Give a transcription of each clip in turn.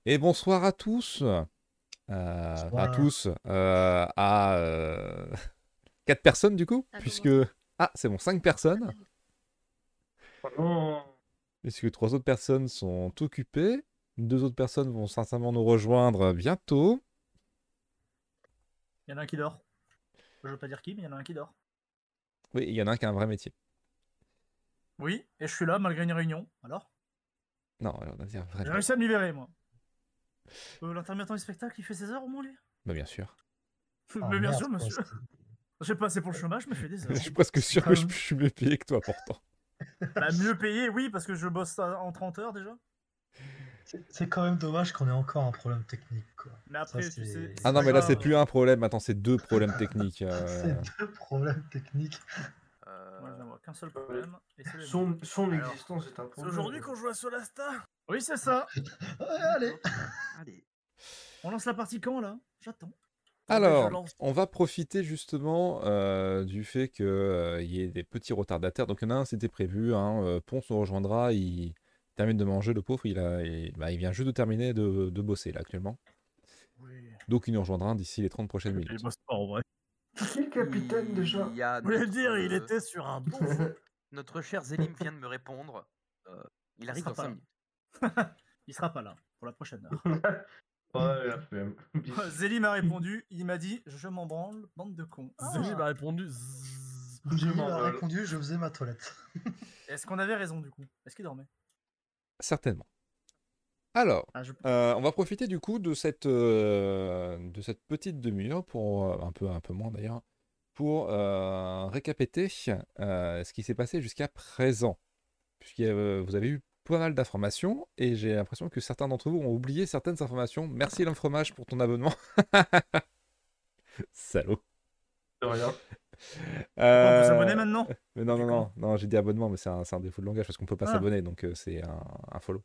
Et bonsoir à tous. À Bonsoir. tous. À 4 personnes du coup, À puisque... commencer. Ah, c'est bon, 5 personnes. Oh non. Puisque 3 autres personnes sont occupées. 2 autres personnes vont sincèrement nous rejoindre bientôt. Il y en a un qui dort. Je veux pas dire qui, mais il y en a un qui dort. Oui, il y en a un qui a un vrai métier. Oui, et je suis là malgré une réunion. Alors Non, on a dit un vrai j'ai métier. réussi à me libérer, moi. L'intermittent du spectacle, il fait 16 heures au moins, lui. Bah bien sûr. Ah Mais bien merde, sûr, quoi, monsieur. J'ai passé pour le chômage, mais fait des Je heures. suis presque c'est sûr quand que je même... suis mieux payé que toi pourtant. Bah, mieux payé, oui, parce que je bosse en 30 heures déjà. c'est quand même dommage qu'on ait encore un problème technique, quoi. Mais Ça, après, tu sais, c'est... Ah c'est non, pas mais là c'est grave. plus un problème, maintenant c'est 2 problèmes techniques. C'est deux problèmes techniques. Moi, je n'en vois qu'un seul problème, et c'est le mien. Son Alors, existence est un c'est problème. aujourd'hui qu'on joue à Solasta. Oui, c'est ça. Ouais, allez. Allez. On lance la partie quand, là? J'attends. Je Alors, lance. on va profiter justement du fait qu'il y ait des petits retardataires. Donc, il y en a un, c'était prévu. Hein, Ponce nous rejoindra. Il termine de manger, le pauvre. Il vient juste de terminer de bosser, là, actuellement. Oui. Donc, il nous rejoindra d'ici les 30 prochaines Il minutes. bosse pas, en vrai. Qui est le capitaine déjà? Il y a Vous voulez notre, dire, il était sur un bon jeu. notre cher Zélim vient de me répondre. Il arrive sera dans pas 5 là. minutes. Il sera pas là pour la prochaine heure. Ouais, la flemme. Zélie m'a répondu, il m'a dit je m'en branle, bande de cons. Zélie m'a répondu. J'ai m'en branle. répondu, je faisais ma toilette. Est-ce qu'on avait raison du coup? Est-ce qu'il dormait? Certainement. Alors, Ah, je... on va profiter du coup de cette petite demi-heure, pour un peu moins d'ailleurs, pour récapiter ce qui s'est passé jusqu'à présent. Puisque vous avez eu pas mal d'informations et j'ai l'impression que certains d'entre vous ont oublié certaines informations. Merci l'homme fromage pour ton abonnement. Salaud. De rien. On peut s'abonner maintenant? Mais non, Depuis non, non, non, j'ai dit abonnement, mais c'est un défaut de langage parce qu'on peut pas Ah. s'abonner, donc c'est un follow.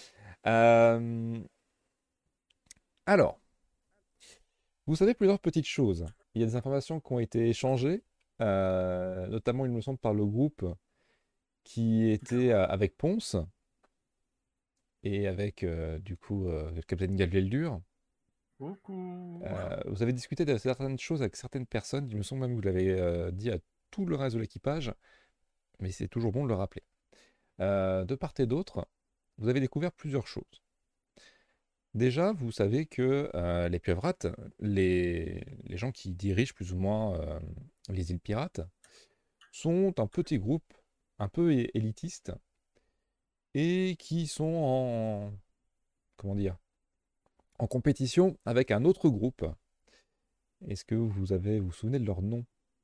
Alors, vous savez plusieurs petites choses. Il y a des informations qui ont été échangées, notamment, il me semble, par le groupe qui était avec Ponce et avec, du coup, le capitaine Galveldur. Coucou. Vous avez discuté de certaines choses avec certaines personnes, il me semble même que vous l'avez dit à tout le reste de l'équipage, mais c'est toujours bon de le rappeler. De part et d'autre, vous avez découvert plusieurs choses. Déjà, vous savez que les pieuvrates, les gens qui dirigent plus ou moins les îles pirates, sont un petit groupe un peu élitiste et qui sont en, comment dire, en compétition avec un autre groupe. Est-ce que vous vous souvenez de leur nom?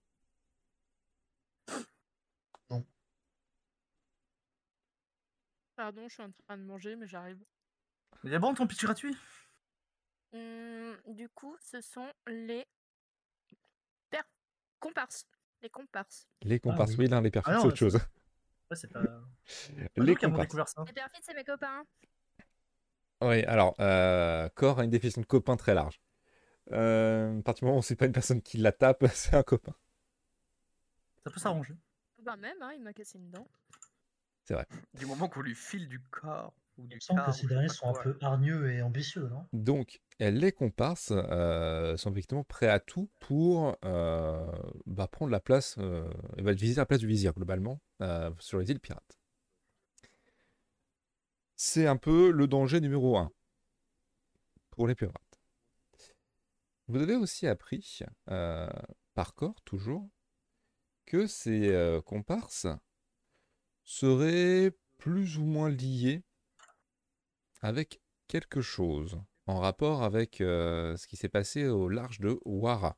Non. Pardon, je suis en train de manger, mais j'arrive. Il est bon ton pitch gratuit? Du coup, ce sont les comparses. Les comparses. Les comparses, oui. oui, là, les perfects, Ah c'est non, autre chose. Ouais, c'est pas. Les Qui avons comparses. découvert ça. Les perfides, c'est mes copains. Oui, alors, Cor a une définition de copain très large. À partir du moment où c'est pas une personne qui la tape, c'est un copain. Ça peut s'arranger. Bah même, hein, il m'a cassé une dent. C'est vrai. Du moment qu'on lui file du corps ou Il du me semble que car, ces ou je sais derniers pas sont un quoi. peu hargneux et ambitieux, non? Donc, les comparses sont effectivement prêts à tout pour prendre la place, viser la place du vizir, globalement, sur les îles pirates. C'est un peu le danger numéro 1 pour les pirates. Vous avez aussi appris, par corps toujours, que ces comparses seraient plus ou moins liés avec quelque chose en rapport avec ce qui s'est passé au large de Wara.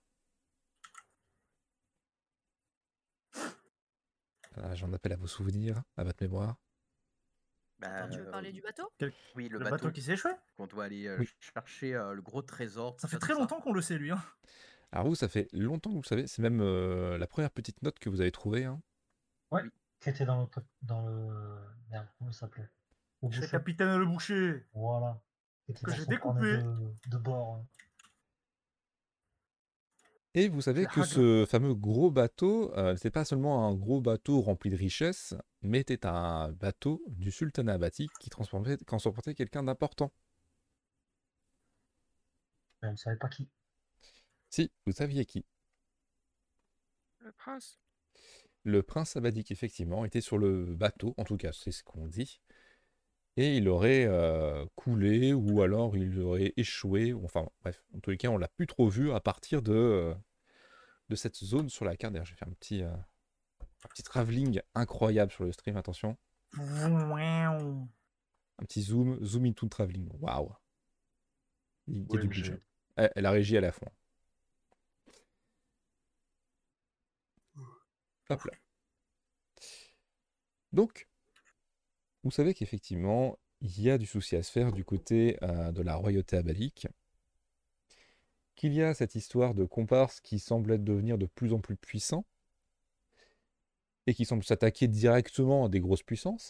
J'en appelle à vos souvenirs, à votre mémoire. Bah, Tu veux parler du bateau? oui, Le bateau qui s'est échoué? qu'on doit aller Oui. chercher le gros trésor. Ça tout fait tout très longtemps qu'on le sait, lui. Hein. Alors vous, ça fait longtemps que vous le savez, c'est même la première petite note que vous avez trouvée. Hein. Ouais, Oui. qui était dans le... Merde, comment ça s'appelait? Au Chez bouchon. Capitaine Le Boucher. Voilà. Qui était Que dans j'ai son carnet découpé. de bord. Hein. Et vous savez Je que l'ai ce fameux gros bateau, n'était pas seulement un gros bateau rempli de richesses, mais était un bateau du sultanat Abati qui transportait quelqu'un d'important. Mais on ne savait pas qui. Si, vous saviez qui? Le prince. Le prince Abadik, effectivement, était sur le bateau, en tout cas, c'est ce qu'on dit. Et il aurait coulé, ou alors il aurait échoué, ou enfin bref, en tous les cas, on l'a plus trop vu à partir de cette zone sur la carte. D'ailleurs, je vais faire un petit travelling incroyable sur le stream, attention. Un petit zoom into travelling. Waouh! Il y a du OMG. budget. La régie à la fond. Hop là. Donc, vous savez qu'effectivement, il y a du souci à se faire du côté de la royauté abalique, qu'il y a cette histoire de comparse qui semble devenir de plus en plus puissant, et qui semble s'attaquer directement à des grosses puissances.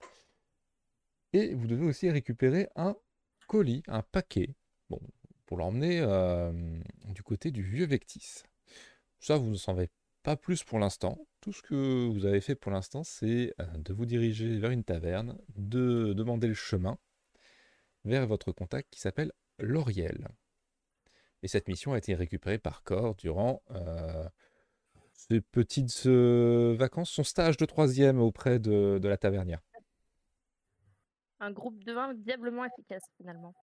Et vous devez aussi récupérer un colis, un paquet, bon, pour l'emmener du côté du vieux Vectis. Ça, vous ne savez pas plus pour l'instant. Tout ce que vous avez fait pour l'instant, c'est de vous diriger vers une taverne, de demander le chemin vers votre contact qui s'appelle Lauriel. Et cette mission a été récupérée par Cor durant ses petites vacances, son stage de 3e auprès de la tavernière. Un groupe de vin diablement efficace, finalement.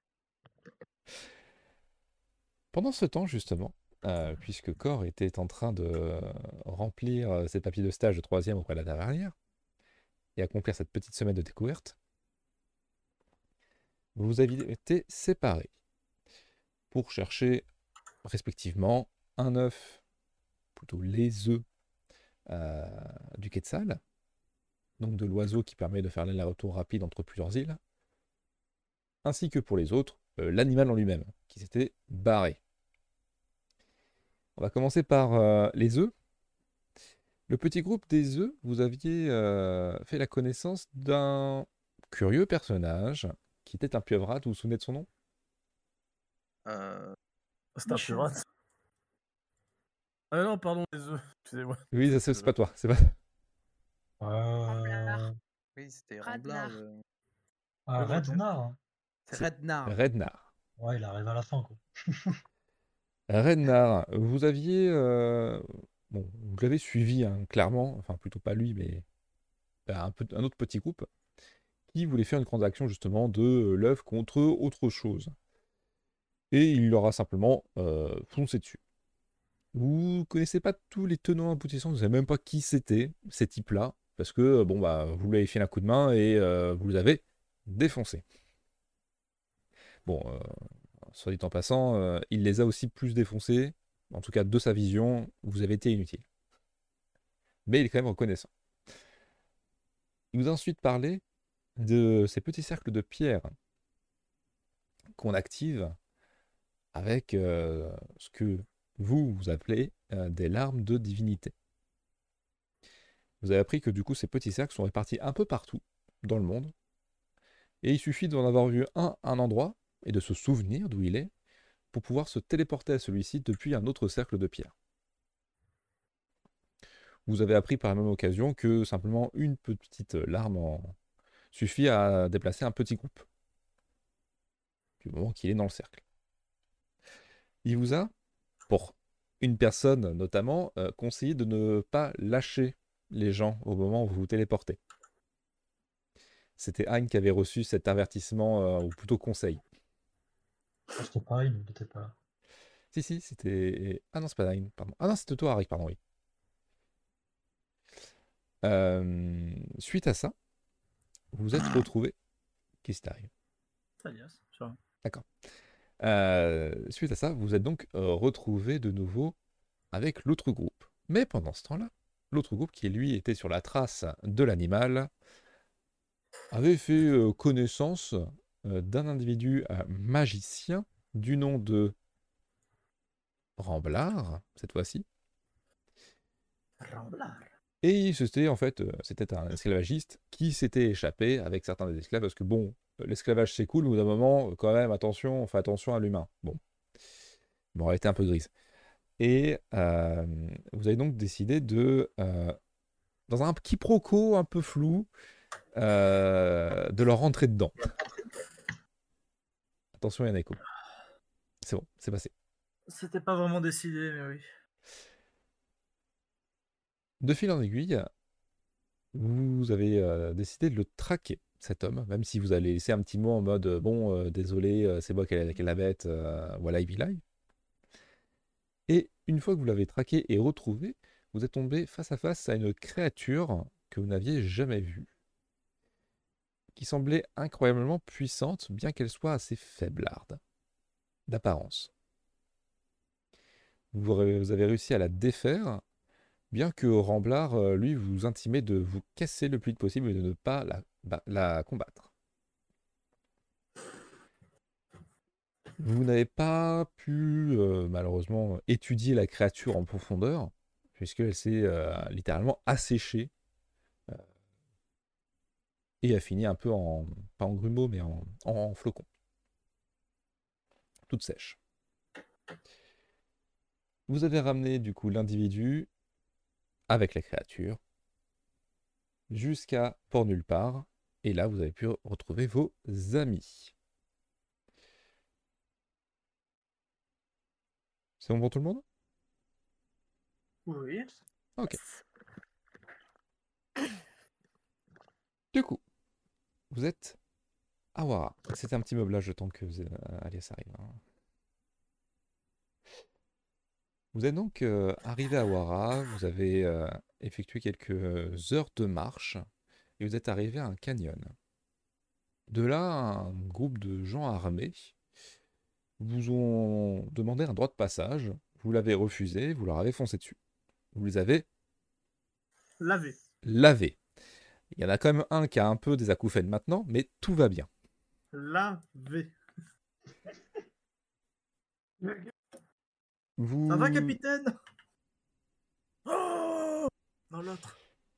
Pendant ce temps, justement, puisque Cor était en train de remplir ses papiers de stage de 3e auprès de la tavernière et accomplir cette petite semaine de découverte, vous avez été séparés pour chercher respectivement un œuf, plutôt les œufs du Quetzal, donc de l'oiseau qui permet de faire l'aller-retour rapide entre plusieurs îles, ainsi que pour les autres, l'animal en lui-même, qui s'était barré. On va commencer par les œufs. Le petit groupe des œufs, vous aviez fait la connaissance d'un curieux personnage qui était un pieuvrat. Vous vous souvenez de son nom? C'est un pirate. Ah non, pardon, les œufs. Excusez-moi. Oui, ça, c'est pas toi. C'est pas... Oui, c'était Radnar. Ramblin. Ah, Rednar. C'est Rednar. Rednar. Ouais, il arrive à la fin, quoi. Rednar, vous aviez... bon, vous l'avez suivi, hein, clairement. Enfin, plutôt pas lui, mais un autre petit groupe qui voulait faire une transaction, justement, de l'œuf contre autre chose. Et il leur a simplement foncé dessus. Vous connaissez pas tous les tenants aboutissants, vous savez même pas qui c'était, ces types-là, parce que bon bah vous lui avez fait un coup de main et vous les avez défoncés. Bon, soit dit en passant, il les a aussi plus défoncés, en tout cas de sa vision, vous avez été inutile. Mais il est quand même reconnaissant. Il vous a ensuite parlé de ces petits cercles de pierre qu'on active avec ce que vous appelez des larmes de divinité. Vous avez appris que du coup ces petits cercles sont répartis un peu partout dans le monde, et il suffit d'en avoir vu un à un endroit, et de se souvenir d'où il est, pour pouvoir se téléporter à celui-ci depuis un autre cercle de pierre. Vous avez appris par la même occasion que simplement une petite larme suffit à déplacer un petit groupe, du moment qu'il est dans le cercle. Il vous a, pour une personne notamment, conseillé de ne pas lâcher les gens au moment où vous vous téléportez. C'était Hein qui avait reçu cet avertissement, ou plutôt conseil. Ah, c'était pareil, mais il était pas là. Si, c'était... Ah non, c'est pas Hein, pardon. Ah non, c'était toi, Arik, pardon, oui. Suite à ça, vous vous êtes retrouvés... Qu'est-ce qui t'arrive? Ça y est, ça va. D'accord. Suite à ça, vous êtes donc retrouvés de nouveau avec l'autre groupe. Mais pendant ce temps-là, l'autre groupe, qui lui était sur la trace de l'animal, avait fait connaissance d'un individu magicien du nom de Ramblard, cette fois-ci. Ramblard. Et c'était en fait, c'était un esclavagiste qui s'était échappé avec certains des esclaves, parce que bon, l'esclavage c'est cool, mais au bout d'un moment, quand même, attention, on fait attention à l'humain. Bon, moralité un peu grise. Et vous avez donc décidé de, dans un quiproquo un peu flou, de leur rentrer dedans. Attention, il y a un écho. c'est bon, c'est passé. C'était pas vraiment décidé, mais oui. De fil en aiguille, vous avez décidé de le traquer, cet homme, même si vous allez laisser un petit mot en mode bon, désolé, c'est moi qui ai la bête, voilà, il live. Et une fois que vous l'avez traqué et retrouvé, vous êtes tombé face à face à une créature que vous n'aviez jamais vue, qui semblait incroyablement puissante, bien qu'elle soit assez faiblarde d'apparence. Vous avez réussi à la défaire, bien que Ramblard, lui, vous intimait de vous casser le plus vite possible et de ne pas la combattre. Vous n'avez pas pu, malheureusement, étudier la créature en profondeur, puisqu'elle s'est littéralement asséchée et a fini un peu en, pas en grumeaux, mais en flocons. Toute sèche. Vous avez ramené du coup l'individu avec la créature jusqu'à Port Nulle Part, et là vous avez pu retrouver vos amis. C'est bon pour tout le monde? Oui. Ok. Du coup, vous êtes à Wara. C'était un petit meublage le temps que Alias arrive. Hein. Vous êtes donc arrivé à Wara, vous avez effectué quelques heures de marche, et vous êtes arrivé à un canyon. De là, un groupe de gens armés vous ont demandé un droit de passage, vous l'avez refusé, vous leur avez foncé dessus. Vous les avez Lavé. lavés. Il y en a quand même un qui a un peu des acouphènes maintenant, mais tout va bien. Lavé. Vous... Ça va, capitaine? Oh non, l'autre.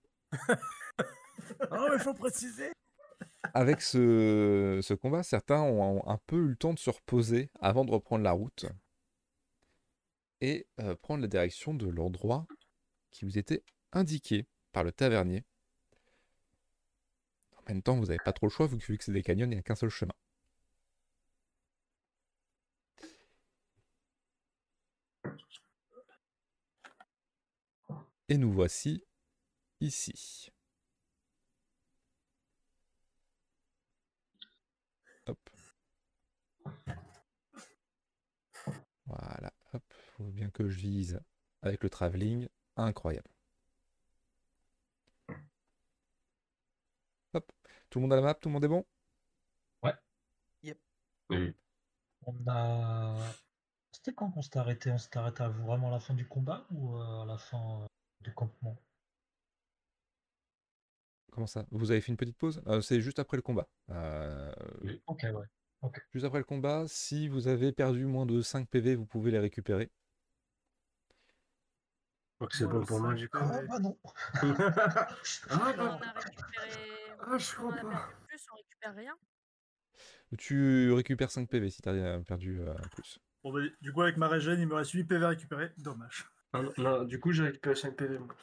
Oh, il faut préciser. Avec ce combat, certains ont un peu eu le temps de se reposer avant de reprendre la route et prendre la direction de l'endroit qui vous était indiqué par le tavernier. En même temps, vous n'avez pas trop le choix, vu que c'est des canyons, il n'y a qu'un seul chemin. Et nous voici ici. Hop. Voilà, hop. Faut bien que je vise avec le travelling. Incroyable. Hop. Tout le monde a la map, tout le monde est bon? Oui. On a. C'était quand qu'on s'était arrêté? On s'était arrêté à vraiment la fin du combat ou à la fin du campement? Comment ça? Vous avez fait une petite pause? C'est juste après le combat. Ok, ouais. Ok. Juste après le combat, si vous avez perdu moins de 5 PV, vous pouvez les récupérer. Je crois que c'est Moi, bon pour moi, du coup. Ah bah non. On Ah, a récupéré. je On crois en a pas. perdu plus, on récupère rien. Tu récupères 5 PV si tu as perdu plus. Bon, bah, du coup, avec ma régène, il me reste 8 PV récupérés. Dommage. Ah, non, du coup, j'ai récupéré 5 PV. moi.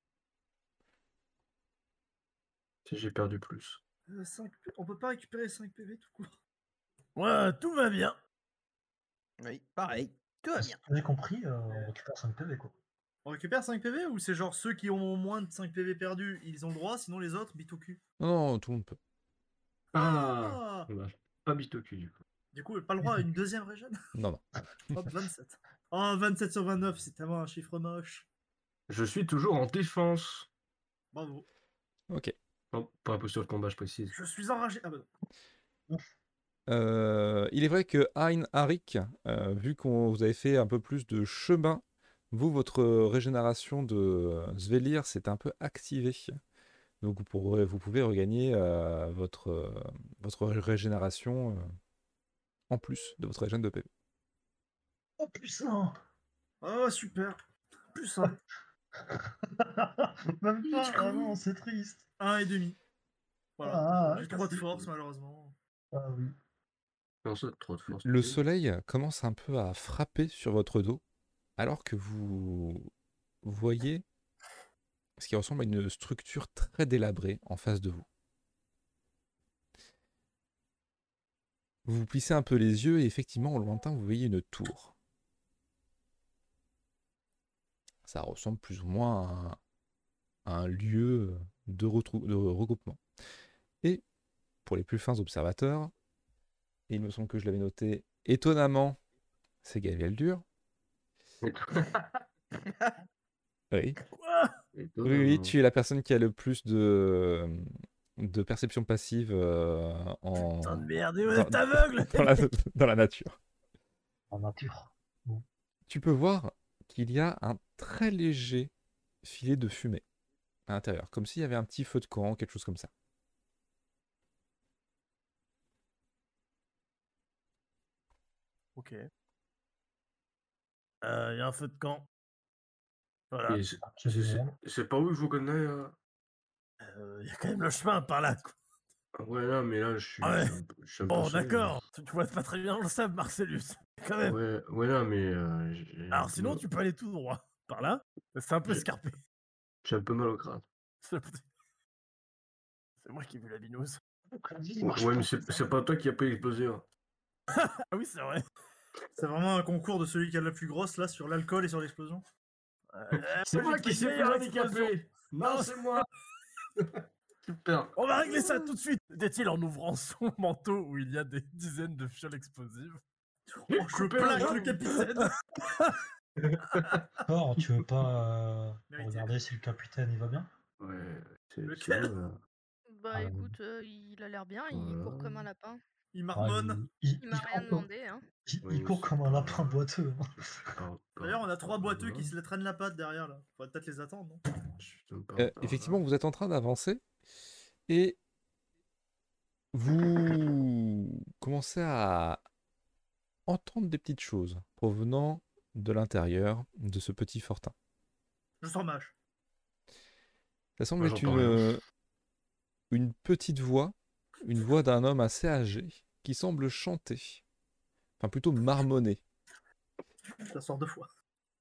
Si j'ai perdu plus. 5... On peut pas récupérer 5 PV tout court. Ouais, tout va bien. Oui, pareil. Tout va bien. J'ai compris, on récupère 5 PV quoi. On récupère 5 PV ou c'est genre ceux qui ont moins de 5 PV perdus, ils ont le droit, sinon les autres, bite au cul. Non, non, tout le monde peut. Ah Dommage. Pas bite au cul, du coup. Du coup, pas le droit à une deuxième régène. Non, non. Hop, 27. Oh, 27 sur 29, c'est tellement un chiffre moche. Je suis toujours en défense. Bravo. Ok. Non, pas posture de combat, je précise. Je suis enragé. Ah bah non. Il est vrai que Hein Harik, vu qu'on vous avez fait un peu plus de chemin, vous, votre régénération de Svelir s'est un peu activée. Donc vous pouvez regagner votre régénération en plus de votre régène de PV. Oh putain. Oh, super. Plus 1. Même pas, ah non, c'est triste. 1,5. Voilà. Ah, J'ai 3 de c'est force, cool. malheureusement. Ah oui. Non, ça, trop de force. Le soleil commence un peu à frapper sur votre dos, alors que vous voyez ce qui ressemble à une structure très délabrée en face de vous. Vous plissez un peu les yeux et effectivement, au lointain, vous voyez une tour. Ça ressemble plus ou moins à un lieu de regroupement. Et pour les plus fins observateurs, il me semble que je l'avais noté étonnamment, c'est Gabriel Dur. Oui. Oui, tu es la personne qui a le plus de perception passive Putain de merde, vous dans- êtes aveugle. dans la nature. En nature. Tu peux voir qu'il y a un très léger filet de fumée à l'intérieur, comme s'il y avait un petit feu de camp, quelque chose comme ça. Ok. Il y a un feu de camp. Voilà. Et c'est pas où que je vous connais. Il y a quand même le chemin par là. Quoi. Ah ouais, là, mais là, je suis Ouais. je suis un peu Bon, seul, d'accord. Tu vois pas très bien le sable, Marcellus. Quand même. Ouais, là, mais Alors sinon, tu peux aller tout droit. Par là. C'est un peu J'ai- escarpé. j'ai un peu mal au crâne. C'est moi qui ai vu la binouse. Ouais, mais c'est pas toi qui a pas explosé. Hein. Ah oui, c'est vrai. C'est vraiment un concours de celui qui a la plus grosse là sur l'alcool et sur l'explosion. C'est moi qui s'est fait handicapé. handicapé. Non, c'est moi. Super. On va régler ça tout de suite. Dit-il en ouvrant son manteau où il y a des dizaines de fioles explosives. Oh, je plaque le capitaine. Or, tu veux pas Mérité. regarder si le capitaine il va bien? Ouais, Lequel Bah Ah, écoute, il a l'air bien, il court comme un lapin. Il Ah, marmonne. Il m'a rien court, demandé, hein. il court comme un lapin boiteux. Hein. D'ailleurs, on a 3 boiteux qui se la traînent la patte derrière là. Faudrait peut-être les attendre, non? Effectivement, vous êtes en train d'avancer et vous commencez à entendre des petites choses provenant de l'intérieur de ce petit fortin. Je sens mâche. Ça semble Moi, être j'entends rien. une petite voix, une voix d'un homme assez âgé qui semble chanter, enfin plutôt marmonner. Ça sort 2 fois.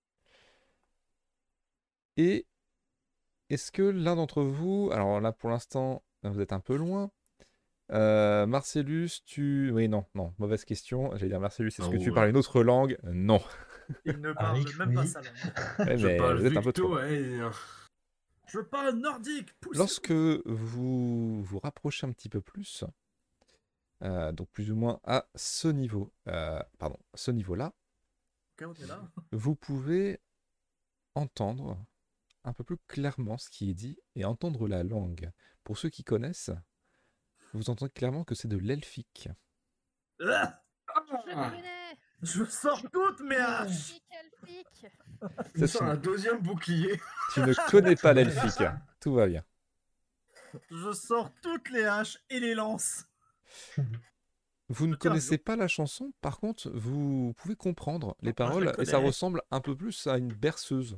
Et est-ce que l'un d'entre vous, alors là pour l'instant vous êtes un peu loin, Marcellus, oui, non, mauvaise question. J'allais dire Marcellus, est-ce que tu ouais. parles une autre langue? Non. Il ne parle Avec même pas oui. sa langue. Ouais, Je mais parle vous êtes un peu trop Victo, loin. ouais. Je parle nordique. Pousse. Lorsque vous vous rapprochez un petit peu plus, donc plus ou moins à ce niveau, ce niveau-là, Ok, on est là. vous pouvez entendre un peu plus clairement ce qui est dit et entendre la langue. Pour ceux qui connaissent, vous entendez clairement que c'est de l'elfique. Ah, Je connais. je sors toutes mes haches. Elfique. Je Ça, sors un deuxième bouclier. tu ne connais pas l'elfique. Tout va bien. Je sors toutes les haches et les lances. Vous ne Tiens, connaissez pas la chanson, par contre, vous pouvez comprendre les je paroles la et ça connais. ressemble un peu plus à une berceuse.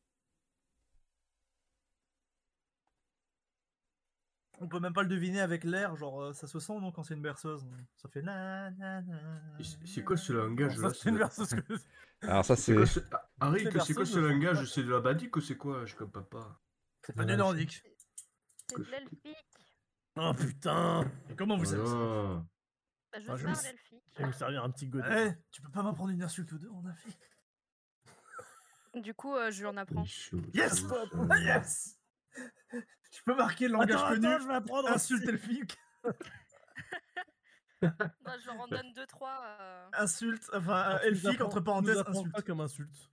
On peut même pas le deviner avec l'air, genre ça se sent non quand c'est une berceuse. Ça fait na na na. C'est quoi ce langage Ça, là c'est une berceuse que... Alors ça C'est c'est... quoi ce... Harry, Les c'est quoi berceuses ce ne sont langage? pas- C'est de la badique ou c'est quoi? Je comprends pas. C'est pas du nordique. C'est de l'elfique. Oh putain. Et comment vous savez ça? Voilà. Bah, je Ah, je parle sais. elfique. Je vais me servir un petit godet. Eh, tu peux pas m'apprendre une insulte ou deux, on a fait. Du coup, je lui en apprends. Yes, yes. Tu peux marquer le langage Attends, connu. je vais apprendre Insulte elfique. Bah, je leur en donne 2-3. Insulte, enfin Alors, tu nous elfique apprends- entre tu nous parenthèses apprends insulte. quoi comme insulte?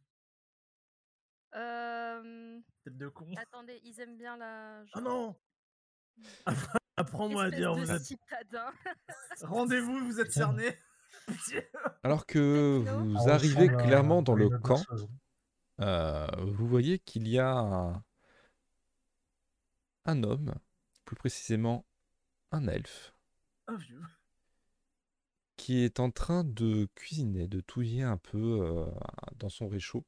Tête de con. Attendez, ils aiment bien la... Ah non. Apprends-moi à Espèce dire de vous êtes... citadin. Rendez-vous, vous êtes Putain. cerné. Pitié. Alors que Techno. vous Ça arrivez ressemble à- clairement dans à le une camp, berceuse. vous voyez qu'il y a un homme, plus précisément un elfe, Un vieux. qui est en train de cuisiner, de touiller un peu dans son réchaud.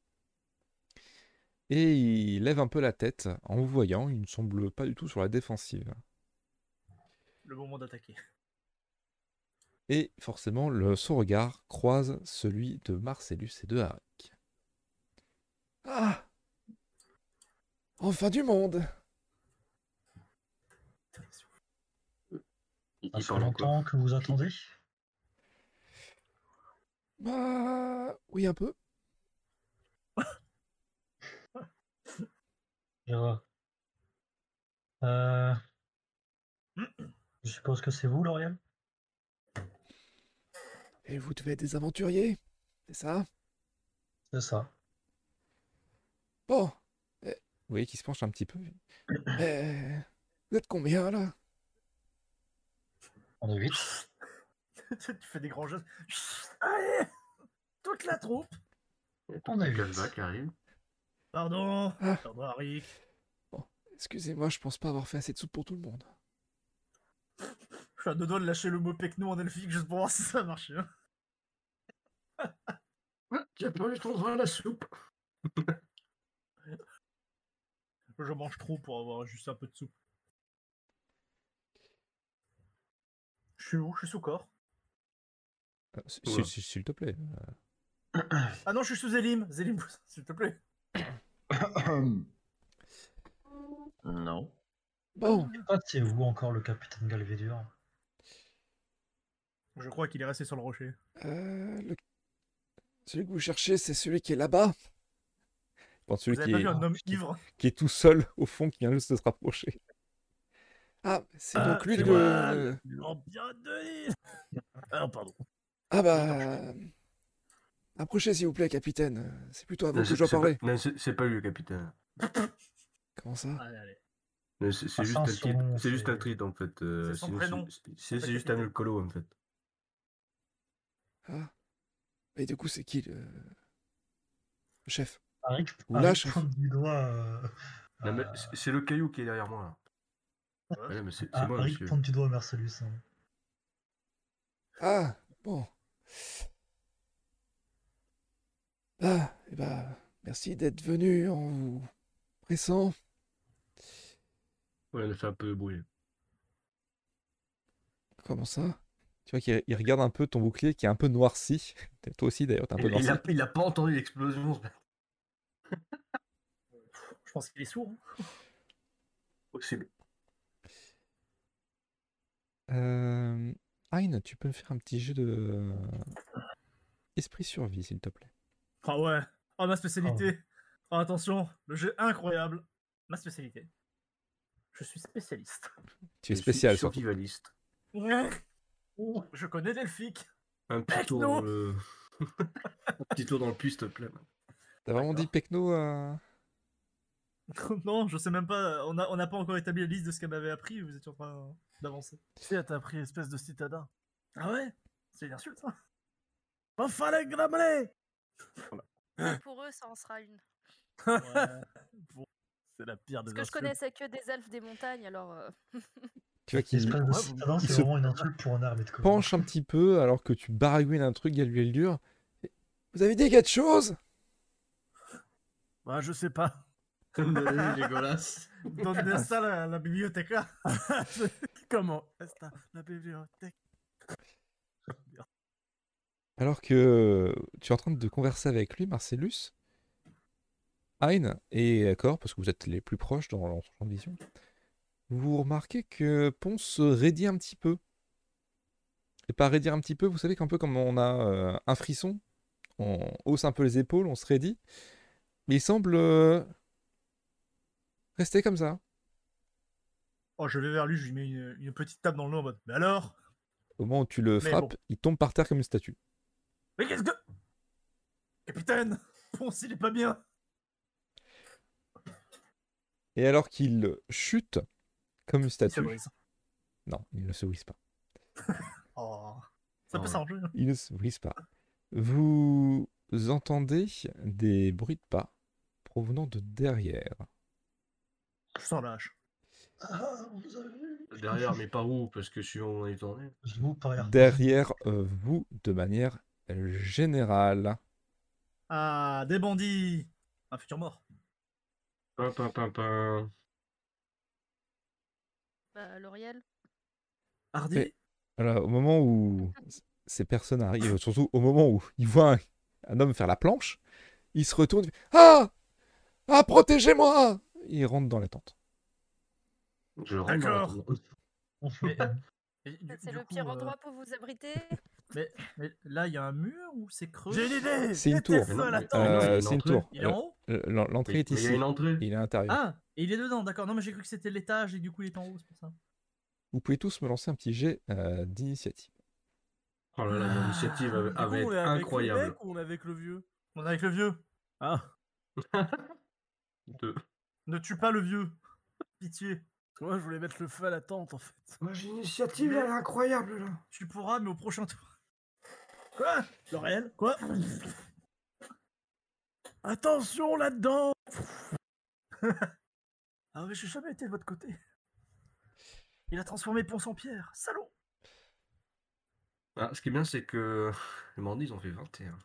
Et il lève un peu la tête en vous voyant, il ne semble pas du tout sur la défensive. Le moment d'attaquer. Et forcément, son regard croise celui de Marcellus et de Harrick. Ah! Enfin du monde! Ça Il fait parle en quoi? longtemps que vous attendez? Bah, oui, un peu. Je vois. Je suppose que c'est vous, Lauriel? Et vous devez être des aventuriers, c'est ça? C'est ça. Bon. Vous voyez qu'il se penche un petit peu. Vous êtes combien, là? On est 8. Tu fais des grands gestes. Allez, toute la troupe. On est Le 8. cashback arrive. Pardon, Ah. pardon, Arik. Bon, excusez-moi, je pense pas avoir fait assez de soupe pour tout le monde. Je suis à deux doigts de lâcher le mot pecno en elfique juste pour voir si ça marche. Hein. Tu as perdu ton droit à la soupe. Je mange trop pour avoir juste un peu de soupe. Je suis où? Je suis sous corps. S'il te plaît. Ah non, je suis sous Zélim. Zélim, s'il te plaît. Non. Bon, Ah, c'est vous encore le capitaine Galvédur? Je crois qu'il est resté sur le rocher. celui que vous cherchez, c'est celui qui est là-bas. Bon, celui Vous avez pas vu un homme ivre? qui est tout seul au fond, qui vient juste de se rapprocher. Ah, c'est donc lui c'est le... L'ambiance de l'île. Ah, pardon. Ah bah... Approchez s'il vous plaît, capitaine. C'est plutôt à vous que je dois parler. C'est pas lui, le capitaine. Comment ça? Allez, allez. C'est Ah, juste ça, un son titre. nom, C'est juste c'est- un titre en fait. C'est son prénom. C'est juste un colo en fait. Ah. Et du coup, c'est qui le chef? Arik, Ou la Arik chef. pointe du doigt. Non, mais c'est le caillou qui est derrière moi là. Ouais. Ouais, mais c'est moi, Arik monsieur. pointe du doigt Marcellus. Hein. Ah, bon. Ah, et bah, merci d'être venu en vous pressant. Ouais, elle a fait un peu de bruit. Comment ça? Tu vois qu'il regarde un peu ton bouclier qui est un peu noirci. Toi aussi d'ailleurs, t'es un peu noirci. Il a pas entendu l'explosion. Je pense qu'il est sourd. Hein. Possible. Hein, tu peux me faire un petit jeu de esprit survie, s'il te plaît. Ah ouais. Ah, ma spécialité. Ah, attention, le jeu incroyable. Ma spécialité. Je suis spécialiste. Tu es spécial surtout. Survivaliste. Ouais. Je connais l'elfique. Un petit tour dans le. Un petit tour dans le puits, s'il te plaît. T'as vraiment dit Pecno Non, je sais même pas. On n'a pas encore établi la liste de ce qu'elle m'avait appris. Vous étiez en train d'avancer. Si, elle t'a pris espèce de citadin. Ah ouais? C'est une insulte, ça. Enfin, les gramelés! Pour eux, ça en sera une. Ouais. Bon, c'est la pire des Parce que je insultes. connaissais que des elfes des montagnes, alors... Tu vois qu'il Espèce de Ouais, citadin, il c'est se vraiment une insulte pour un armée de corps. penche un petit peu alors que tu baragouines un truc dur. Vous avez dit quelque chose? Bah, je sais pas. Dégueulasse. Donne ça à la bibliothèque là. Comment est-ce la bibliothèque? Alors que tu es en train de converser avec lui, Marcellus, Hein et Cor, parce que vous êtes les plus proches dans son champ de vision, vous remarquez que Ponce se raidit un petit peu. Et par raidir un petit peu, vous savez qu'un peu comme on a un frisson, on hausse un peu les épaules, on se raidit. Mais il semble rester comme ça. Oh, je vais vers lui, je lui mets une petite tape dans le dos en mode. Mais alors? Au moment où tu le Mais frappes, bon. il tombe par terre comme une statue. Mais qu'est-ce que. Capitaine! Ponce, il est pas bien! Et alors qu'il chute comme une Il se statue... brise. Non, il ne se brise pas. Oh. Ça peut Ouais. s'arranger. Hein. Il ne se brise pas. Vous entendez des bruits de pas provenant de derrière. Je sens lâche. Ah, vous avez vu? Derrière, mais pas où, parce que suivant où on est tourné. Je vous par Derrière vous, de manière générale. Ah, des bandits! Un futur mort. Pin. Bah, Lauriel. Hardy? Mais- Alors, au moment où ces personnes arrivent, surtout au moment où ils voient un homme faire la planche, il se retourne. Ah! Ah, protégez-moi! Il rentre dans la tente. Je rentre dans la D'accord. tente. Et du C'est le coup, pire endroit pour vous abriter. Mais là, il y a un mur ou c'est creux? J'ai une idée. C'est une Mettez tour. le feu à la Mais- tente. non, il y a une C'est une entrée. tour. Il est en haut? L'entrée est Il y ici. a une entrée. Il est à l'intérieur. Ah, et il est dedans, d'accord. Non, mais j'ai cru que c'était l'étage et du coup, il est en haut, c'est pour ça. Vous pouvez tous me lancer un petit jet d'initiative. Oh là là, mon initiative Du coup, avait on été est avec le incroyable. mec ou on est avec le vieux? On est avec le vieux. Ah. Deux. Ne tue pas le vieux. Pitié. Parce que moi, je voulais mettre le feu à la tente, en fait. Moi, j'ai une initiative, elle est incroyable là. Tu pourras, mais au prochain tour. Quoi? L'Oréal? Quoi? Attention là-dedans. Ah mais j'ai jamais été de votre côté. Il a transformé Ponce en pierre. Salaud! Ah, ce qui est bien, c'est que les Mandis, ils ont fait 21.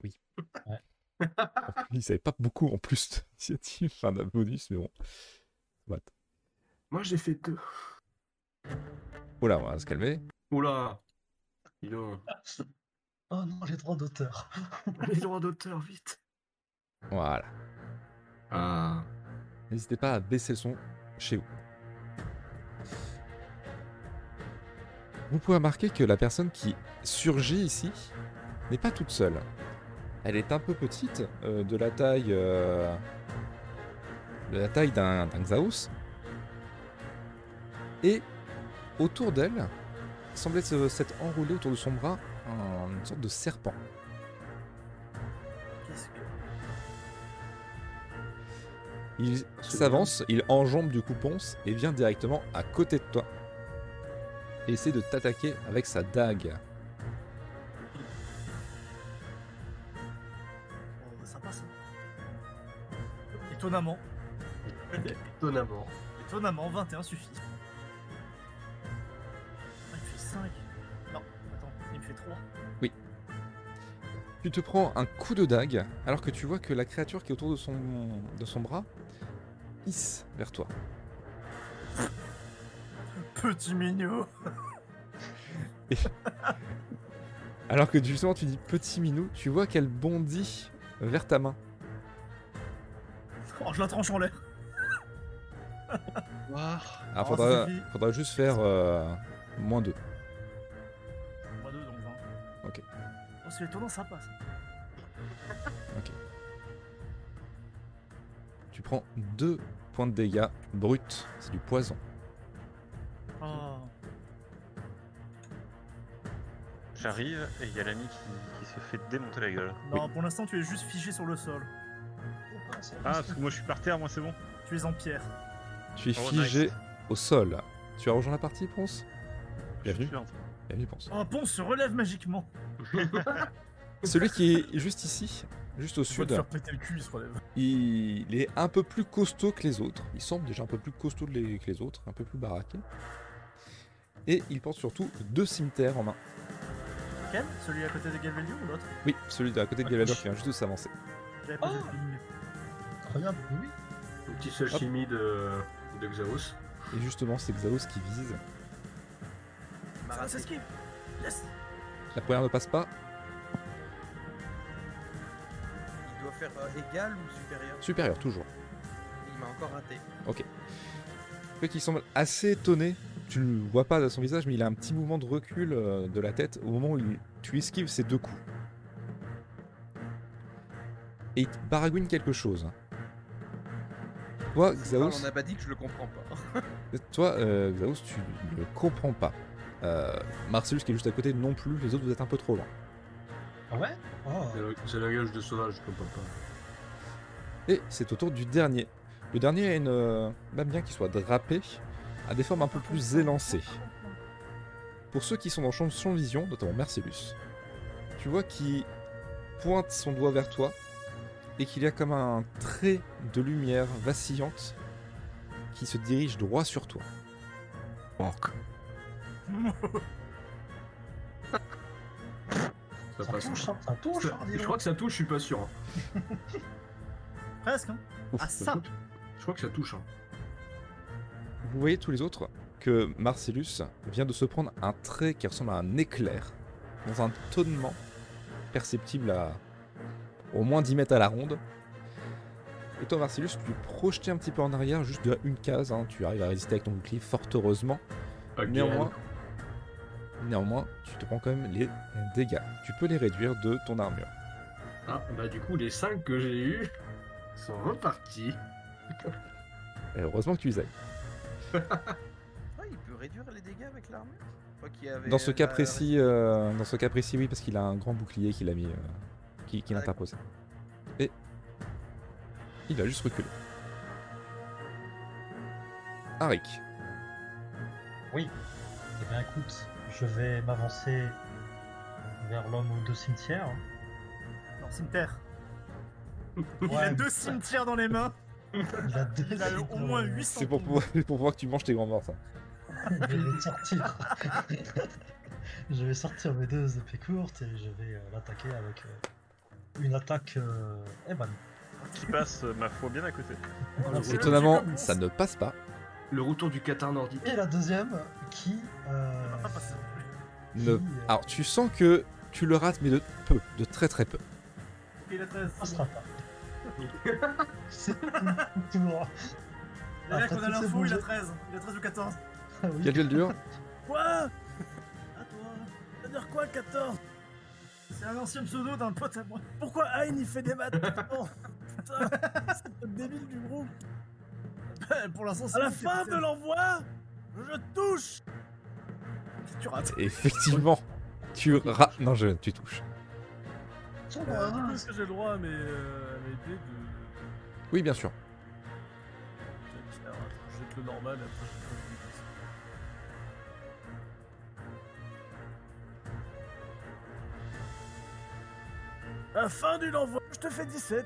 Il savait pas beaucoup en plus d'initiative, enfin d'un bonus, mais bon. What. Moi, j'ai fait 2. Oh là, on va se calmer. Oula. Dis donc. Oh non, les droits d'auteur. Les droits d'auteur, vite. Voilà. Ah. N'hésitez pas à baisser le son chez vous. Vous pouvez remarquer que la personne qui surgit ici n'est pas toute seule. Elle est un peu petite, de la taille d'un Xaos. Et autour d'elle, semblait s'être enroulé autour de son bras une sorte de serpent. Qu'est-ce que. Il s'avance, il enjambe du coup Ponce et vient directement à côté de toi. Et essaie de t'attaquer avec sa dague. Oh, ça passe. Étonnamment. Étonnamment. Étonnamment, 21 suffit. Ah, il fait 5. Non, attends, il me fait 3. Tu te prends un coup de dague alors que tu vois que la créature qui est autour de son bras hisse vers toi. Petit minou. Alors que justement tu dis petit minou, tu vois qu'elle bondit vers ta main. Oh, je la tranche en l'air. Alors Oh, faudra, ça suffit. faudra juste faire -2. Moi 2, donc 20. Ok. Oh, c'est étonnant, ça passe. Tu prends 2 points de dégâts bruts, c'est du poison. Oh. J'arrive et il y a l'ami qui se fait démonter la gueule. Non, pour l'instant, tu es juste figé sur le sol. Ah, parce que moi je suis par terre, moi c'est bon. Tu es en pierre. Tu es Oh, figé nice. au sol. Tu as rejoint la partie, Ponce? Bienvenue. Je suis en- Bienvenue, Ponce. Oh, Ponce se relève magiquement. Celui qui est juste ici, juste au Tu vas te sud, faire péter le cul, il se relève. il est un peu plus costaud que les autres. Il semble déjà un peu plus costaud que les autres, un peu plus baraqué. Et il porte surtout 2 cimetières en main. Quel? Celui à côté de Galvelio ou l'autre? Oui, celui de à côté de Galador qui vient juste de s'avancer. J'avais pas Oh. vu le feeling. Incroyable, oui. Un petit sashimi de Xaos. Et justement, c'est Xaos qui vise. Ça s'esquive. Yes. La première ne passe pas. Il doit faire égal ou supérieur? Supérieur, toujours. Il m'a encore raté. Le fait qu'il semble assez étonné. Tu ne le vois pas de son visage, mais il a un petit mouvement de recul de la tête au moment où tu esquives ces 2 coups. Et il te baragouine quelque chose. Toi, Ah, Xaos, on n'a pas dit que je le comprends pas. Xaos, tu ne comprends pas. Marcellus qui est juste à côté non plus, les autres vous êtes un peu trop loin. Ah ouais? Oh. C'est la gage de sauvage, je comprends pas. Et c'est au tour du dernier. Le dernier a une. Même bien qu'il soit drapé, a des formes un peu plus élancées. Pour ceux qui sont dans champ de vision, notamment Marcellus, tu vois qu'il pointe son doigt vers toi et qu'il y a comme un trait de lumière vacillante qui se dirige droit sur toi. Ça Ça passe. touche, ça touche. hein, dis Je donc. crois que ça touche, je suis pas sûr. Hein. Presque, hein. Ouf. Ah, ça. Je crois que ça touche. Hein. Vous voyez tous les autres que Marcellus vient de se prendre un trait qui ressemble à un éclair dans un tonnement perceptible à au moins 10 mètres à la ronde. Et toi Marcellus, tu es projeté un petit peu en arrière, juste de une case, hein. Tu arrives à résister avec ton bouclier fort heureusement. Again. Néanmoins, tu te prends quand même les dégâts. Tu peux les réduire de ton armure. Ah, bah du coup, les 5 que j'ai eus sont repartis. Et heureusement que tu les as. Ouais, il peut réduire les dégâts avec l'armure. Toi qui avais, Dans ce cas la- précis, oui, parce qu'il a un grand bouclier qu'il a mis, qui Ah, l'interposait. Et il va juste reculer. Arik, Oui. Eh bien, écoute, je vais m'avancer vers l'homme aux 2 cimetières. Non, cimetière. Ouais, Il a 2 cimetières dans les mains. Il a 2 Il a au moins 800 c'est pour tombes. pouvoir que tu manges tes grands morts, ça. Je vais sortir. Je vais sortir mes 2 épées courtes et je vais l'attaquer avec une attaque Evan. Qui passe, ma foi, bien à côté. Étonnamment, ça ne passe pas. Le retour du Qatar nordique. Et la deuxième qui. Ah, pas ça. Alors, tu sens que tu le rates, mais de peu, de très très peu. Il a 13. passera pas. C'est toujours. Les mecs, Après on a tous ces l'info, il a bouges- 13. Il a 13 ou 14. Ah oui. Quel gueule dur. Quoi? À toi. C'est-à-dire quoi, 14? C'est un ancien pseudo d'un pote à moi. Pourquoi Hein il fait des maths? Oh, putain, c'est le débile du groupe. Pour l'instant, À c'est la lui qui fin a de fait- l'envoi, je touche. Tu rates. Effectivement, tu rates. Non, tu touches. Sur Du moi. coup, est-ce que j'ai le droit à mes dés de... Oui, bien sûr. Alors, attends, je jette le normal et après je fais le dé. À la fin du l'envoi, je te fais 17.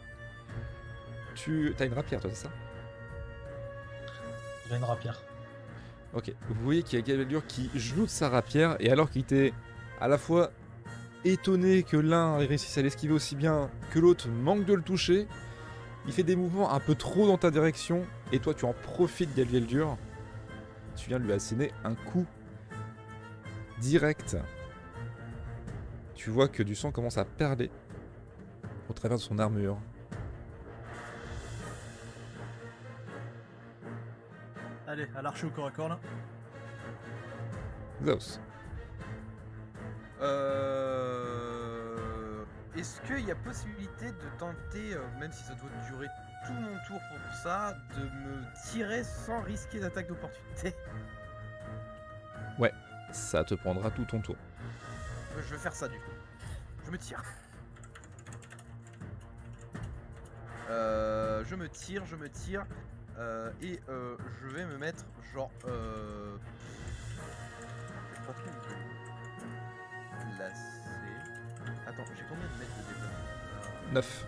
Tu as une rapière, toi, c'est ça? J'ai une rapière. Ok. Vous voyez qu'il y a Galveldur qui joue de sa rapière, et alors qu'il était à la fois étonné que l'un réussisse à l'esquiver aussi bien que l'autre manque de le toucher, il fait des mouvements un peu trop dans ta direction, et toi tu en profites, Galveldur. Tu viens lui asséner un coup direct. Tu vois que du sang commence à perler au travers de son armure. Allez, à l'archer au corps à corps là. Zaos. Est-ce qu'il y a possibilité de tenter, même si ça doit durer tout mon tour pour ça, de me tirer sans risquer d'attaque d'opportunité? Ça te prendra tout ton tour. Je vais faire ça du coup. Je me tire. Je me tire, et je vais me mettre genre j'ai pas trop envie de placer. Attends, j'ai combien de mètres de déplacement? 9.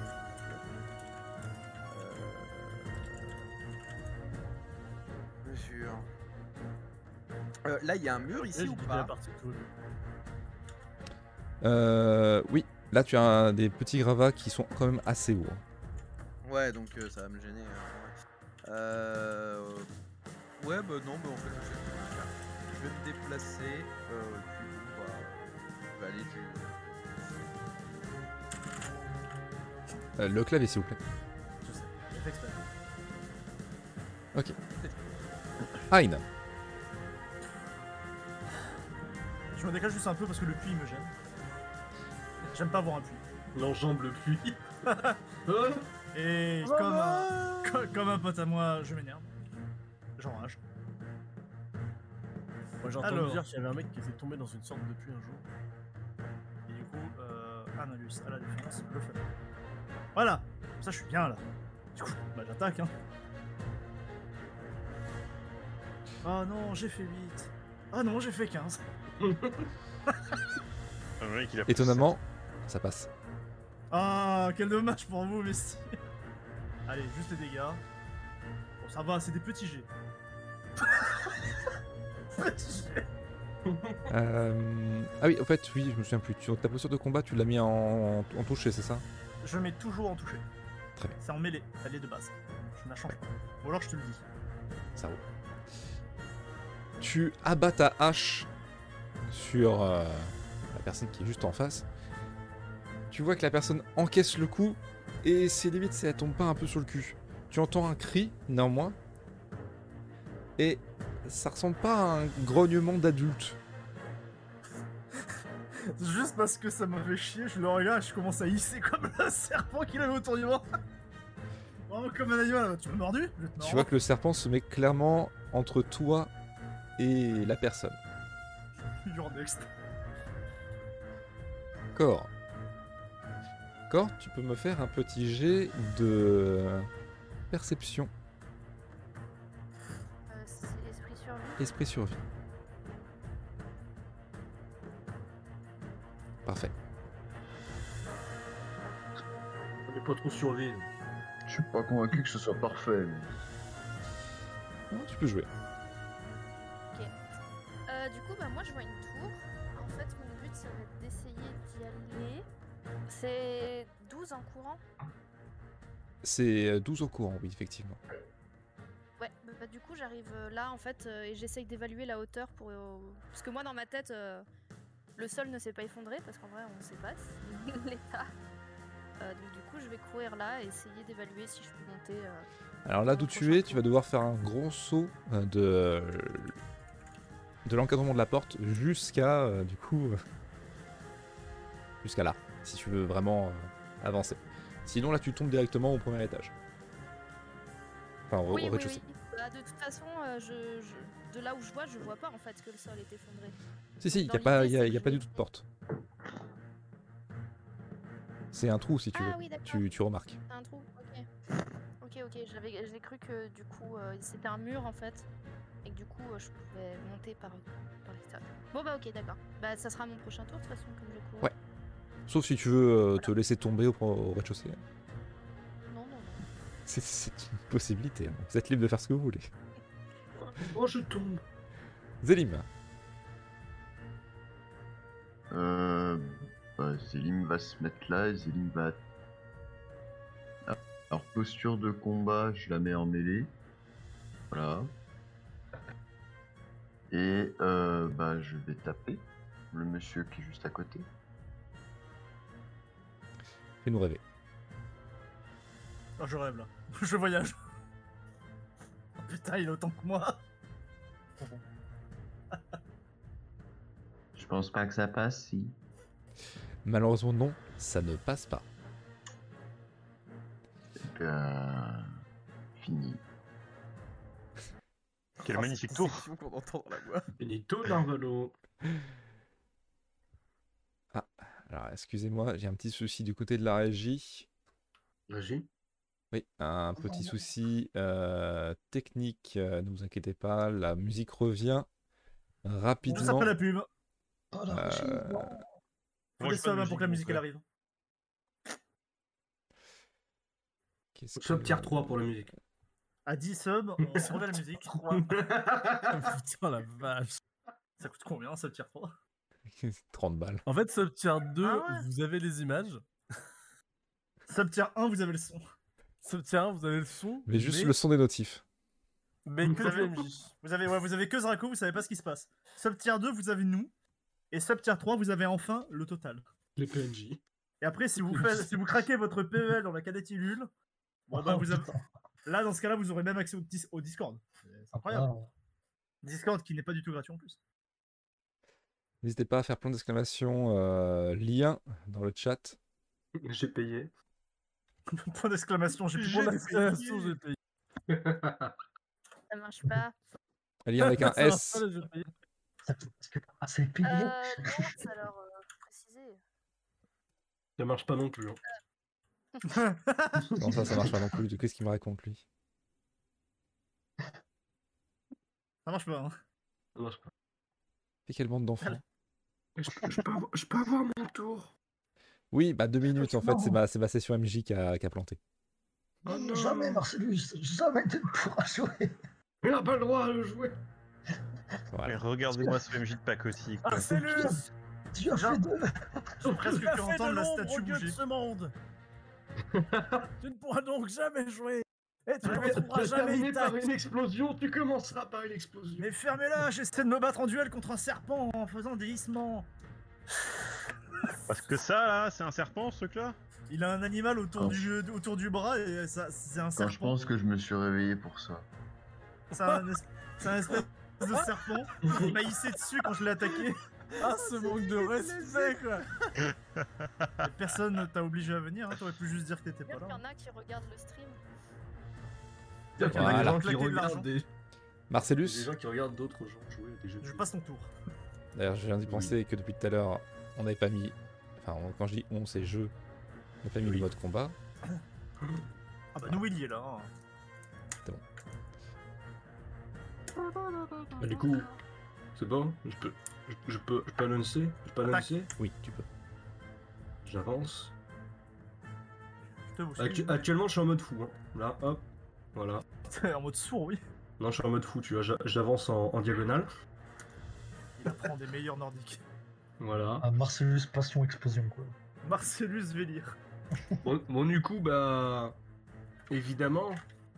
Mesure. Là, il y a un mur ici Et je ou dis pas? la partie tout. Oui, là tu as des petits gravats qui sont quand même assez hauts. Ouais, donc ça va me gêner. Ouais, bah non, bah en fait, je vais me déplacer. Puis bon, bah, je vais aller du. Le clavier s'il vous plaît. Je sais, j'ai fait exprès. Ok. Hein. Je me décale juste un peu parce que le puits me gêne. J'aime pas voir un puits. L'enjambe le puits. Et comme un pote à moi, je m'énerve. J'enrage. Moi j'ai entendu Alors. dire qu'il y avait un mec qui était tombé dans une sorte de puits un jour. Et du coup, un malus à la défense, le fait. Voilà, ça je suis bien là. Du coup, bah j'attaque hein. Ah non, j'ai fait 8. Ah non, j'ai fait 15. Le mec, il a Étonnamment, ça passe. Ah, quel dommage pour vous, Messi. Allez, juste les dégâts. Bon, ça va, c'est des petits jets. Petits jets. Ah oui, en fait, oui, je me souviens plus. Ta posture de combat, tu l'as mis en touché, c'est ça? Je mets toujours en toucher. Très bien. C'est en mêlée, elle est de base. Je ne la change pas. Ou alors je te le dis. Ça roule. Tu abats ta hache sur la personne qui est juste en face. Tu vois que la personne encaisse le coup et c'est limite si elle tombe pas un peu sur le cul. Tu entends un cri, néanmoins. Et ça ressemble pas à un grognement d'adulte. Juste parce que ça m'a fait chier, je le regarde et je commence à hisser comme un serpent qu'il avait autour du bras. Vraiment comme un animal. Tu m'as mordu? Je vais te Tu mordre. vois que le serpent se met clairement entre toi et la personne. You're next. Cor. Cor, tu peux me faire un petit jet de perception, C'est esprit survie. esprit survie. Parfait. On n'est pas trop survie. Je suis pas convaincu que ce soit parfait. Mais... Non, tu peux jouer. Du coup, bah, moi je vois une tour. En fait, mon but ça va être d'essayer d'y aller. C'est 12 en courant. C'est 12 au courant, oui, effectivement. Ouais, bah, du coup j'arrive là en fait et j'essaye d'évaluer la hauteur pour. Parce que moi dans ma tête, le sol ne s'est pas effondré parce qu'en vrai on ne sait pas l'état. Donc du coup je vais courir là et essayer d'évaluer si je peux monter. Alors là Au d'où tu prochain es, tu vas tour. devoir faire un gros saut de l'encadrement de la porte jusqu'à du coup jusqu'à là, si tu veux vraiment avancer. Sinon là tu tombes directement au premier étage. Enfin au Oui, oui, rez-de-chaussée. oui. Bah, de toute façon, de là où je vois pas en fait que le sol est effondré. Si si, il Dans n'y a pas, l'idée, y a, c'est que y a je pas vais- du tout de porte. C'est un trou si tu veux, Ah oui, d'accord. tu remarques. C'est un trou, ok. Ok, j'ai cru que du coup c'était un mur en fait. Et que du coup je pouvais monter par l'extérieur. Bon bah ok, d'accord. Bah ça sera mon prochain tour de toute façon comme je cours. Ouais. Sauf si tu veux te laisser tomber au rez-de-chaussée. Non, non, non. C'est une possibilité, hein. Vous êtes libre de faire ce que vous voulez. Oh, je tombe. Zélim, Zélim va se mettre là et Zélim va... Alors, posture de combat, je la mets en mêlée. Voilà. Et je vais taper le monsieur qui est juste à côté. fais-nous rêver. Oh, je rêve là. Je voyage. Oh, putain, il est autant que moi. Je pense pas que ça passe, si. Malheureusement non, ça ne passe pas. Fini. Quel Ah, magnifique cette tour. section qu'on entend dans la voix. Finito Narvalo. Alors excusez-moi, j'ai un petit souci du côté de la régie. Vas-y. Oui, un petit souci technique, ne vous inquiétez pas, la musique revient Juste rapidement. après la pub. Oh la régie, Euh, non. Faut Moi, des j'ai pas de subs hein, pour que la musique musique, elle donc, arrive. Qu'est-ce Sub que- tier 3 pour la musique. À 10 subs, on se remet la musique. Putain la vache. Ça coûte combien ça tier 3? 30 balles. En fait, Sub Tier 2, Ah ouais. vous avez les images. Sub tier 1, vous avez le son. Sub Tier 1, vous avez le son. Mais juste le son des notifs. Mais que Vous avez- du MJ. Vous avez que Zraco, vous savez pas ce qui se passe. Sub tier 2, vous avez nous. Et sub tier 3, vous avez enfin le total. Les PNJ. Et après, si vous craquez votre PEL dans la cadette Illule, bon, bah, Oh, vous avez... putain. là, dans ce cas-là, vous aurez même accès au Discord. C'est incroyable. Ah, Discord qui n'est pas du tout gratuit en plus. N'hésitez pas à faire plein d'exclamations lien dans le chat. J'ai payé. Point d'exclamation, j'ai plus Pour de l'exclamation, j'ai payé. Ça marche pas. Lien avec un Ça marche S. pas, là, j'ai payé. c'est parce que t'as assez payé. Non, alors faut préciser. Ça marche pas non plus. Hein. Non, ça marche pas non plus. Qu'est-ce qu'il me raconte lui? Ça marche pas. Hein. Ça marche pas. Fait quelle bande d'enfants? Je peux avoir mon tour. Oui, bah 2 minutes en fait, Non. c'est ma session MJ qui a planté. Oh non. Jamais, Marcellus, jamais tu ne pourras jouer. Il n'a pas le droit de jouer. Mais Voilà. regardez-moi ce MJ de Pacotti. Ah, c'est le. Tu as Genre- fait deux. J'ai presque pu Tu as fait de entendre la l'ombre statue au dieu de bouger. ce monde. Tu ne pourras donc jamais jouer. Et tu ne Tu retrouveras vas jamais terminer par Itac. une explosion, tu commenceras par une explosion. Mais fermez-la, j'essaie de me battre en duel contre un serpent en faisant des hissements. Parce que ça, là, c'est un serpent, ce truc-là. Il a un animal autour Quand autour du bras et ça, c'est un Quand serpent. je pense que je me suis réveillé pour ça. C'est un espèce de serpent. Il m'a hissé dessus quand je l'ai attaqué. Ah, ce manque de respect, quoi. Et personne t'a obligé à venir, hein, t'aurais pu juste dire que t'étais pas Il y là. en a qui regardent le stream. Il y a Voilà. des gens qui Claquer de l'argent. regardent des Marcellus, gens qui regardent d'autres gens jouer à des jeux de Je jeux. passe ton tour. d'ailleurs, je viens d'y penser que depuis tout à l'heure, on n'avait pas mis. Enfin, quand je dis on, c'est jeu. On n'a pas mis le mode combat. Ah bah nous il est là. Hein. Bah, du coup, c'est bon. Je peux annoncer. Je peux annoncer. Oui, tu peux. J'avance. Je te vous suis. Actuellement, je suis en mode fou. Hein. Là, hop, voilà. T'es en mode sourd, oui. Non, je suis en mode fou. Tu vois, j'avance en diagonale. Il apprend des meilleurs nordiques. Voilà. Ah, Marcellus, passion, explosion, quoi. Marcellus Vélir. Bon, du coup, bah, évidemment.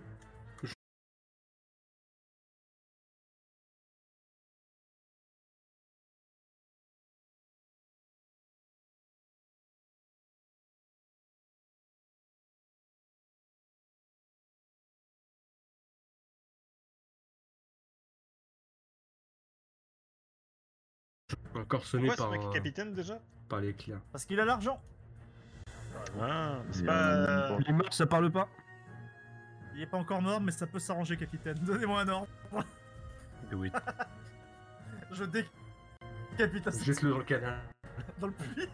Encore sonné Pourquoi c'est par, toi qui est capitaine déjà? par les clients. Parce qu'il a l'argent. Ah, c'est Il y en a pas. même Les morts, ça parle pas. Il est pas encore mort, mais ça peut s'arranger, capitaine. Donnez-moi un ordre. Oui. Je décapite Jette-le dans le canal. dans le puits.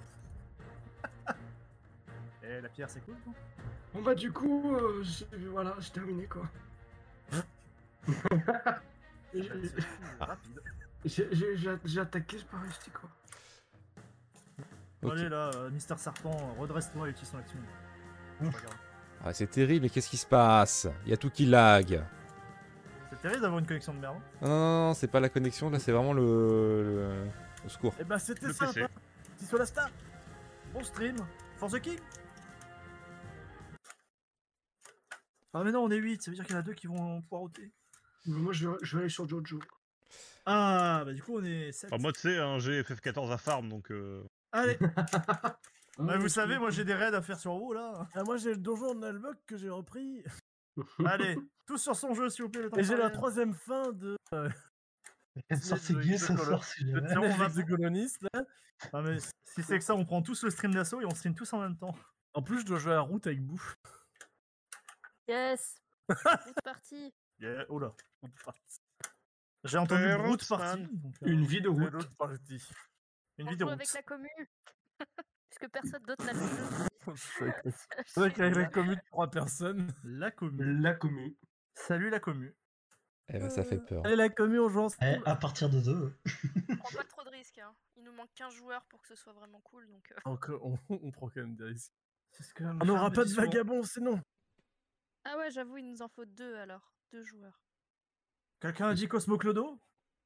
Et la pierre, c'est cool, non? Bon bah du coup, voilà, j'ai terminé quoi. Rapide. J'ai attaqué, j'ai pas réussi quoi. Ok. Allez là, Mister Serpent, redresse-toi et utilise ton action. Je regarde. Ah, c'est terrible, mais qu'est-ce qui se passe? Il y a tout qui lag. C'est terrible d'avoir une connexion de merde. Non, non, non, non, c'est pas la connexion, là, c'est vraiment le secours. Eh ben, c'était Le sympa. PC. Petit sur la star. Bon stream. Force the King. Ah mais non, on est 8, ça veut dire qu'il y en a 2 qui vont poireauter. Moi je vais aller sur Jojo. Ah bah du coup on est 7. Moi, tu sais, j'ai FF14 à farm donc. Allez. Bah, vous savez, moi j'ai des raids à faire sur WoW là. Ah, moi, j'ai le donjon de Nalbok que j'ai repris. Allez, tous sur son jeu s'il vous plaît. Le temps Et j'ai la parvienne. troisième fin de. Il y a une sortie gay ce soir, si jamais. Tiens, on va- The Colonist, là. Ah, mais si c'est que ça, on prend tous le stream d'assaut et on stream tous en même temps. En plus, je dois jouer à route avec Bou. Yes. Route partie. Yeah. Oh là. J'ai entendu Hey, route Rotsman. partie. donc, Une vie de C'est route. l'autre partie. Une On vie de joue route. avec la commu. Puisque personne d'autre n'a le jeu. C'est vrai qu'avec la commune de 3 personnes. La commu. La commu. Salut la commu. Eh ben, ça fait peur. Allez, la commune, on joue ensemble. À partir de 2. On prend pas trop de risques. Hein. Il nous manque 15 joueurs pour que ce soit vraiment cool. Donc, Encore, on prend quand même des risques. C'est ce que ma On femme n'aura me pas de dit souvent. vagabonds, sinon. Ah ouais, j'avoue, il nous en faut 2 alors. 2 joueurs. Quelqu'un a dit Cosmo Clodo?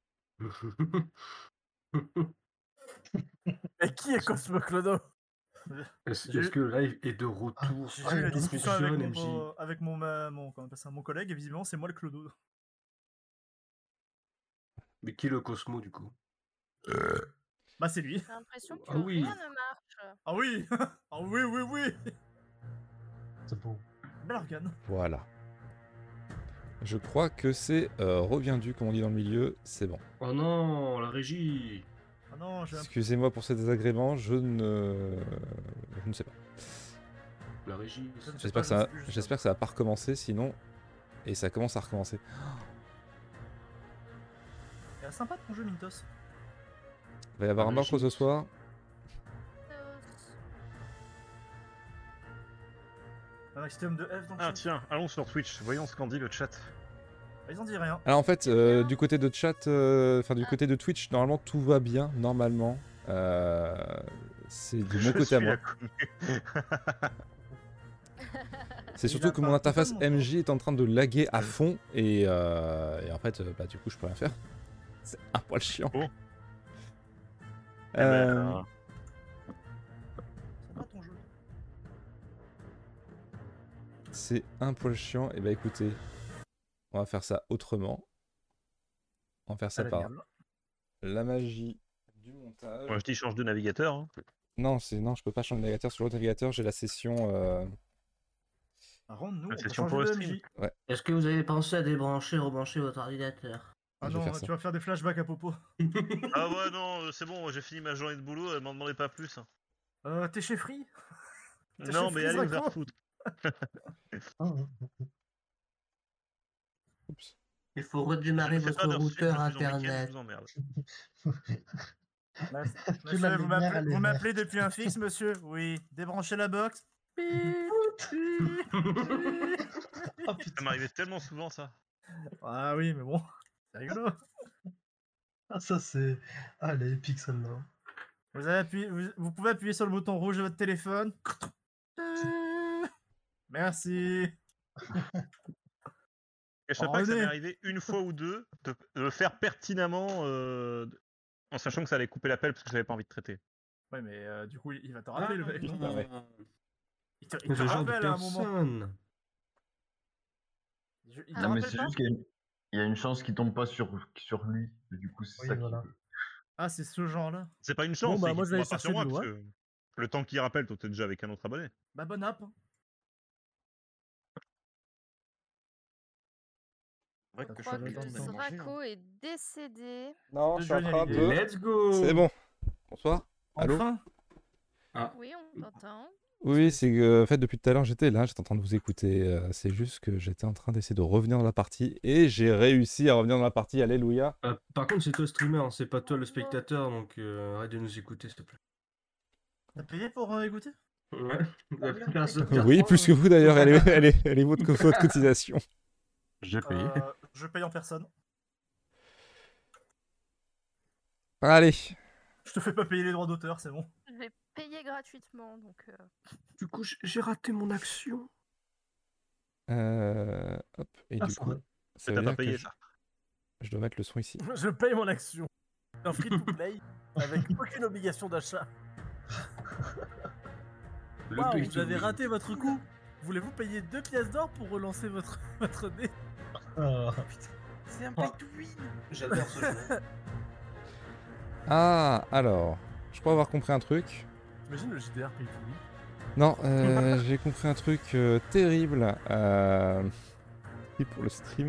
Et qui est Cosmo Clodo? Est-ce que le live est de retour? J'ai eu la discussion avec MJ. comment on appelle ça, mon collègue et visiblement c'est moi le Clodo. Mais qui est le Cosmo du coup? Bah c'est lui. J'ai l'impression que Ah oui. rien ne marche. Ah oui. Ah oui oui oui. C'est beau. Bel organe. Voilà. Je crois que c'est reviendu, comme on dit dans le milieu, c'est bon. Oh non, la régie. Ah non, j'ai un... Excusez-moi pour ces désagréments, je ne sais pas. La régie. Je ne sais J'espère pas, que ça, je sais plus, je sais j'espère que ça va pas recommencer, sinon... Et ça commence à recommencer. pas. Sympa ton jeu Mintos. Il va y avoir Ah, un mais morceau ce soir. Un maximum de F dans le Ah chat. tiens, allons sur Twitch, voyons ce qu'en dit le chat. Ah, ils en disent rien. Alors en fait, du côté de chat, enfin du côté de Twitch, normalement tout va bien, normalement. C'est de mon côté à moi. C'est surtout que mon pas interface totalement MJ est en train de laguer à fond et en fait, bah, du coup, je peux rien faire. C'est un poil chiant. Oh. Sympa ton jeu. C'est un poil chiant. Et bah écoutez, on va faire ça autrement. On va faire ça À par l'amiable. la magie du montage. Moi je dis change de navigateur. Hein. Non, je peux pas changer de navigateur. Sur l'autre navigateur, j'ai la session. Par contre, nous, La on peut session changer pour le de stream. MJ. Est-ce que vous avez pensé à débrancher, rebrancher votre ordinateur? Ah Je vais non, faire ça. tu vas faire des flashbacks à Popo. Ah ouais, non, c'est bon, j'ai fini ma journée de boulot, elle m'en demandait pas plus. T'es chez Free? T'es Non, chez mais Freeze allez vous Accro faire foutre. Oups. Il faut Je redémarrer ne fais pas votre d'heures sup, je routeur suis en week-end, je internet. vous emmerde. Que la Monsieur, lumière, elle est vous m'appelez verte. depuis un fixe, monsieur? Oui. Débranchez la box. Bip, bip, bip. Oh Ça putain, m'arrivait tellement souvent ça. Ah oui, mais bon, c'est rigolo. ah, ça c'est. Ah, elle est épique celle-là. Vous pouvez appuyer sur le bouton rouge de votre téléphone. Merci. Et je sais Oh, pas que ça m'est René. arrivé une fois ou deux de le faire pertinemment en sachant que ça allait couper l'appel parce que j'avais pas envie de traiter. Ouais, mais du coup, il va te rappeler, le mec, non? Ah ouais. Il te Ce genre de rappelle à un moment. personne. Il te Non, mais rappelle c'est pas? juste qu'il y a une chance qu'il tombe pas sur lui. Et du coup, c'est Oui, ça voilà. qui peut. Ah, c'est ce genre-là. C'est pas une chance, bah, c'est moi, qu'il je vais tombera aller pas sur chercher moi du parce doigt. que le temps qu'il rappelle, toi t'es déjà avec un autre abonné. Bah, bonne app. Ouais, Je Je crois vais que attendre Zrako est décédé. Non, De je suis en Johnny train Hallyday. de... Let's go. C'est bon. Bonsoir. Allô? Enfin. Oui, on t'entend. Oui, c'est que en fait depuis tout à l'heure j'étais en train de vous écouter. C'est juste que j'étais en train d'essayer de revenir dans la partie et j'ai réussi à revenir dans la partie. Alléluia. Par contre, c'est toi le streamer, hein, c'est pas toi le spectateur, donc arrête de nous écouter, s'il te plaît. T'as payé pour écouter? Ouais. La personne- Oui, plus que vous d'ailleurs. Elle est votre cotisation. J'ai payé. Je paye en personne. Allez. Je te fais pas payer les droits d'auteur, c'est bon. Je vais payer gratuitement, donc... Du coup, j'ai raté mon action. Hop. Et Ah, du ça coup, va. ça T'as veut pas dire que payé je... ça. je dois mettre le son ici. Je paye mon action. Un free-to-play avec aucune obligation d'achat. Le Waouh, pay vous to avez win. raté votre coup. Voulez-vous payer 2 pièces d'or pour relancer votre dé? Ah, C'est un pay to win. J'adore ce jeu. Ah, alors. Je crois avoir compris un truc. T'imagines le JDR pay to win? Non, j'ai compris un truc terrible. Et pour le stream.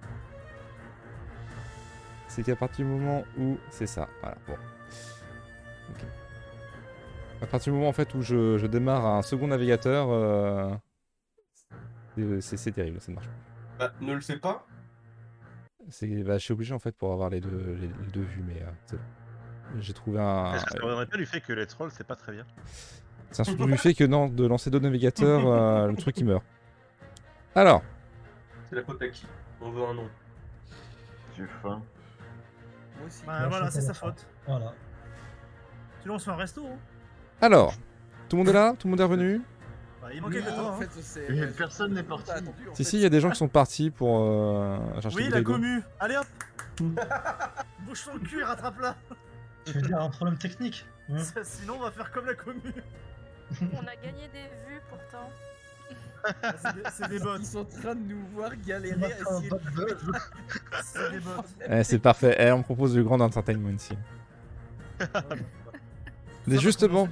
C'est qu'à partir du moment où... C'est ça, voilà, bon. Ok. À partir du moment en fait où je démarre un second navigateur, c'est terrible, ça ne marche pas. Bah, ne le fais pas. Je suis obligé en fait pour avoir les deux vues, mais c'est bon. J'ai trouvé un... Est-ce que ça reviendrait pas du fait que Let's Roll c'est pas très bien? C'est un surtout du fait que non, de lancer deux navigateurs, le truc il meurt. Alors, C'est la faute à qui? On veut un nom. J'ai faim. Moi aussi. Bah voilà, c'est sa faute. voilà. Sinon, on se fait un resto. Hein. alors, tout le monde est là? Tout le monde est revenu? Bah, il manquait que Ah, toi. en hein. fait, c'est. Et personne n'est parti. T'as attendu, en Si, fait. si, il y a des gens qui sont partis pour chercher Oui, des la bouteilles d'eau. commu. Allez hop. Bouge ton cul et rattrape-la. Tu veux dire un problème technique hein? Sinon, on va faire comme la commu. On a gagné des vues pourtant. C'est des bots. Ils sont en train de nous voir galérer à Un essayer bad buzz. C'est des bots. C'est parfait. On me propose du grand entertainment ici. Mais justement,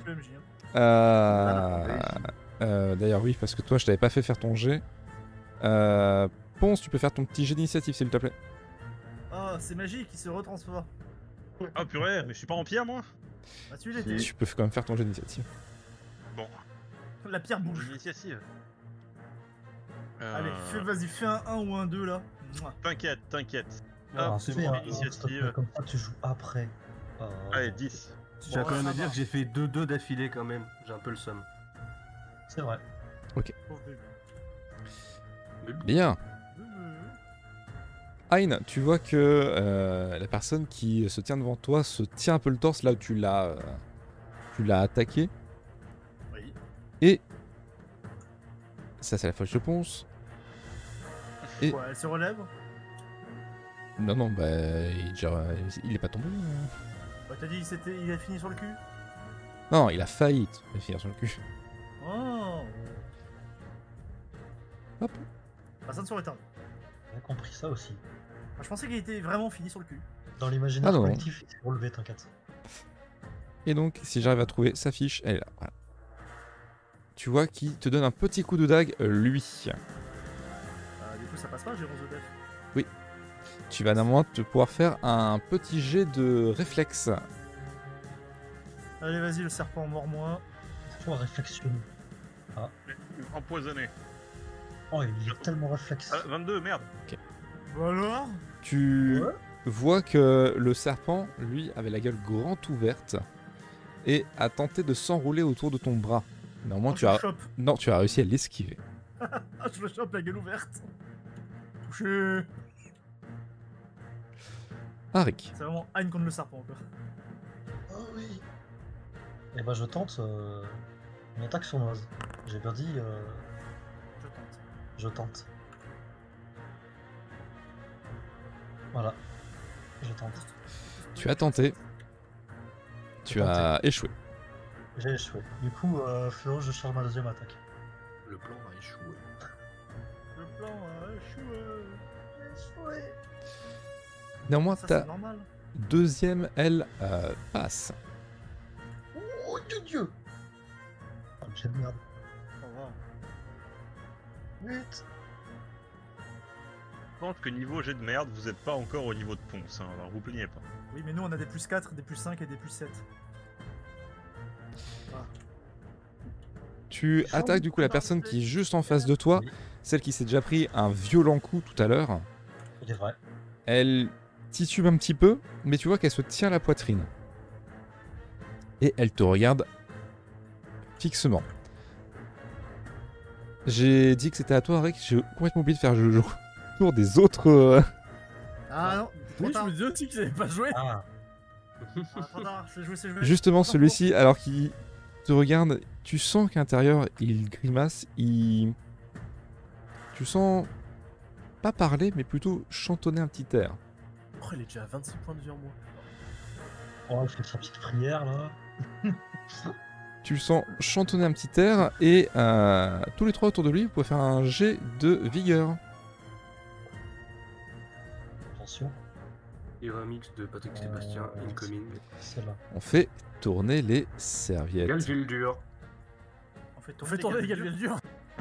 d'ailleurs oui, parce que toi je t'avais pas fait faire ton jet. Ponce, tu peux faire ton petit jet d'initiative s'il te plaît. Oh, c'est magique, il se retransforme. Ah purée, mais je suis pas en pierre moi. Bah, tu l'étais. Tu peux quand même faire ton jet d'initiative. Bon, La pierre bouge. l'initiative. Allez, vas-y, fais un 1 ou un 2 là. Mouah. T'inquiète, t'inquiète. Ah, Hop, c'est fais bon, un- s'il te l'initiative. plaît, comme ça tu joues après. Allez, 10. Je tiens Bon, quand même ça à dire va. que j'ai fait 2-2 d'affilée quand même. J'ai un peu le seum. C'est vrai. Pauvre bébé. Bien. Hein, tu vois que la personne qui se tient devant toi se tient un peu le torse là où tu l'as attaqué. Oui. Et ça c'est la fois que je pense. Et Ouais, elle se relève. non non bah il est pas tombé. Bah, t'as dit il a fini sur le cul. Non, il a failli finir sur le cul. Oh. Hop. Personne sur éteint. J'ai compris ça aussi. Ah, je pensais qu'il était vraiment fini sur le cul. Dans l'imaginaire Ah non. collectif, il s'est relevé, t'inquiète. Et donc, si j'arrive à trouver sa fiche, elle est là. Voilà. Tu vois qu'il te donne un petit coup de dague, lui. Du coup, ça passe pas, j'ai 11 de def. Tu vas néanmoins te pouvoir faire un petit jet de réflexe. Allez, vas-y, le serpent, mord-moi. Il faut réflexionner. Empoisonné. Oh, il est tellement réflexe. 22, merde. Bah alors Tu vois que le serpent, lui, avait la gueule grande ouverte et a tenté de s'enrouler autour de ton bras. Néanmoins, Oh, tu je le as... chope. Non, tu as réussi à l'esquiver. Ah, je le chope, la gueule ouverte. Touché. Arik. C'est vraiment Hein contre le serpent, quoi. Oh oui. Et bah je tente une attaque sournoise. J'ai bien dit Je tente. je tente. Voilà. Je tente. Tu as tenté. Tu J'ai as échoué. J'ai échoué. Du coup, Flo, je charge ma deuxième attaque. Le plan a échoué. Le plan a échoué. Néanmoins, Ça, ta c'est normal. deuxième, elle, passe. Oh Dieu. Oh, j'ai de merde. Ça va. 8. Je pense que niveau jet de merde, vous êtes pas encore au niveau de Ponce, hein, alors vous plaignez pas. Oui, mais nous, on a des plus 4, des plus 5 et des plus 7. Tu attaques du coup la personne qui est juste en face de toi, Oui. celle qui s'est déjà pris un violent coup tout à l'heure. Il est vrai. Elle titube un petit peu, mais tu vois qu'elle se tient la poitrine. Et elle te regarde fixement. J'ai dit que c'était à toi, Rick, j'ai complètement oublié de faire le tour des autres. Ah non, trop Oui, je tard. me dis aussi qu'ils avaient pas joué. Ah. Ah, trop tard, c'est joué, c'est joué. Justement, celui-ci, alors qu'il te regarde, tu sens qu'à l'intérieur, il grimace, tu sens pas parler, mais plutôt chantonner un petit air. Oh, il est déjà à 26 points de vie en moins. Oh, il fait sa petite prière là. Tu le sens chantonner un petit air, et tous les trois autour de lui, vous pouvez faire un jet de vigueur. Attention, Et un mix de Patrick Sébastien, incoming. c'est là. On fait tourner les serviettes. Galvildur. On fait On fait tourner les galviels durs.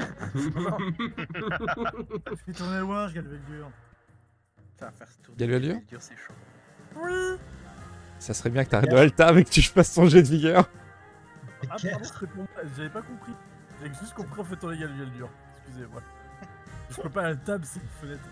On fait tourner loin, je galve le dur. Putain, faire tourner Galvaldur les galviels durs, c'est chaud. Oui. Ça serait bien que t'arrêtes de Alta et que tu fasses ton jet de vigueur. Ah, pardon, c'était pour moi. J'avais pas compris. J'avais juste compris on fait tourner les galviels durs. Excusez-moi. Je peux pas à la table, c'est une fenêtre.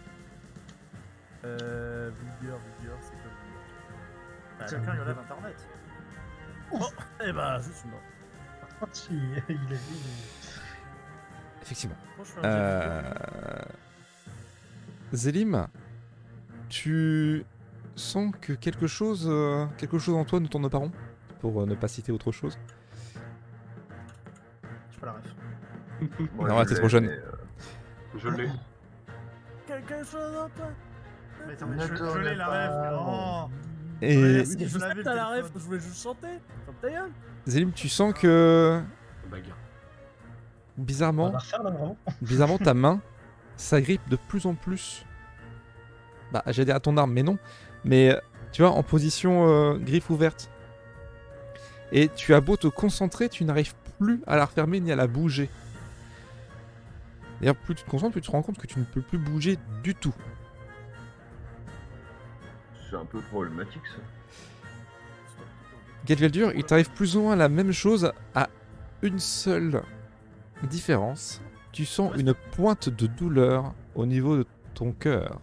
Vigueur, c'est quoi vigueur? Bah, quelqu'un lui enlève internet. Eh bah, je suis mort. Il est Effectivement. Moi, je fais un jet de vigueur. Zélim, tu sens que quelque chose en toi ne tourne pas rond, pour ne pas citer autre chose. Je pas la ref. Moi, Non, je t'es l'ai, trop jeune. mais, Je l'ai. Quelque chose en toi. Mais attends, mais Ne je l'ai la ref, mais tourne oh. Et Ouais, Je je sais l'avais que le t'as la ref, téléphone. je voulais juste chanter. Comme ta gueule. Zélim, tu sens que Bagarre. On bizarrement, va refaire là vraiment. ta main s'agrippe de plus en plus. Bah, j'allais dire à ton arme, mais non. Mais tu vois, en position griffe ouverte. Et tu as beau te concentrer, tu n'arrives plus à la refermer ni à la bouger. D'ailleurs, plus tu te concentres, plus tu te rends compte que tu ne peux plus bouger du tout. c'est un peu problématique ça. Galveldur, il t'arrive plus ou moins la même chose à une seule différence. Tu sens une pointe de douleur au niveau de ton cœur.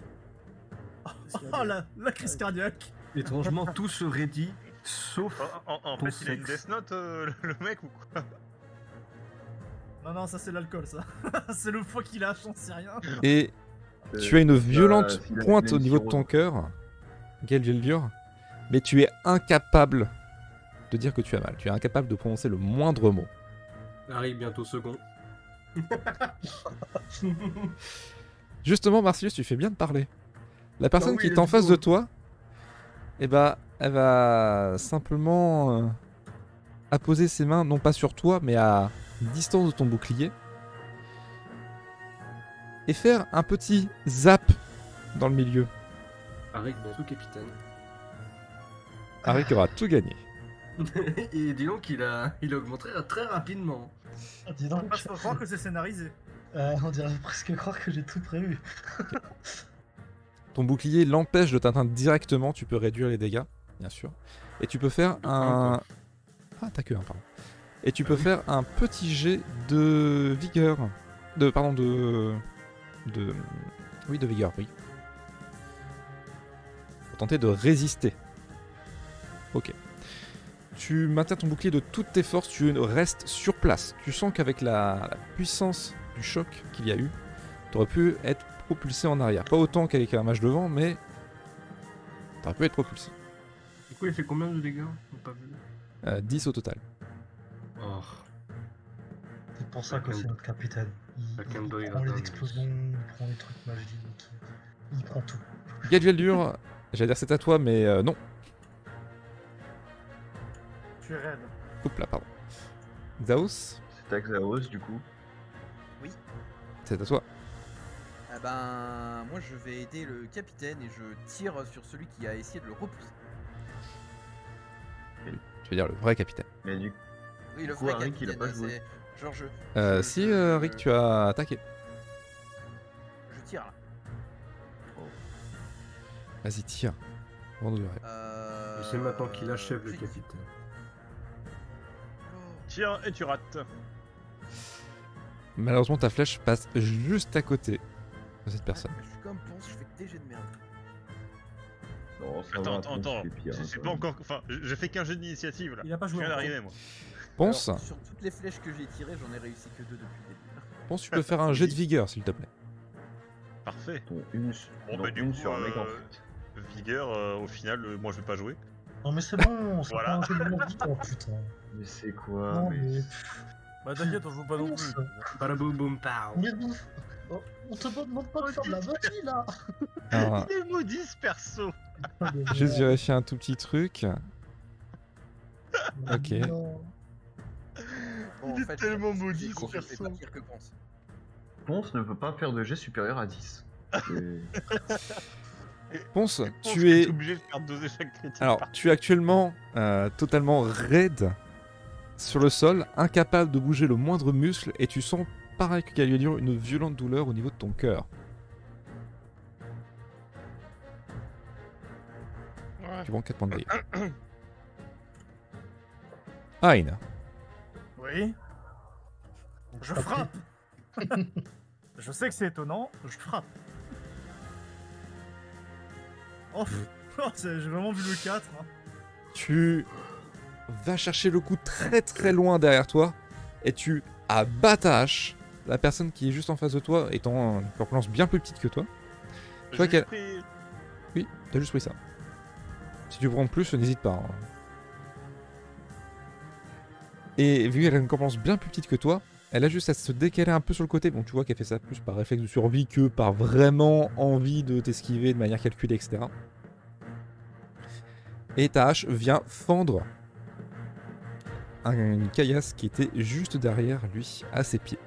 Oh la crise cardiaque. Étrangement, tout serait dit, sauf. En Ton fait, il a une sexe. Death Note, le mec, ou quoi? Non, ça c'est l'alcool, ça. C'est le foie qui lâche, j'en sais rien. Et tu as une violente s'il a pointe une au niveau de ton cirrhose. cœur, Galveldur, mais tu es incapable de dire que tu as mal. Tu es incapable de prononcer le moindre mot. Arrive bientôt second. Justement, Marcellus, tu fais bien de parler. La personne oui, qui est let's en face go. de toi, eh ben, elle va simplement apposer ses mains, non pas sur toi, mais à distance de ton bouclier, et faire un petit zap dans le milieu. Arrive bientôt capitaine. Arik aura tout gagné. Et dis donc, il a augmenté très rapidement. Ah, dis donc, Je peux croire que c'est scénarisé. on dirait presque croire que j'ai tout prévu. Ton bouclier l'empêche de t'atteindre directement. Tu peux réduire les dégâts, bien sûr. Et tu peux faire un... Ah, t'as que un, pardon. Et tu peux faire un petit jet de vigueur. Pardon, Oui, de vigueur, oui. Pour tenter de résister. Ok. Tu maintiens ton bouclier de toutes tes forces, tu restes sur place. Tu sens qu'avec la puissance du choc qu'il y a eu, tu aurais pu être propulsé en arrière. Pas autant qu'avec un mage de vent, mais tu aurais pu être propulsé. Du coup, il fait combien de dégâts? On n'a pas vu. 10 au total. Oh. C'est pour ça que c'est notre capitaine. Il prend les explosions, il prend les trucs magiques, il prend tout. Galdueldur, j'allais dire c'est à toi, mais non. Tu es raide. Oups là, pardon. Xaos, C'est à Xaos, du coup. Oui. c'est à toi. Ah ben, moi je vais aider le capitaine et je tire sur celui qui a essayé de le repousser. Tu veux dire le vrai capitaine. Mais du Oui, le coup, vrai Rick, il a capitaine, pas joué. c'est genre Si, Rick, tu as attaqué. Je tire là. Vas-y, tire. Avant de durer. C'est maintenant qu'il achève le j'ai- capitaine. Oh. Tire et tu rates. Malheureusement, ta flèche passe juste à côté de cette personne. Je suis comme Ponce, je fais que des jets de merde. Non, ça Attends, va, attends, Ponce, attends. il est pire, hein, C'est quand pas même. encore. Enfin, j'ai fait qu'un jeu d'initiative là. Il a pas Je joué viens encore. d'arriver moi. Ponce, Alors, sur toutes les flèches que j'ai tirées, j'en ai réussi que 2 depuis le début. Ponce, tu peux faire un jet de vigueur, s'il te plaît. Parfait. Dont une, Bon, dont bah, du une coup, sur un mec en fait. Vigueur, au final, moi je vais pas jouer. Non mais c'est bon, c'est Voilà. pas un jeu de merde, oh putain. Mais c'est quoi Non mais... Bah t'inquiète, on joue pas non plus. Balaboum boum pow. Mais oh, on te demande pas de faire de la magie là. Alors, Il est maudit ce perso. juste vérifier un tout petit truc. Ok. Non. Bon, Il est tellement maudit, je ce fais perso. pas pire que Ponce. Ponce ne peut pas faire de jet supérieur à 10. Ponce, Je pense tu que es... t'es obligé de faire 2 échecs critiques. Alors, tu es actuellement totalement raide sur le sol, incapable de bouger le moindre muscle, et tu sens, pareil que Galdueldur, une violente douleur au niveau de ton cœur. Tu prends 4 points de dégâts. Hein. Oui. Je frappe. Je sais que c'est étonnant, je frappe. Oh, j'ai vraiment vu le 4. Hein. Tu vas chercher le coup très très loin derrière toi, et tu abats ta hache. La personne qui est juste en face de toi étant une corpulence bien plus petite que toi. Tu vois J'ai qu'elle... pris- Oui, t'as juste pris ça. Si tu prends plus, n'hésite pas. Hein. Et vu qu'elle a une corpulence bien plus petite que toi, elle a juste à se décaler un peu sur le côté. Bon, tu vois qu'elle fait ça plus par réflexe de survie que par vraiment envie de t'esquiver de manière calculée, etc. Et ta hache vient fendre une caillasse qui était juste derrière lui, à ses pieds.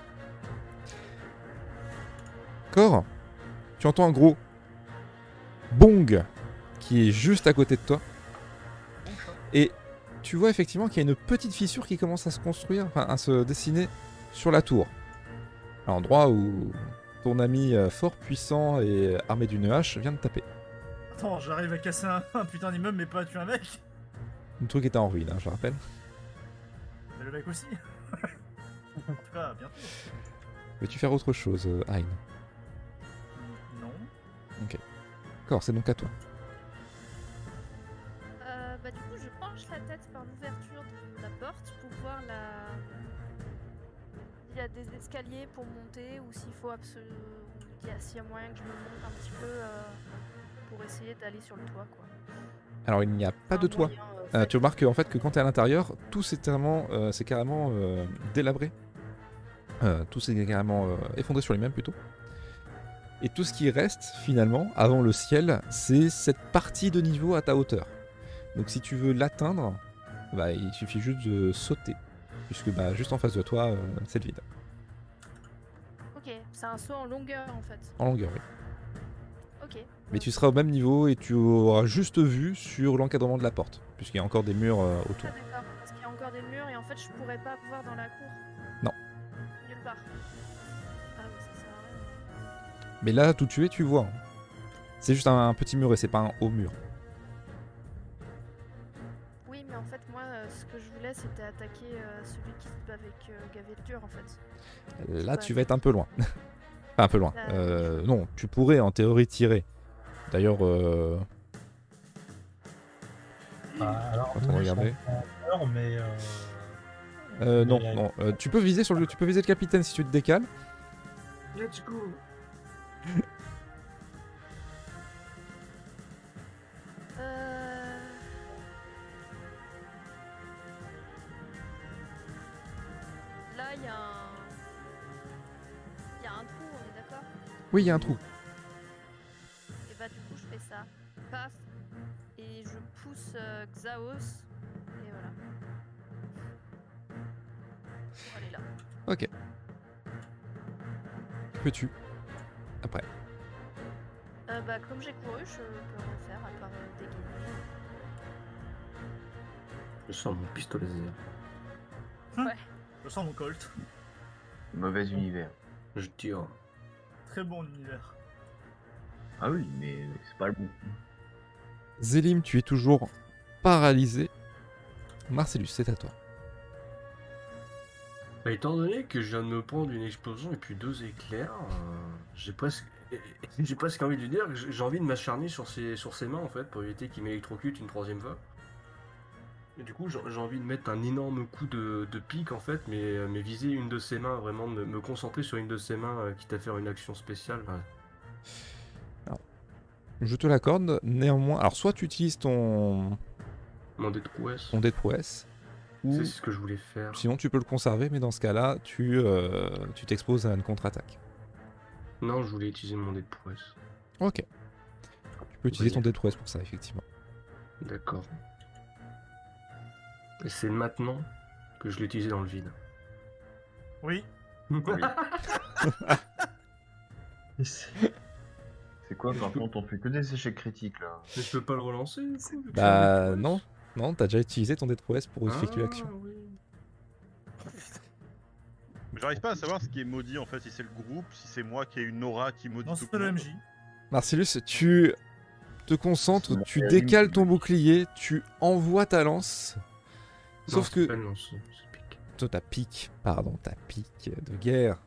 Cor, tu entends un gros bong qui est juste à côté de toi. Et tu vois effectivement qu'il y a une petite fissure qui commence à se construire, enfin à se dessiner sur la tour. À l'endroit où ton ami fort puissant et armé d'une hache vient de taper. Attends, j'arrive à casser un putain d'immeuble mais pas à tuer un mec. Le truc était en ruine, hein, je le rappelle. Mais le mec aussi. En tout cas, bientôt. Veux-tu faire autre chose, Hein? Non. D'accord, c'est donc à toi. Bah du coup, je penche la tête par l'ouverture de la porte pour voir s'il y a des escaliers pour monter ou s'il faut absolument... s'il y a moyen que je me monte un petit peu pour essayer d'aller sur le toit, quoi. Alors il n'y a pas Un de toit. moyen, Tu remarques en fait que quand tu es à l'intérieur, tout c'est carrément délabré. Tout s'est carrément effondré sur lui-même plutôt. Et tout ce qui reste finalement, avant le ciel, c'est cette partie de niveau à ta hauteur. Donc si tu veux l'atteindre, bah, il suffit juste de sauter. Puisque bah, juste en face de toi, c'est le vide. Ok, c'est un saut en longueur en fait. En longueur, oui. Ok. Mais tu seras au même niveau et tu auras juste vue sur l'encadrement de la porte. Puisqu'il y a encore des murs autour. Ah d'accord, parce qu'il y a encore des murs et en fait je pourrais pas voir dans la cour. Non. Nulle part. Ah oui, ça sert à rien. Mais là, tout tué, tu vois. Hein. C'est juste un petit mur et c'est pas un haut mur. Oui, mais en fait, moi, ce que je voulais, c'était attaquer celui qui se bat avec Gaveldur, en fait. Là, Ouais. tu vas être un peu loin. Enfin, un peu loin. Non, tu pourrais en théorie tirer. D'ailleurs, Alors, Attends, nous, regardez. ils sont en peur, mais non, Mais- non. Tu peux viser tu peux viser le capitaine si tu te décales. Let's go. Là, il y a un... Il y a un trou, on est d'accord? Oui, il y a un trou. Et bah, du coup, je fais ça. Paf. Et je pousse Xaos. Et voilà. Pour aller là. Ok. Que fais-tu après? Bah, comme j'ai couru, je peux rien faire à part dégainer. Je sors mon pistolet laser. Je sens mon Colt. Mauvais univers. Je tire. Très bon univers. Ah oui, mais c'est pas le bon. Zélim, tu es toujours paralysé. Marcellus, c'est à toi. Bah, étant donné que je viens de me prendre une explosion et puis 2 éclairs, j'ai presque envie de lui dire que j'ai envie de m'acharner sur ses mains en fait pour éviter qu'il m'électrocute une 3e fois. Et du coup j'ai envie de mettre un énorme coup de pique en fait, mais viser une de ses mains, vraiment me concentrer sur une de ses mains, quitte à faire une action spéciale. Bah, Je te l'accorde, néanmoins. Alors, soit tu utilises mon dé de prouesse. ton dé de prouesse, ou C'est ce que je voulais faire. sinon tu peux le conserver, mais dans ce cas-là, tu t'exposes à une contre-attaque. Non, je voulais utiliser mon dé de prouesse. Ok. Tu peux utiliser Oui. ton dé de prouesse pour ça, effectivement. D'accord. Et c'est maintenant que je l'ai utilisé dans le vide. Oui. Et c'est- C'est quoi par contre? On fait que des échecs critiques là. Mais je peux pas le relancer du coup, vu que Bah c'est un dé de non, prouesse. non, t'as déjà utilisé ton dé de prouesse pour effectuer l'action. Ah, oui. Mais j'arrive pas à savoir ce qui est maudit en fait, si c'est le groupe, si c'est moi qui ai une aura qui maudit Non, tout c'est le monde. MJ. Marcellus, tu te concentres, C'est tu la décales ligne. ton bouclier, tu envoies ta lance. Sauf Non, c'est que pas une lance, c'est pique. toi, ta pique de guerre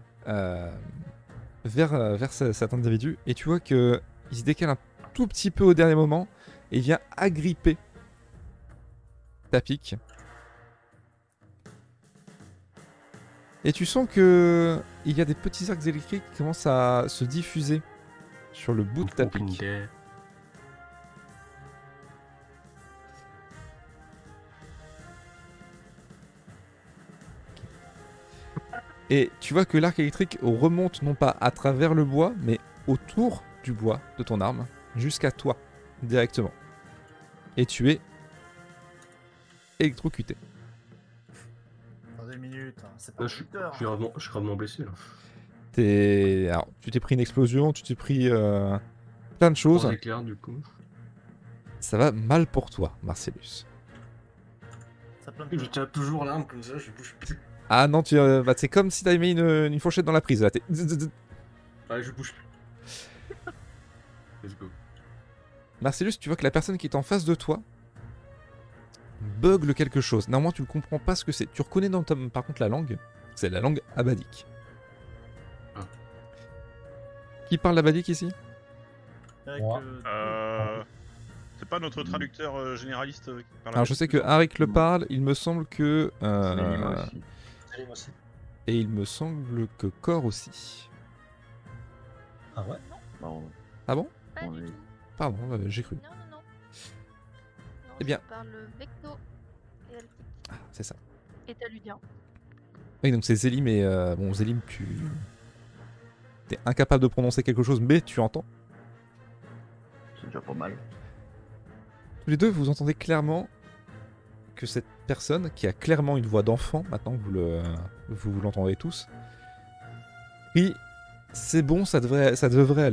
vers cet individu, et tu vois que il se décale un tout petit peu au dernier moment et il vient agripper ta pique. Et tu sens que il y a des petits arcs électriques qui commencent à se diffuser sur le bout de ta pique. Open Et tu vois que l'arc électrique remonte non pas à travers le bois, mais autour du bois de ton arme, jusqu'à toi, directement. Et tu es électrocuté. Attendez une minute, hein, c'est pas Ah, je suis Victor. gravement blessé là. Alors, tu t'es pris une explosion, tu t'es pris plein de choses. 3 éclairs du coup. Ça va mal pour toi, Marcellus. Ça plante de Je tiens toujours l'arme comme ça, je bouge plus. Ah non, bah, c'est comme si t'avais mis une fourchette dans la prise. Là. Allez, je bouge plus. Let's go. Marcellus, tu vois que la personne qui est en face de toi bugle quelque chose. Néanmoins, tu ne comprends pas ce que c'est. Tu reconnais par contre la langue. C'est la langue abadique. Ah. Qui parle l'abadique ici? avec, Moi. C'est pas notre traducteur généraliste qui parle. Alors je sais que Arik le parle, il me semble que... Zélim aussi. Zélim aussi. et il me semble que Cor aussi. Ah ouais? Bon, Ah bon? Pas On du est- tout. Pardon, j'ai cru. Non, non, non. Non, Eh bien. je parle Vecto et Elfique. Ah, c'est ça. Et Taludien. Oui, donc c'est Zélim et... bon, Zélim, tu... T'es incapable de prononcer quelque chose, mais tu entends. c'est déjà pas mal. Tous les deux, vous entendez clairement que cette personne, qui a clairement une voix d'enfant, maintenant que vous l'entendez tous, crie « C'est bon, ça devrait aller ».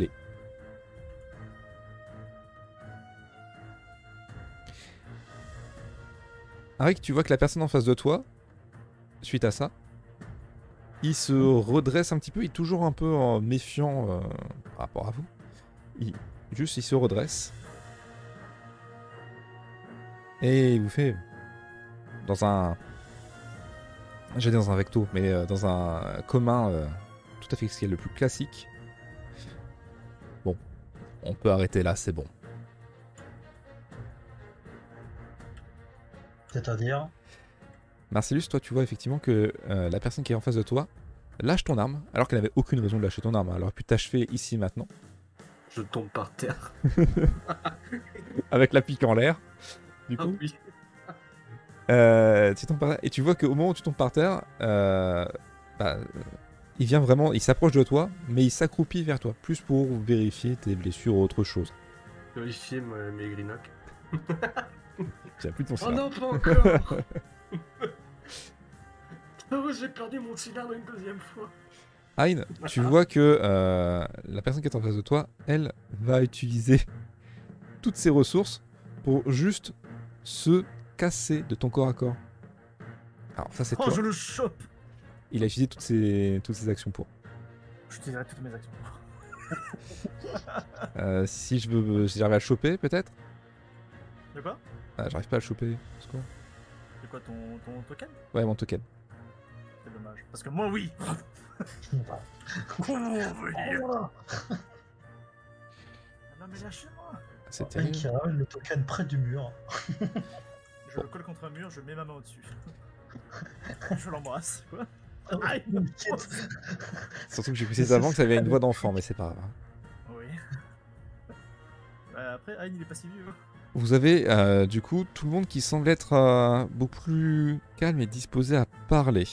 Arik, tu vois que la personne en face de toi, suite à ça, il se redresse un petit peu, il est toujours un peu méfiant par rapport à vous. Juste, il se redresse. Et il vous fait... Dans un... J'allais dans un vecto, mais dans un commun tout à fait ce qui est le plus classique. Bon, on peut arrêter là, c'est bon. C'est-à-dire, Marcellus, toi tu vois effectivement que la personne qui est en face de toi lâche ton arme, alors qu'elle n'avait aucune raison de lâcher ton arme. Elle aurait pu t'achever ici maintenant, Je tombe par terre. avec la pique en l'air. Du Ah coup, oui. tu tombes par terre, et tu vois qu'au moment où tu tombes par terre, il vient vraiment, il s'approche de toi, mais il s'accroupit vers toi, plus pour vérifier tes blessures ou autre chose. Vérifier mes greenock. Tu as plus ton Oh cylindre. non, pas encore. Oh, j'ai perdu mon cylindre une deuxième fois. Ayn, tu vois que la personne qui est en face de toi, elle va utiliser toutes ses ressources pour juste se casser de ton corps à corps. Alors ça c'est Oh, toi. je le chope. Il a utilisé toutes ses actions pour. J'utiliserai toutes mes actions. Si j'arrive à le choper peut-être. De quoi? Ah, j'arrive pas à le choper. Au secours. C'est quoi ton token? Ouais, mon token. C'est dommage. Parce que moi, oui. Oh, oui. voilà. Non, mais lâchez-moi. C'est Un terrible. qui ramène le token près du mur. Je le colle contre un mur, je mets ma main au-dessus. Je l'embrasse. Quoi? Ah ouais, Aïe. quitte. Surtout que j'ai poussé avant que ça avait une voix d'enfant, mais c'est pas grave. Oui. Après, Aïn, il est pas si vieux. Vous avez du coup tout le monde qui semble être beaucoup plus calme et disposé à parler.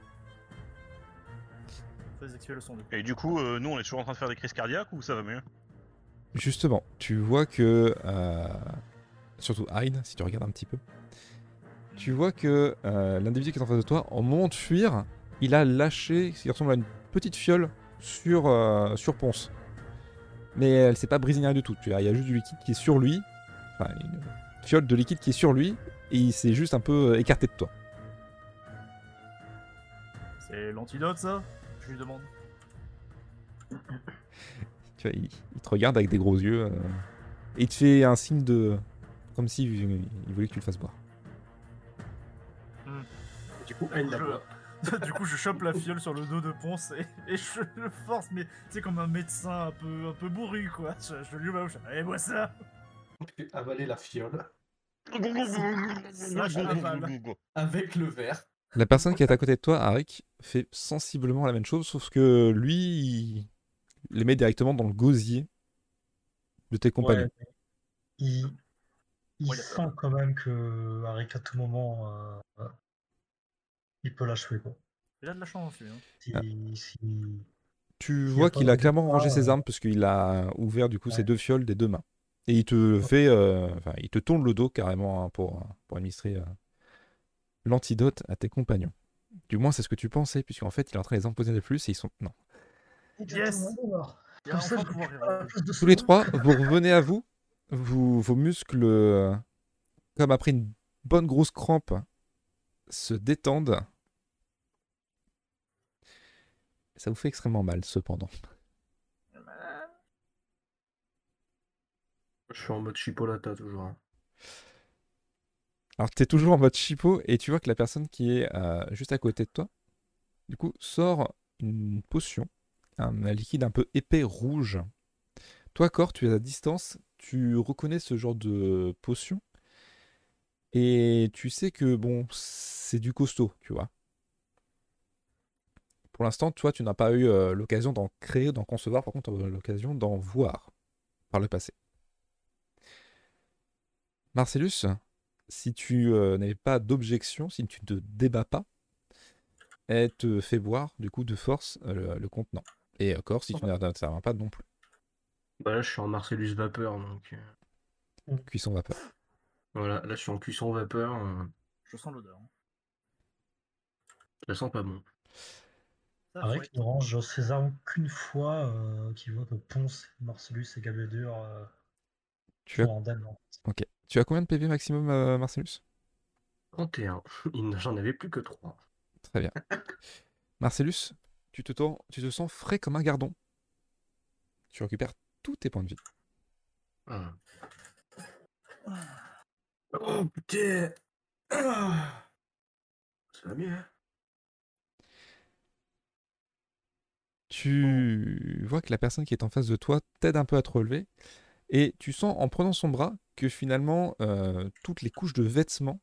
Faut désactiver le son du coup. Et du coup, nous, on est toujours en train de faire des crises cardiaques ou ça va mieux? Justement, tu vois que, surtout Ayn, si tu regardes un petit peu, tu vois que l'individu qui est en face de toi, au moment de fuir, il a lâché ce qui ressemble à une petite fiole sur Ponce. Mais elle s'est pas brisée ni rien du tout. Il y a juste du liquide qui est sur lui, enfin une fiole de liquide qui est sur lui, et il s'est juste un peu écarté de toi. C'est l'antidote, ça? Je lui demande. Tu vois, il te regarde avec des gros yeux, et il te fait un signe de... comme si il voulait que tu le fasses boire. Du coup, elle la boit. Du coup, je chope la fiole sur le dos de Ponce et je le force, mais tu sais, comme un médecin un peu bourru, quoi. Je lui bouche. Allez, bois ça! Tu fais avaler la fiole Slash aval. avec le verre. La personne qui est à côté de toi, Arik, fait sensiblement la même chose, sauf que lui, il les met directement dans le gosier de tes compagnons. Ouais, il Ouais, sent quand même que Arik à tout moment il peut l'achever quoi. Il a de la chance, lui. Hein. Si, Ah. si- Tu S'il y vois a pas qu'il a de clairement combat, rangé ses armes parce qu'il a ouvert du coup ses ouais. deux fioles des deux mains. Et il te fait, enfin, il te tourne le dos carrément hein, pour administrer l'antidote à tes compagnons. Du moins, c'est ce que tu pensais, puisqu'en fait, il est en train de les imposer de plus et ils sont. Non. Yes. Il y a Comme ça, enfin je pouvoir récupère la place de Tous les soin. trois, vous revenez à vous. Vos muscles, comme après une bonne grosse crampe, se détendent. Ça vous fait extrêmement mal, cependant. Je suis en mode chipolata toujours. Hein. Alors, tu es toujours en mode chipot et tu vois que la personne qui est juste à côté de toi, du coup, sort une potion, un liquide un peu épais rouge. Toi, Cor, tu es à distance, tu reconnais ce genre de potion et tu sais que, bon, c'est du costaud, tu vois. Pour l'instant, toi, tu n'as pas eu l'occasion d'en créer, d'en concevoir, par contre, tu as eu l'occasion d'en voir par le passé. Marcellus, si tu n'avais pas d'objection, si tu ne te débats pas, elle te fait boire, du coup, de force, le contenant. Et encore, si tu n'interviens pas non plus. Bah là, je suis en Marcellus vapeur, donc... Cuisson vapeur. Voilà, là, je suis en cuisson vapeur. Je sens l'odeur. Hein. Ça sent pas bon. Ça Arik fouette. ne range ses armes qu'une fois qu'il voit que Ponce, Marcellus et Galbedur Tu as... sont indemnes. Ok. Tu as combien de PV maximum, Marcellus? 31. J'en avais plus que 3. Très bien. Marcellus, tu te sens frais comme un gardon. Tu récupères tous tes points de vie. Ah. Oh putain. Ah. Ça va mieux, hein? Tu vois que la personne qui est en face de toi t'aide un peu à te relever. Et tu sens en prenant son bras que finalement, toutes les couches de vêtements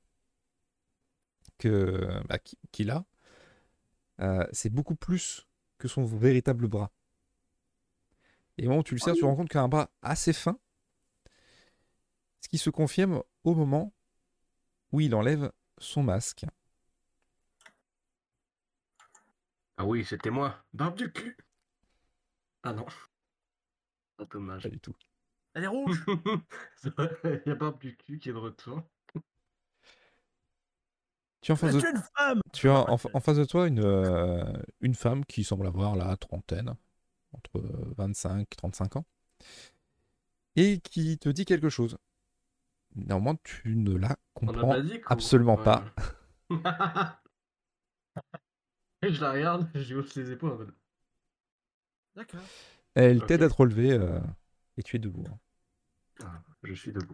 qu'il a, c'est beaucoup plus que son véritable bras. Et au moment où tu le serres, tu te rends compte qu'il a un bras assez fin, ce qui se confirme au moment où il enlève son masque. Ah oui, c'était moi. Barbe du cul. Ah non. Ah, dommage. Pas du tout. Elle est rouge. C'est vrai, il y a Barbe du cul qui est de retour. Tu as en face de, C'est une femme. tu as en face de toi une femme qui semble avoir la trentaine, entre 25 et 35 ans, et qui te dit quelque chose. Néanmoins, tu ne la On a comprends pas dit absolument ouais. pas. Et je la regarde, je hausse les épaules. En mode, D'accord. Elle Ok. t'aide à te relever et tu es debout. Ah, je suis debout.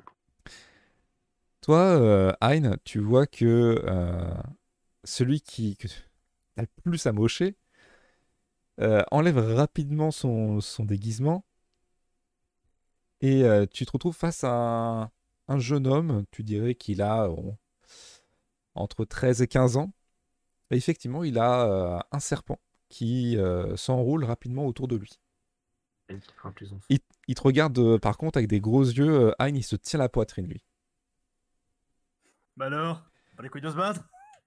Toi, Hein, tu vois que celui que t'as le plus amoché enlève rapidement son déguisement et tu te retrouves face à un jeune homme, tu dirais qu'il a entre 13 et 15 ans. Et effectivement, il a un serpent qui s'enroule rapidement autour de lui. Et qui fera plus enfant. Il te regarde par contre avec des gros yeux. Hein, il se tient la poitrine, lui. Bah alors, pas les couilles de se battre.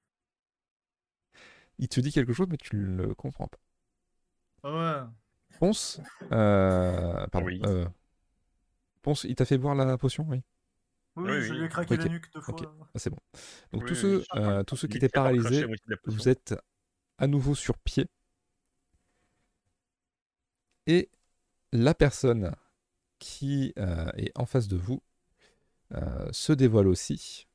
Il te dit quelque chose, mais tu ne le comprends pas. Ah ouais. Ponce, pardon. Oui. Ponce, il t'a fait boire la potion, oui. Oui, Oui, je oui. lui ai craqué Ok, la nuque 2 fois. ok. Ah, c'est bon. Donc Oui, tous oui, ceux qui Il étaient finit par cracher paralysés, la moitié de la potion. vous êtes à nouveau sur pied. Et la personne qui est en face de vous se dévoile aussi.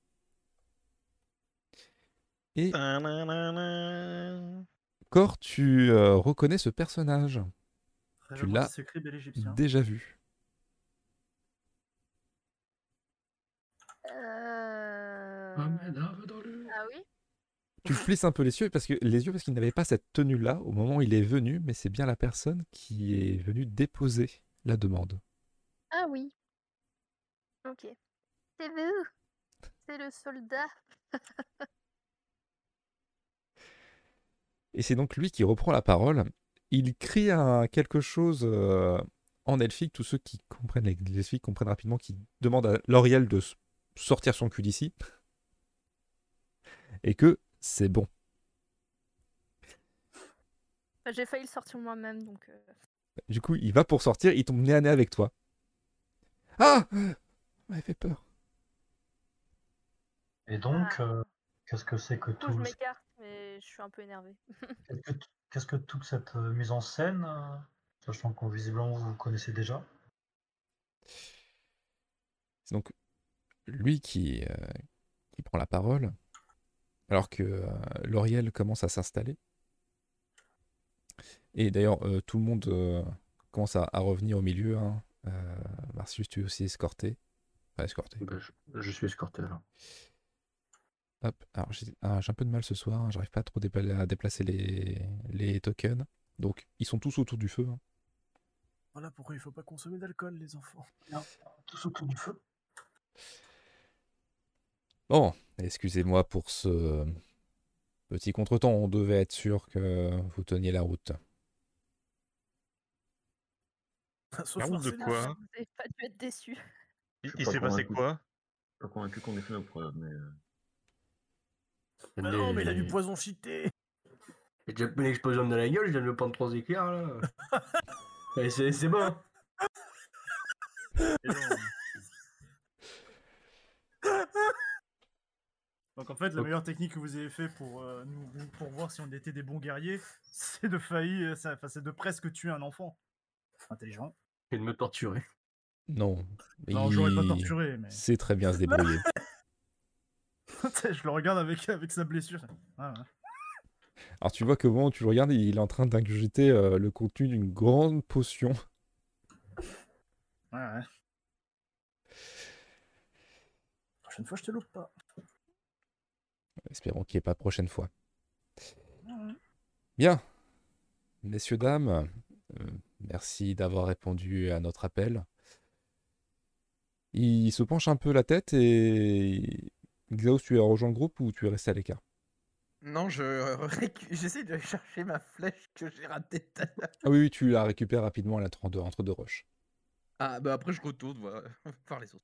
Et Ta-na-na-na. Cor, tu reconnais ce personnage. Tu Règlement des l'as secrets de l'Égyptien. déjà vu. Ah, mais là, va dans le. Ah oui? Tu le plisses un peu les yeux parce qu'il n'avait pas cette tenue-là au moment où il est venu, mais c'est bien la personne qui est venue déposer la demande. Ah oui. Ok. C'est vous. C'est le soldat. Et c'est donc lui qui reprend la parole. Il crie quelque chose en elfique. Tous ceux qui comprennent l'elfique comprennent rapidement qu'il demande à Lauriel de sortir son cul d'ici. Et que c'est bon. Enfin, j'ai failli le sortir moi-même, donc... Du coup, il va pour sortir, il tombe nez à nez avec toi. Ah, m'avait fait peur. Et donc, qu'est-ce que c'est que Du coup, je tout m'écarte, mais je suis un peu énervée. qu'est-ce que toute cette mise en scène, sachant que visiblement vous connaissez déjà? C'est donc lui qui prend la parole, alors que Lauriel commence à s'installer. Et d'ailleurs, tout le monde commence à revenir au milieu. Hein. Marcius, tu es aussi escorté. Enfin, escorté. Bah, je suis escorté là. Hop. Alors, j'ai un peu de mal ce soir. Hein. J'arrive pas trop à déplacer les tokens. Donc, ils sont tous autour du feu. Hein. Voilà pourquoi il faut pas consommer d'alcool, les enfants. Non, tous autour du feu. Bon, excusez-moi pour ce petit contretemps. On devait être sûr que vous teniez la route. Sauf La route de Marcellus. quoi? Vous n'avez pas dû être déçus. Il Je suis s'est pas passé convaincu. quoi? Pas convaincu qu'on ait fait nos preuves, mais. Bah non, mais il a du poison cheaté. J'ai déjà pris une explosion dans la gueule, je viens de me prendre 3 éclairs là. Et c'est bon. Et non. Donc en fait, la meilleure technique que vous avez fait pour, pour voir si on était des bons guerriers, c'est c'est de presque tuer un enfant. Intelligent. Et de me torturer. Non. Non, j'aurais pas torturé, mais... C'est très bien se débrouiller. Je le regarde avec sa blessure. Ouais, ouais. Alors tu vois que au moment où tu le regardes, il est en train d'ingurgiter le contenu d'une grande potion. Ouais, ouais. prochaine fois, je te loupe pas. Espérons qu'il n'y ait pas de prochaine fois. Ouais. Bien, messieurs, dames, merci d'avoir répondu à notre appel. Il se penche un peu la tête et... Xaos, tu as rejoint le groupe ou tu es resté à l'écart? Non, j'essaie de chercher ma flèche que j'ai ratée tout à l'heure. Ah oui, tu la récupères rapidement à entre deux roches. Ah, bah après, je retourne voir les autres.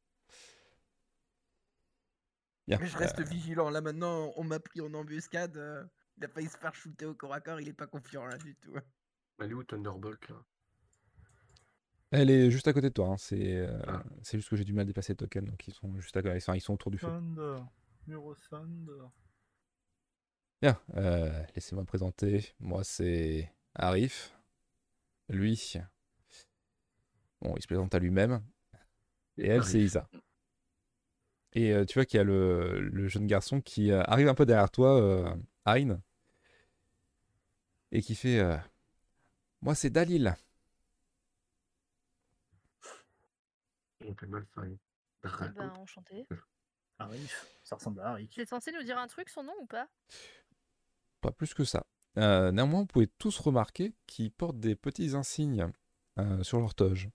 Bien. Mais je reste vigilant. Là, maintenant, on m'a pris en embuscade. Il a failli se faire shooter au corps à corps. Il est pas confiant là du tout. Elle est où Thunderbolt là? Elle est juste à côté de toi. Hein. Ah. C'est juste que j'ai du mal à dépasser le token, donc ils sont juste à côté. Enfin, ils sont autour du feu. Thunder. Muro Thunder. Bien, laissez-moi me présenter. Moi, c'est Arif. Lui, bon, il se présente à lui-même. Et elle, c'est Isa. Et tu vois qu'il y a le jeune garçon qui arrive un peu derrière toi, Hein, et qui fait moi, c'est Dalil. On fait mal failli. Eh ben, enchanté. Arif. Ça ressemble à Arik. C'est censé nous dire un truc, son nom ou pas? Pas plus que ça. Néanmoins, vous pouvez tous remarquer qu'ils portent des petits insignes sur leur toge.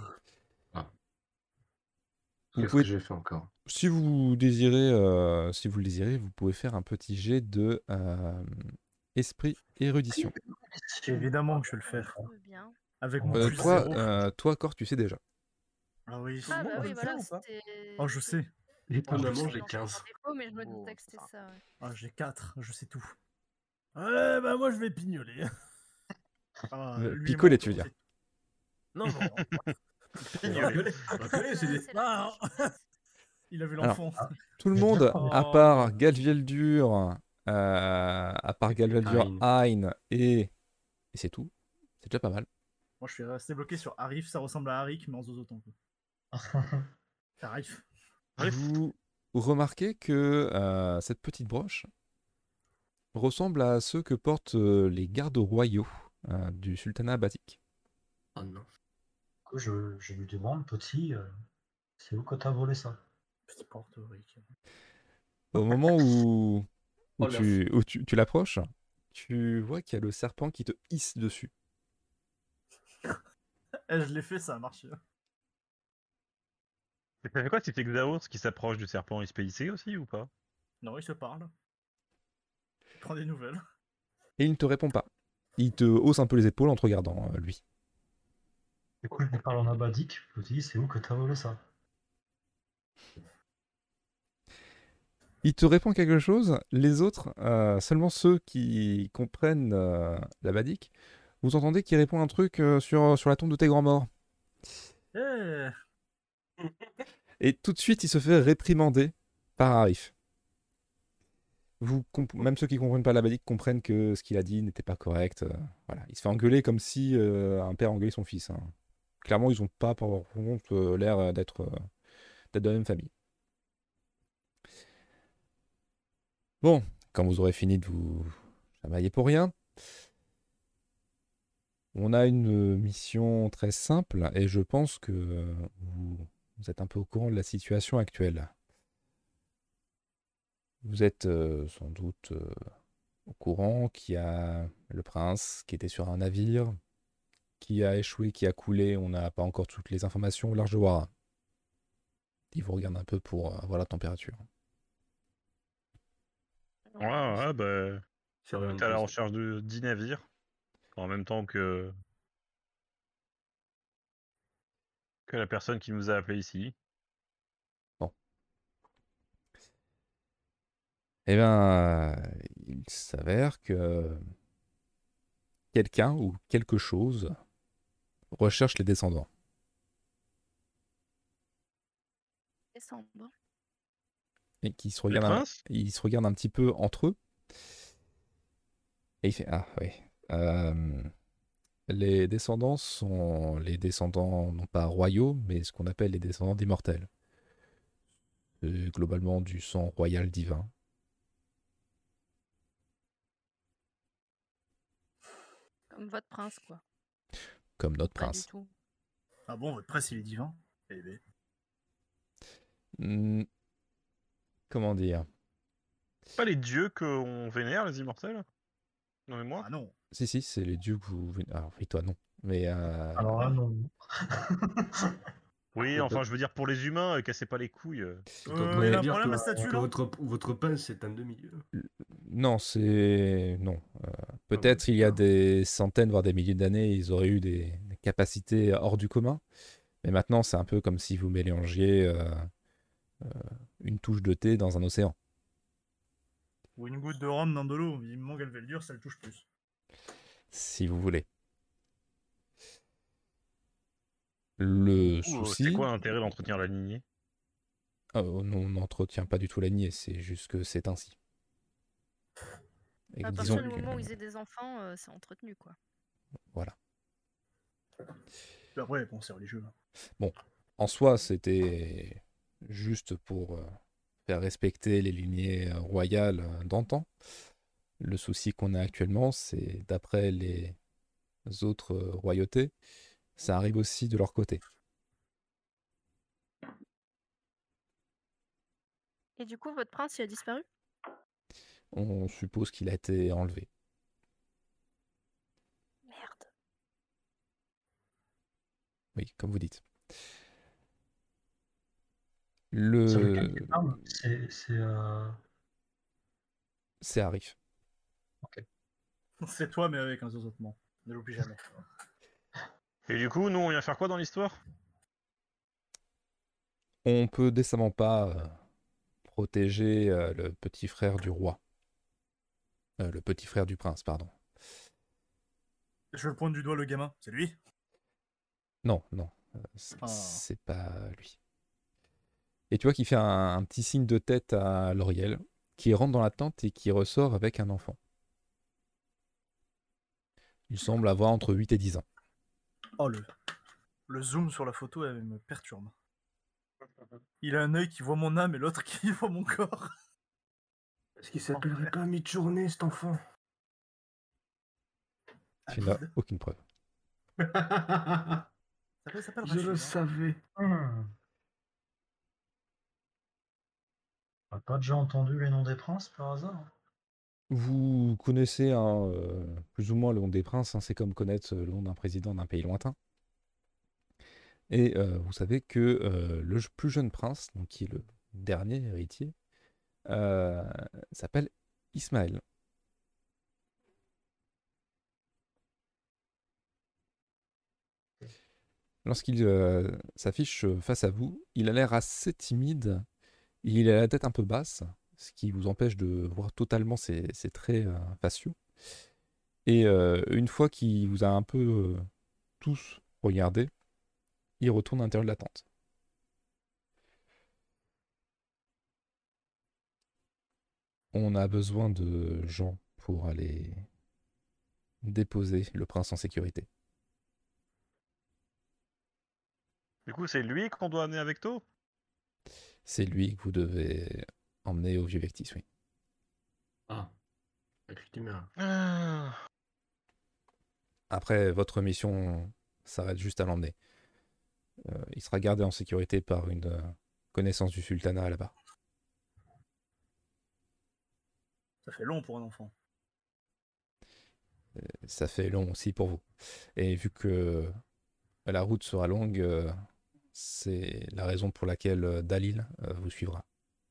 Vous Qu'est-ce pouvez, que j'ai fait encore? si vous désirez, si vous le désirez, vous pouvez faire un petit jet de esprit érudition. Évidemment que je vais le faire. Je veux bien. Avec mon plus Toi, zéro. toi, Cor, tu sais déjà. Ah oui. Ah bah monde oui, le voilà, sait ou pas c'était... Oh, je sais. Étonnamment, Non, j'ai c'est 15. par défaut, mais je me Oh, doutais que c'était ça va. ça. Ouais. Ah, j'ai 4. Je sais tout. Ouais, bah moi je vais pignoler. Ah, Le lui et picoler, moi, tu veux dire. Non, non. Rappeler, c'est des... C'est la Ah, triche. Il a vu Alors, l'enfant. Tout le Je veux monde, dire qu'on est- à part Galvieldur, à part Galvieldur, Hein, et c'est tout. C'est déjà pas mal. Moi, je suis resté bloqué sur Arif. Ça ressemble à Arik, mais en zozoton. Arif. Vous remarquez que cette petite broche ressemble à ceux que portent les gardes royaux du sultanat abbatique. Oh non. Du coup, je lui demande, petit, c'est où que t'as volé ça? Petit portorique. Au moment où Oh, tu l'approches, tu vois qu'il y a le serpent qui te hisse dessus. Eh, je l'ai fait, ça a marché. Ça fait quoi si c'est Xaos qui s'approche du serpent? Il se fait hisser aussi ou pas? Non, il se parle. Il prend des nouvelles. Et il ne te répond pas. Il te hausse un peu les épaules en te regardant, lui. Du coup, je lui parle en abadique, je lui dis, c'est où que t'as volé ça? Il te répond quelque chose, les autres, seulement ceux qui comprennent la badique, vous entendez qu'il répond un truc sur la tombe de tes grands morts. Eh, Et tout de suite, il se fait réprimander par Arif. Même ceux qui ne comprennent pas la badique comprennent que ce qu'il a dit n'était pas correct. Voilà. Il se fait engueuler comme si un père engueulait son fils. Hein. Clairement, ils n'ont pas, par contre, l'air d'être de la même famille. Bon, quand vous aurez fini de vous chamailler pour rien, on a une mission très simple et je pense que vous êtes un peu au courant de la situation actuelle. Vous êtes sans doute au courant qu'il y a le prince qui était sur un navire, qui a échoué, qui a coulé. On n'a pas encore toutes les informations au large de Wara. Il vous regarde un peu pour avoir la température. Ouais, bah. C'est rien de T'es à la plus. recherche de 10 navires. En même temps que la personne qui nous a appelés ici. Eh bien, il s'avère que quelqu'un ou quelque chose recherche les descendants. Descendre. Et qui se Le regardent prince? ils se regardent un petit peu entre eux. Et il fait ah oui. Les descendants sont les descendants non pas royaux, mais ce qu'on appelle les descendants d'immortels. C'est globalement du sang royal divin. Comme votre prince, quoi. Comme notre Pas du prince. tout. Ah bon, votre presse, il est divin. Eh ben. Hmm, comment dire? Pas les dieux qu'on vénère, les immortels? Non mais moi. Ah non. Si, c'est les dieux que vous... Alors, oui, toi, non. Mais Alors là, non. Oui, enfin je veux dire pour les humains, cassez pas les couilles. T'es en Il train a de un dire problème à statut que là. votre pince est un demi-dieu. non, c'est... Non. bah, Peut-être il y a super. des centaines, voire des milliers d'années, ils auraient eu des capacités hors du commun. Mais maintenant, c'est un peu comme si vous mélangiez une touche de thé dans un océan. Ou une goutte de rhum dans de l'eau. Il me manque Elveldur, ça le touche plus. Si vous voulez. Le C'est souci... quoi l'intérêt d'entretenir la lignée? on n'entretient pas du tout la lignée, c'est juste que c'est ainsi. Et À disons partir du que... moment où ils aient des enfants, c'est entretenu, quoi. Voilà. Puis après, bon, c'est religieux. hein. Bon, en soi, c'était juste pour faire respecter les lignées royales d'antan. Le souci qu'on a actuellement, c'est d'après les autres royautés, ça arrive aussi de leur côté. Et du coup, votre prince, il a disparu? On suppose qu'il a été enlevé. Merde. Oui, comme vous dites. C'est lequel Le... qui parle? C'est Arif. C'est toi, mais avec un zozotement. Ne l'oublie jamais. Et du coup, nous on vient faire quoi dans l'histoire? On peut décemment pas protéger le petit frère du roi. Le petit frère du prince, pardon. Je le pointe du doigt, le gamin. C'est lui. Non, Ah. c'est pas lui. Et tu vois qu'il fait un petit signe de tête à Lauriel, qui rentre dans la tente et qui ressort avec un enfant. Il semble avoir entre 8 et 10 ans. Oh, le zoom sur la photo, elle me perturbe. Il a un œil qui voit mon âme et l'autre qui voit mon corps. Est-ce qu'il s'appellerait pas Midjourney, cet enfant? Tu n'as aucune preuve. Ça s'appelle Je Rachid, le hein. savais. On n'a pas déjà entendu les noms des princes par hasard? Vous connaissez plus ou moins le nom des princes, hein, c'est comme connaître le nom d'un président d'un pays lointain. Et vous savez que le plus jeune prince, donc qui est le dernier héritier, s'appelle Ismaël. Lorsqu'il s'affiche face à vous, il a l'air assez timide, il a la tête un peu basse, ce qui vous empêche de voir totalement ses traits faciaux. Et une fois qu'il vous a un peu tous regardé, il retourne à l'intérieur de la tente. On a besoin de gens pour aller déposer le prince en sécurité. Du coup, c'est lui qu'on doit amener avec toi? C'est lui que vous devez emmener au vieux Vectis, oui. Ah, effectivement. Après, votre mission s'arrête juste à l'emmener. Il sera gardé en sécurité par une connaissance du sultanat là-bas. Ça fait long pour un enfant. Ça fait long aussi pour vous. Et vu que la route sera longue, c'est la raison pour laquelle Dalil vous suivra.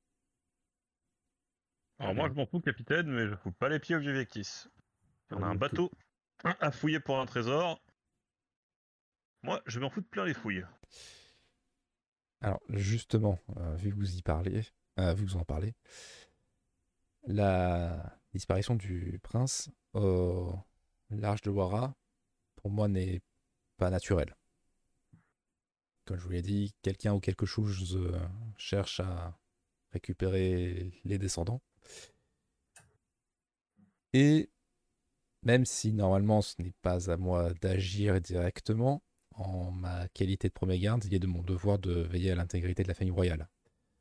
Alors moi je m'en fous, capitaine, mais je fous pas les pieds au vieux Vectis. On a un bateau à fouiller pour un trésor. Moi, je m'en fous de plein les fouilles. Alors justement, vu que vous y parlez, vu que vous en parlez, la disparition du prince au large de Wara, pour moi, n'est pas naturelle. Comme je vous l'ai dit, quelqu'un ou quelque chose cherche à récupérer les descendants. Et même si normalement ce n'est pas à moi d'agir directement, en ma qualité de premier garde, il est de mon devoir de veiller à l'intégrité de la famille royale.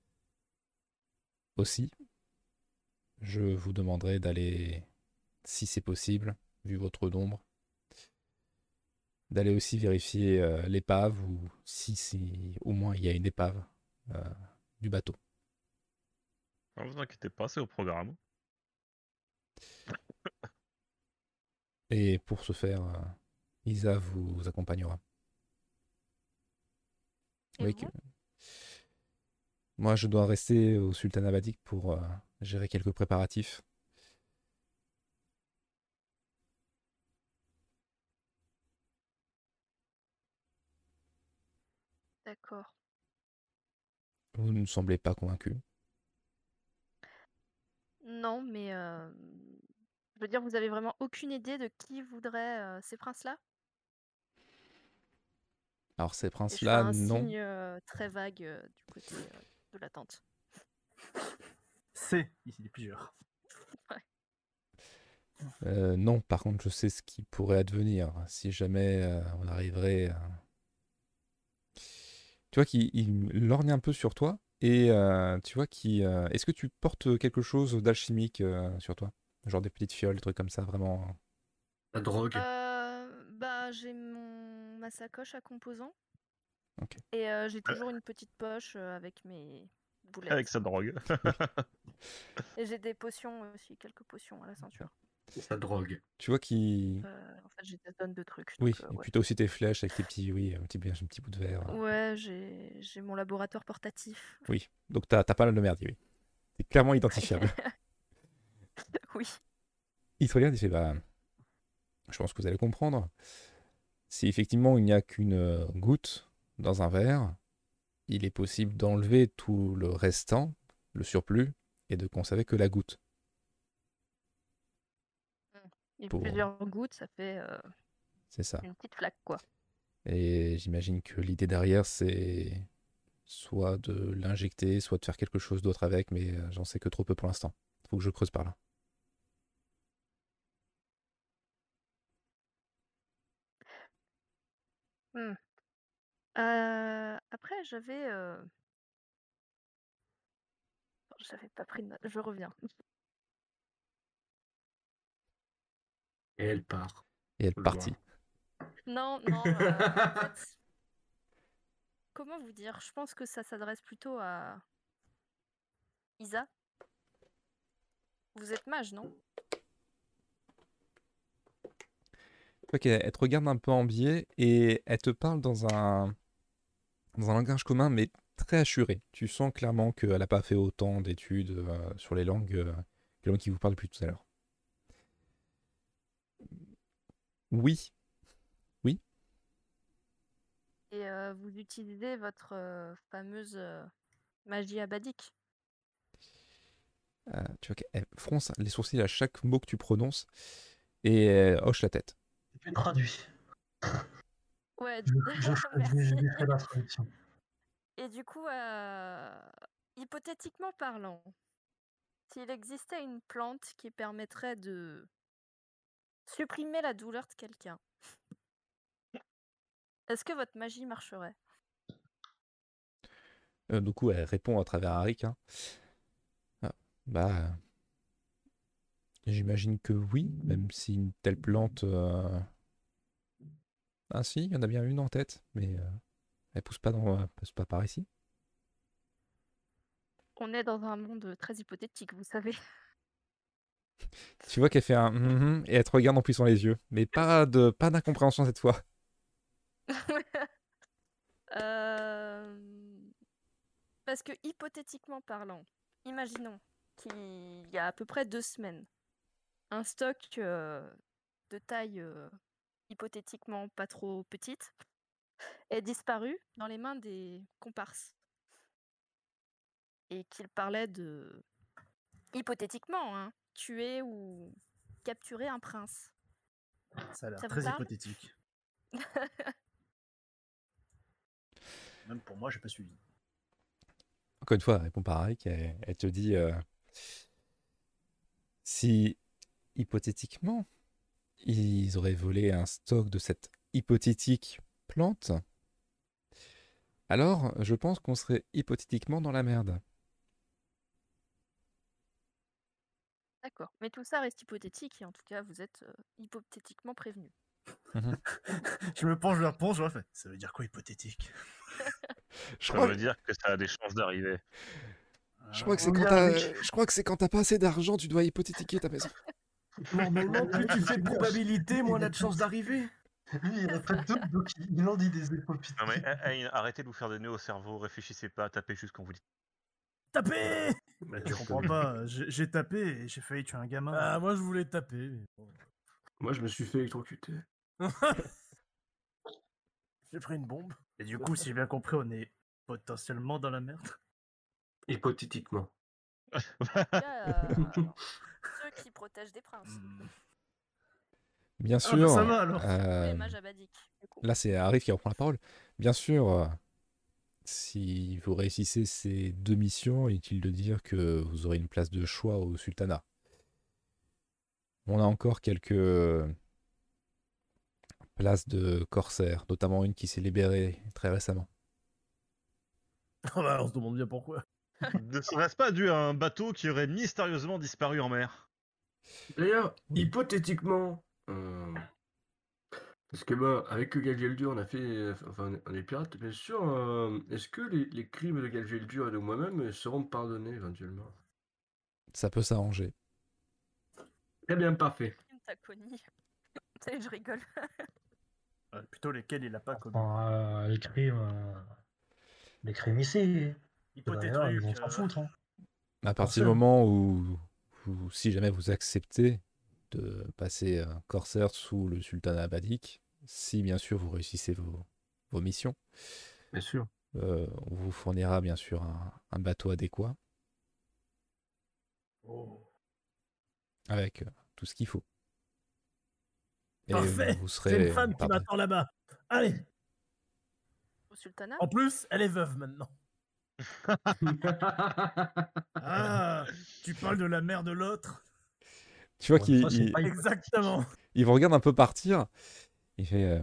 Aussi, je vous demanderai d'aller, si c'est possible, vu votre nombre, d'aller aussi vérifier l'épave, ou si au moins il y a une épave du bateau. Ne vous inquiétez pas, c'est au programme. Et pour ce faire, Isa vous accompagnera. Et Oui, vous moi, je dois rester au Sultanat Vadik pour gérer quelques préparatifs. D'accord. Vous ne semblez pas convaincu. Non, mais je veux dire, vous avez vraiment aucune idée de qui voudrait ces princes-là? Alors, ces Et je fais princes-là, un non. signe très vague du côté de la tente. C'est, ici, il y a plusieurs. Non, par contre, je sais ce qui pourrait advenir si jamais on arriverait. Tu vois qu'il lorgne un peu sur toi et tu vois qu'il. Est-ce que tu portes quelque chose d'alchimique sur toi? Genre des petites fioles, des trucs comme ça, vraiment. La drogue. Bah, j'ai ma sacoche à composants Ok. et j'ai toujours une petite poche avec mes boulettes. Avec sa drogue. Et j'ai des potions aussi, quelques potions à la ceinture. Sa drogue. Tu vois qu'il. En fait, j'ai des tonnes de trucs. Oui, Donc, et ouais. puis t'as aussi tes flèches avec tes petits, oui, un petit bout de verre. Ouais, j'ai mon laboratoire portatif. Oui, donc t'as pas mal de merde, oui. C'est clairement identifiable. Oui. Il te regarde et fait, bah, je pense que vous allez comprendre. Si effectivement il n'y a qu'une goutte dans un verre, il est possible d'enlever tout le restant, le surplus, et de conserver que la goutte. Et Pour- plusieurs gouttes, ça fait C'est ça. une petite flaque, quoi. Et j'imagine que l'idée derrière, c'est soit de l'injecter, soit de faire quelque chose d'autre avec, mais j'en sais que trop peu pour l'instant. Faut que je creuse par là. Hmm. Après, j'avais pas pris de note. Je reviens. Et elle part. Et elle Je partit. Non, en fait, comment vous dire? Je pense que ça s'adresse plutôt à Isa. Vous êtes mage, non? Ok, elle te regarde un peu en biais et elle te parle dans un langage commun, mais très assuré. Tu sens clairement qu'elle n'a pas fait autant d'études sur les langues que l'homme qui vous parle depuis tout à l'heure. Oui, oui. Et vous utilisez votre fameuse magie abadique. Tu vois qu'elle fronce les sourcils à chaque mot que tu prononces et elle hoche la tête. Et puis traduit. Ouais, Je lui fais la traduction. Et du coup, hypothétiquement parlant, s'il existait une plante qui permettrait de supprimer la douleur de quelqu'un, est-ce que votre magie marcherait? Du coup, elle répond à travers Arik. Hein. Ah, bah, j'imagine que oui, même si une telle plante. Ah si, il y en a bien une en tête, mais elle pousse pas pousse pas par ici. On est dans un monde très hypothétique, vous savez. Tu vois qu'elle fait un et elle te regarde en plissant les yeux, mais pas d'incompréhension cette fois. Parce que hypothétiquement parlant, imaginons qu'il y a à peu près 2 semaines, un stock de taille hypothétiquement pas trop petite est disparu dans les mains des comparses. Et qu'il parlait de, hypothétiquement, hein, tuer ou capturer un prince. Ça a l'air Ça vous très parle? hypothétique. Même pour moi, j'ai pas suivi. Encore une fois, elle répond par Arik, elle te dit si hypothétiquement ils auraient volé un stock de cette hypothétique plante, alors je pense qu'on serait hypothétiquement dans la merde. D'accord. Mais tout ça reste hypothétique et en tout cas, vous êtes hypothétiquement prévenu. Je me penche vers Ponce, je refais. Ça veut dire quoi hypothétique? Je Ça crois veut dire que ça a des chances d'arriver. Je crois que c'est On quand vient t'as, avec- je crois que c'est quand t'as pas assez d'argent, tu dois hypothétiquer ta maison. Normalement, plus tu fais de probabilité, moins on a de chances d'arriver. Lui, il n'y a pas de doute, donc il en dit des épopées. Non mais arrêtez de vous faire des nœuds au cerveau, réfléchissez pas, tapez juste quand vous dites. Taper. Bah, Je comprends pas, j'ai tapé et j'ai failli tuer un gamin. Ah, moi je voulais taper. Mais bon. Moi, je me suis fait électrocuter. J'ai pris une bombe. Et du coup, si j'ai bien compris, on est potentiellement dans la merde. Hypothétiquement. Il y a, ceux qui protègent des princes. Bien Ah, sûr. bah ça va alors. Les mages abadiques. Du coup. Là, c'est Arif qui reprend la parole. Bien sûr, si vous réussissez ces 2 missions, inutile de dire que vous aurez une place de choix au sultanat. On a encore quelques places de corsaires, notamment une qui s'est libérée très récemment. Ah bah, on se demande bien pourquoi. Ne serait-ce pas dû à un bateau qui aurait mystérieusement disparu en mer? D'ailleurs, hypothétiquement, parce que bah, avec Galvieldur, on a fait, enfin, on est pirates, bien sûr. Est-ce que les crimes de Galvieldur et de moi-même seront pardonnés éventuellement? Ça peut s'arranger. Très bien, parfait. T'as connu. Je rigole. Plutôt lesquels il a pas commis. Enfin, les crimes ici. D'ailleurs, ils vont Hypothétruc. s'en foutre. Hein. À partir du moment où, si jamais vous acceptez de passer corsaire sous le sultanat abadique, si bien sûr vous réussissez vos missions, Bien sûr. on vous fournira bien sûr un bateau adéquat avec tout ce qu'il faut. Et Parfait. vous J'ai serez une femme qui m'attend là-bas. Allez. Au sultanat. En plus, elle est veuve maintenant. Ah, tu parles de la mère de l'autre. Tu vois Bon, qu'il ça, c'est pas Exactement. il vous regarde un peu partir. Il fait.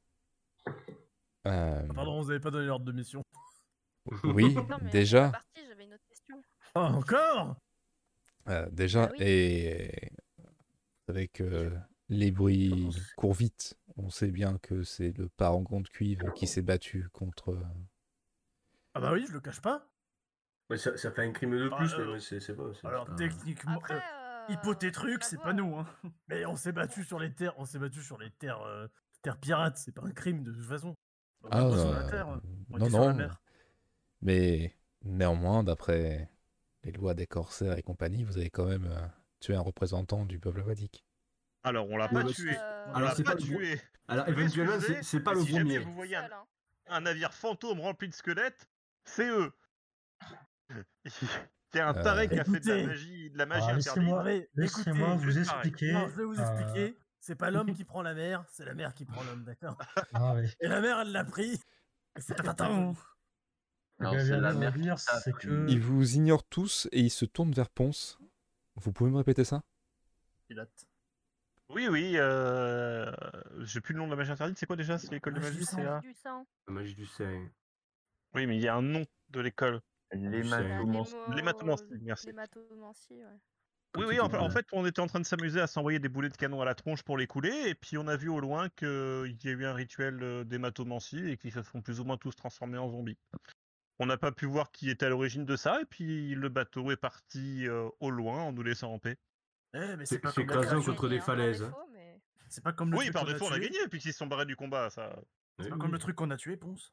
Ah, pardon, vous avez pas donné l'ordre de mission. Oui, Non, mais déjà. c'est pas parti, j'avais une autre question. Oh, encore. Déjà, Ah oui. et avec les bruits courent vite, on sait bien que c'est le parangon de cuivre qui s'est battu contre. Ah bah oui, je le cache pas. Ouais, ça fait un crime de Ah, plus, mais c'est pas. Alors pas- techniquement, Après, hypothétruc, c'est pas nous. Hein. Mais on s'est battu sur les terres, terres pirates. C'est pas un crime de toute façon. On va pas sur la terre. On non, était sur la non. mer. Mais néanmoins, d'après les lois des corsaires et compagnie, vous avez quand même tué un représentant du peuple abadique. Alors, on l'a Ah, pas bah, tué. euh, On alors, l'a c'est pas pas le gros- tué. Alors, Je peux éventuellement, m'excuser, c'est pas mais le si jamais premier. vous voyez seul, hein. un navire fantôme rempli de squelettes, c'est eux. Il y a un taré qui a fait de la Écoutez. magie interdite. laissez-moi Allez, laissez-moi écoutez, vous juste pareil. expliquer. Non, je vais vous expliquer. C'est pas l'homme qui prend la mer, c'est la mer qui prend l'homme, d'accord? Ah, oui. Et la mer, elle l'a pris. Et c'est pas Attends. Ce Non, que c'est je viens la de mer dire, qui t'a c'est pris. que. Il vous ignore tous et il se tourne vers Ponce. Vous pouvez me répéter ça? Pilote. Oui, j'ai plus le nom de la magie interdite, c'est quoi déjà? C'est l'école de Magie magie, du c'est là? Du sang. La magie du sein. Oui, mais il y a un nom de l'école. L'hématomancie. L'hématomancie, merci. L'hématomancie, ouais. Oui, Petite en école. fait, on était en train de s'amuser à s'envoyer des boulets de canon à la tronche pour les couler, et puis on a vu au loin qu'il y a eu un rituel d'hématomancie et qu'ils se sont plus ou moins tous transformés en zombies. On n'a pas pu voir qui était à l'origine de ça, et puis le bateau est parti au loin en nous laissant en paix. Mais C'est c'est pas c'est comme la écrasé création. contre des falaises. hein. C'est pas comme le Oui, truc par qu'on a défaut, on a tué. gagné, puis qu'ils se sont barrés du combat, ça. C'est Oui, pas oui. comme le truc qu'on a tué, Ponce.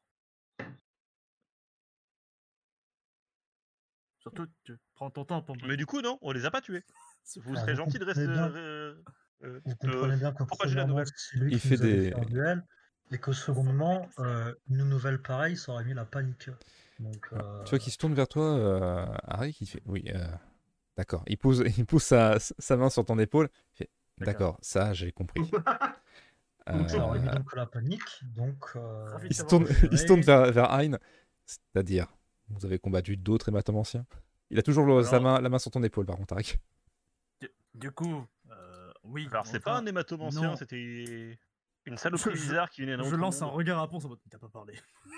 Surtout, tu prends ton temps pour me. Mais du coup, non, on les a pas tués. Vous Alors, serez vous gentil de comprenez bien- rester. Vous comprenez bien que propager la premièrement, nouvelle. c'est lui Il qui fait nous avait des- fait un duel, et que secondement, une nouvelle pareille, ça aurait mis la panique. Donc, Tu vois qu'il se tourne vers toi, Harry, qui fait oui, d'accord. Il pose sa main sur ton épaule. Il fait d'accord, ça j'ai compris. ça aurait mis donc la panique. Donc, Ravi de Il se t'avoir tourne, il se tourne repéré. vers Hein, c'est-à-dire, vous avez combattu d'autres hématomanciens. Il a toujours la main sur ton épaule, par contre, Harry. Du coup, oui. Alors, c'est enfin, pas un hématomancien, non. c'était une saloperie Je- bizarre qui venait d'un Je autre lance un monde. regard à Ponce en mode, t'as pas parlé.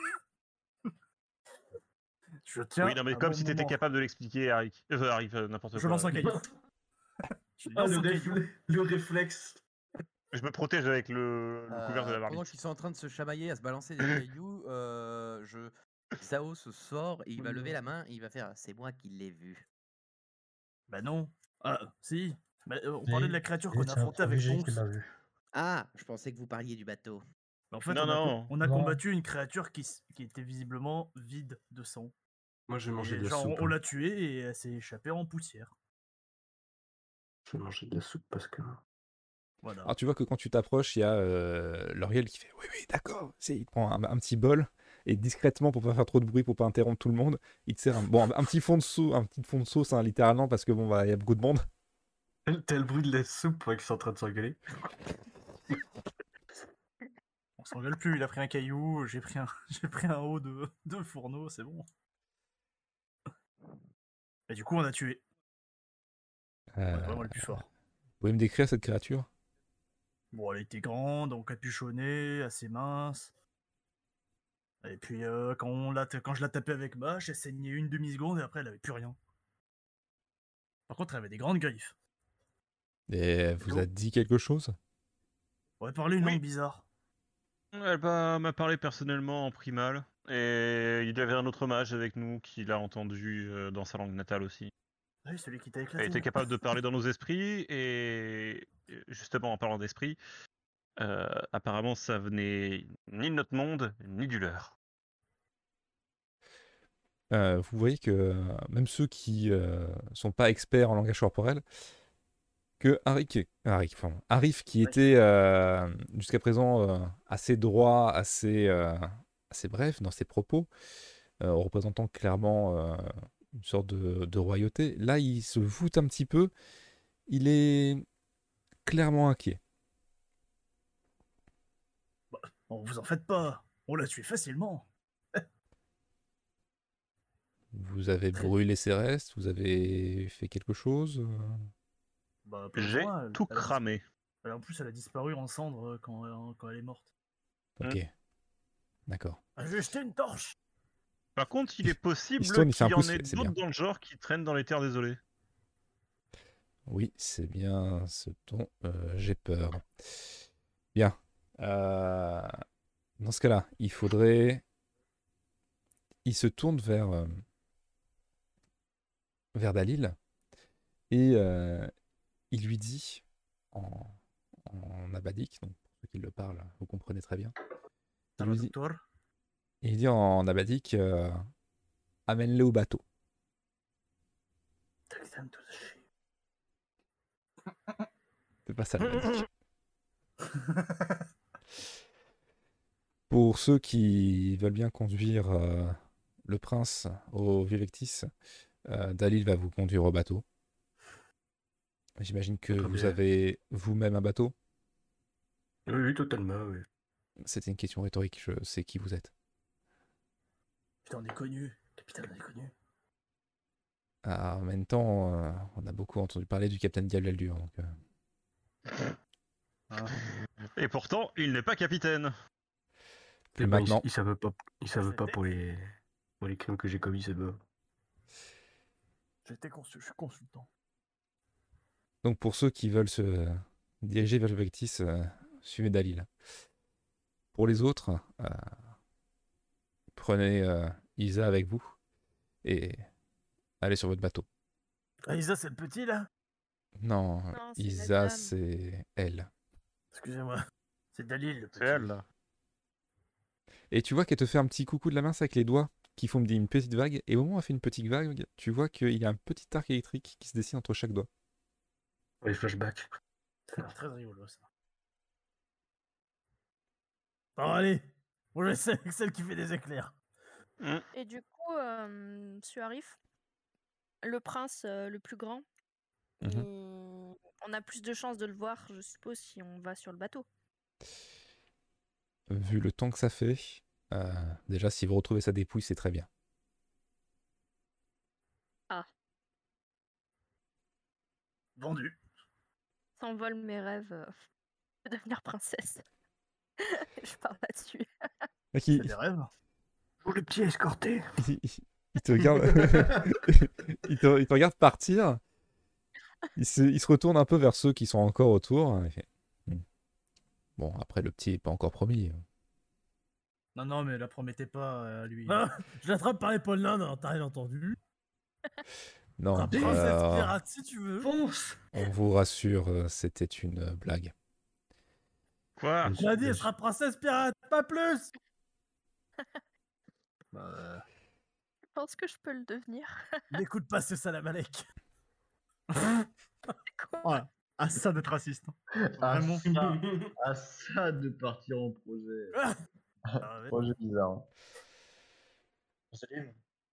Je tiens. Oui, non, mais un comme bon si t'étais moment. capable de l'expliquer, Harry. N'importe quoi. Je lance un caillou. Je Ah, lance un caillou. le réflexe. Je me protège avec le couvercle de la Pendant marmite. qu'ils sont en train de se chamailler, à se balancer des cailloux, Sao se sort et il va lever la main et il va faire c'est moi qui l'ai vu. Bah non. Ah, si. Bah, on Et- parlait de la créature et qu'on a c'est un affrontée avec prodigy qui Ponce. l'a vu. Ah, je pensais que vous parliez du bateau. En fait, Non, non. on a Non. combattu une créature qui était visiblement vide de sang. Moi, j'ai mangé Et de la genre, soupe. on hein. l'a tuée et elle s'est échappée en poussière. J'ai mangé de la soupe parce que. Voilà. Alors tu vois que quand tu t'approches, il y a L'Oriel qui fait oui, oui, d'accord. Il prend un petit bol et discrètement, pour pas faire trop de bruit, pour pas interrompre tout le monde, il te sert un petit fond de sauce, un petit fond de sauce, hein, littéralement, parce que bon, bah, il y a beaucoup de monde. T'as le bruit de la soupe pour qu'ils sont en train de s'engueuler. On s'engueule plus, il a pris un caillou, j'ai pris un haut de fourneau, c'est bon. Et du coup, on a tué. On est vraiment le plus fort. Vous pouvez me décrire cette créature? Bon, elle était grande, encapuchonnée, assez mince. Et puis, quand je la tapais avec ma hache, elle saignait une demi-seconde et après, elle avait plus rien. Par contre, elle avait des grandes griffes. Et elle vous a dit quelque chose? On va parler une Oui. langue bizarre. Elle m'a parlé personnellement en primal. Et il y avait un autre mage avec nous qui l'a entendu dans sa langue natale aussi. Ah oui, celui qui t'a Elle éclaté. était capable de parler dans nos esprits. Et justement, en parlant d'esprit, apparemment, ça venait ni de notre monde, ni du leur. Vous voyez que même ceux qui sont pas experts en langage corporel, que Arif qui était jusqu'à présent assez droit, assez bref dans ses propos, représentant clairement une sorte de royauté, là il se voûte un petit peu, il est clairement inquiet. Bon, vous en faites pas. On l'a tué facilement. Vous avez brûlé ses restes, vous avez fait quelque chose? Bah, pas J'ai besoin, tout elle a cramé. en plus, elle a disparu en cendres quand elle est morte. Ok, d'accord. J'ai jeté une torche. Par contre, il est possible Il se tourne, il fait un qu'il y en pouce, ait c'est d'autres bien. dans le genre qui traînent dans les terres désolées. Oui, c'est bien ce dont j'ai peur. Bien. Dans ce cas-là, il faudrait... Il se tourne vers Dalil et il lui dit en abadique, donc pour ceux qui le parlent, vous comprenez très bien. Il dit en abadique, amène-le au bateau. C'est pas ça l'abadique. Pour ceux qui veulent bien conduire le prince au Vivectis, Dalil va vous conduire au bateau. J'imagine que Très vous bien. avez vous-même un bateau. Oui, totalement, oui. C'était une question rhétorique, je sais qui vous êtes. Putain, on est connu. Capitaine, on est connu. En même temps, on a beaucoup entendu parler du capitaine Diablaldur. Donc, Et pourtant, il n'est pas capitaine. plus Eh ben, maintenant. il savait pas pour les crimes que j'ai commis, c'est bon. Je suis consultant. Donc pour ceux qui veulent se diriger vers le Vivectis, suivez Dalil. Pour les autres, prenez Isa avec vous et allez sur votre bateau. Ah, Isa, c'est le petit là? Non, Non, c'est la Isa, dame. c'est elle. Excusez-moi. C'est Dalil, le petit. C'est elle. Et tu vois qu'elle te fait un petit coucou de la main avec les doigts qui font une petite vague. Et au moment où elle fait une petite vague, tu vois qu'il y a un petit arc électrique qui se dessine entre chaque doigt. Les flashbacks. Ça a l'air très rigolo, ça. Bon, allez. On va essayer avec celle qui fait des éclairs. Et du coup, monsieur Arif, le prince le plus grand, on a plus de chances de le voir, je suppose, si on va sur le bateau. Vu le temps que ça fait, déjà si vous retrouvez sa dépouille, c'est très bien. Vendu. S'envolent mes rêves de devenir princesse. Je parle là-dessus. C'est des rêves. Oh, le petit escorté. Il te regarde, il te regarde partir. Il se retourne un peu vers ceux qui sont encore autour. Il fait, Bon, après le petit est pas encore promis. Non, mais la promettez pas à lui. Ah, je l'attrape par l'épaule. Non, t'as rien entendu. Non, La princesse pirate, si tu veux. Fonce. on vous rassure, c'était une blague. Quoi? On a dit, elle sera princesse pirate, pas plus. Bah, Je pense que je peux le devenir. N'écoute pas ce Salamalek. voilà. Ah, ça d'être raciste. Ah, Vraiment. ça de partir en projet. Ah, ouais. Projet bizarre. Hein. Zélim,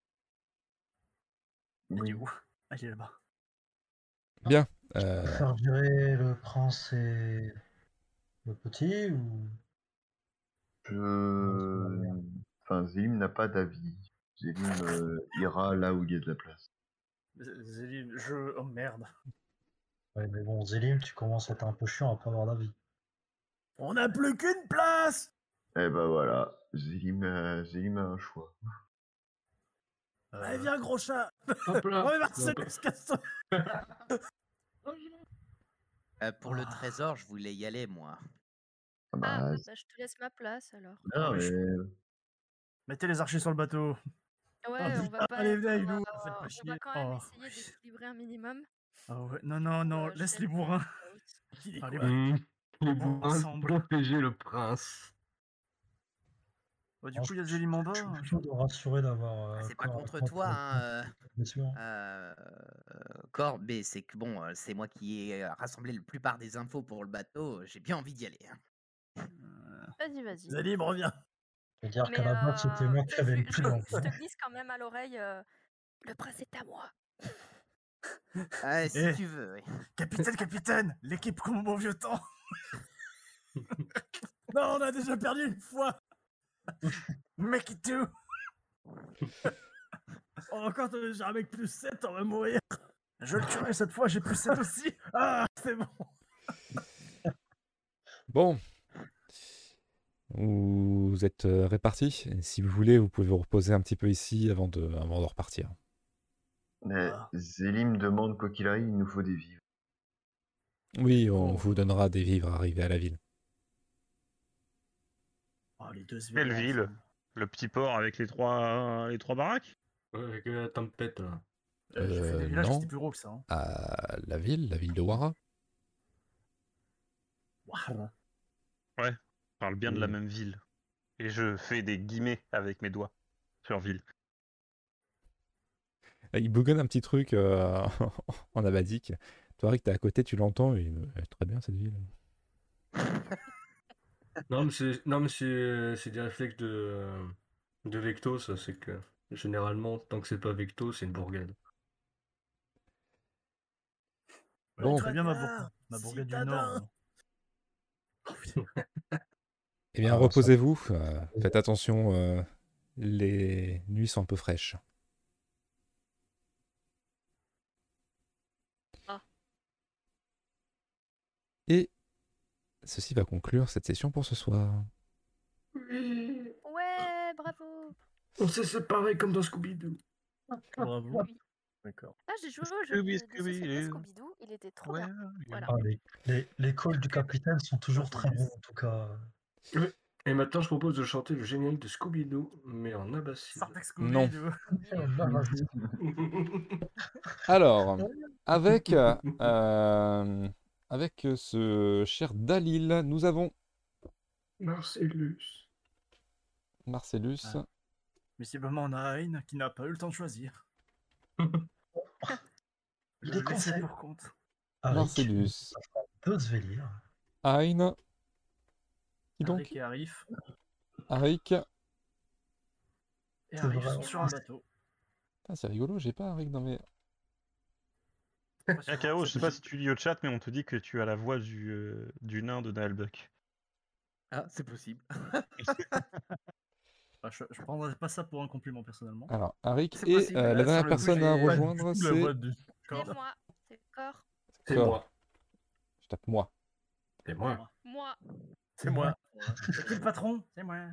Il est Oui. où? Ah, il est là-bas. Bien. faire virer le prince et le petit ou... Enfin, Zélim n'a pas d'avis. Zélim ira là où il y a de la place. Zélim, oh merde. Ouais, mais bon, Zélim, tu commences à être un peu chiant à pas avoir d'avis. On n'a plus qu'une place. Eh ben voilà, Zélim a un choix. Allez, viens, gros chat. Hop là. Ouais, Marcel, casse-toi. Pour le trésor, je voulais y aller, moi. Ah Ah, bah, bah, je te laisse ma place alors. non, mais... Mettez les archers sur le bateau. Ouais, Ah, on va pas. allez, venez avec on va- nous, faites pas on va chier. quand même Oh. essayer d'équilibrer un minimum. Ah ouais. Non, Je laisse vais les aller bourrins. Qui dit Allez, quoi Les Bon, bourrins ensemble. protéger le prince. Bah, du coup, il y a Zélim en bas. Je suis plutôt de rassurer d'avoir... Ah, c'est pas corps à contre corps toi, avec hein, bien sûr. Corbe, mais c'est que bon, c'est moi qui ai rassemblé la plupart des infos pour le bateau. J'ai bien envie d'y aller. Hein. Vas-y. Zélim, reviens. Je veux dire Mais qu'à la base, c'était moi qui avais le plus je envie. te glisse quand même à l'oreille. Le prince est à moi. Ah, si Eh. tu veux, oui. Capitaine, l'équipe comme au bon vieux temps. Non, on a déjà perdu une fois. Make it two. On va encore tomber sur un mec plus 7, on va mourir. Je le tuerai cette fois, j'ai plus 7 aussi. Ah, c'est bon. Bon. Vous êtes répartis. Et si vous voulez, vous pouvez vous reposer un petit peu ici avant de repartir. Mais Ah. Zélim demande quoi qu'il arrive, il nous faut des vivres. Oui, on vous donnera des vivres arrivés à la ville. Oh, les deux Quelle ville? Le petit port avec les trois baraques? Ouais, avec la tempête là. J'ai fait des villages qui non. étaient plus gros que ça. Hein. À la ville de Wara. Wow. Je parle bien de la Oui. même ville. Et je fais des guillemets avec mes doigts sur ville. Il bougonne un petit truc en abadique. Toi, Rick, t'es à côté, tu l'entends. Et très bien cette ville. Non, mais c'est des réflexes de Vecto, ça. C'est que généralement, tant que c'est pas Vecto, c'est une bourgade. Bon. Très bien, ma bourgade du Nord. Eh bien, Alors, reposez-vous. Faites attention. Les nuits sont un peu fraîches. Ah. Et ceci va conclure cette session pour ce soir. Oui, Ouais, bravo. on s'est séparés comme dans Scooby-Doo. Bravo. Oui. D'accord. Ah, j'ai joué au jeu Scooby, de société Scooby-Doo. Scooby-Doo. Il était trop Ouais, bien. Voilà. Ah, les calls du capitaine sont toujours très bons, en tout cas. Et maintenant, je propose de chanter le générique de Scooby-Doo, mais en abasside. Sartex Non. Scooby-Doo. Alors, avec ce cher Dalil, nous avons Marcellus. Marcellus, Ah. Visiblement, on a Hein qui n'a pas eu le temps de choisir. Je Il est le laissais conseil. pour compte. Arik, Marcellus, deux Svelir. Hein, qui donc? Arik et Arif. Arik. Et C'est Arif vrai. sont sur un bateau. Putain, c'est rigolo, j'ai pas Arik dans mes... Kakao, je sais pas si tu lis au chat, mais on te dit que tu as la voix du nain de Naelbuck. Ah, c'est possible. Bah, je prendrais pas ça pour un compliment personnellement. Alors, Arik C'est et possible. la Là, dernière sur le coup, personne à j'ai pas rejoindre, La c'est... voix du C'est corps. moi. C'est corps. C'est Corps. moi. Je tape moi. C'est moi. Moi. C'est moi. C'est qui le patron? C'est moi.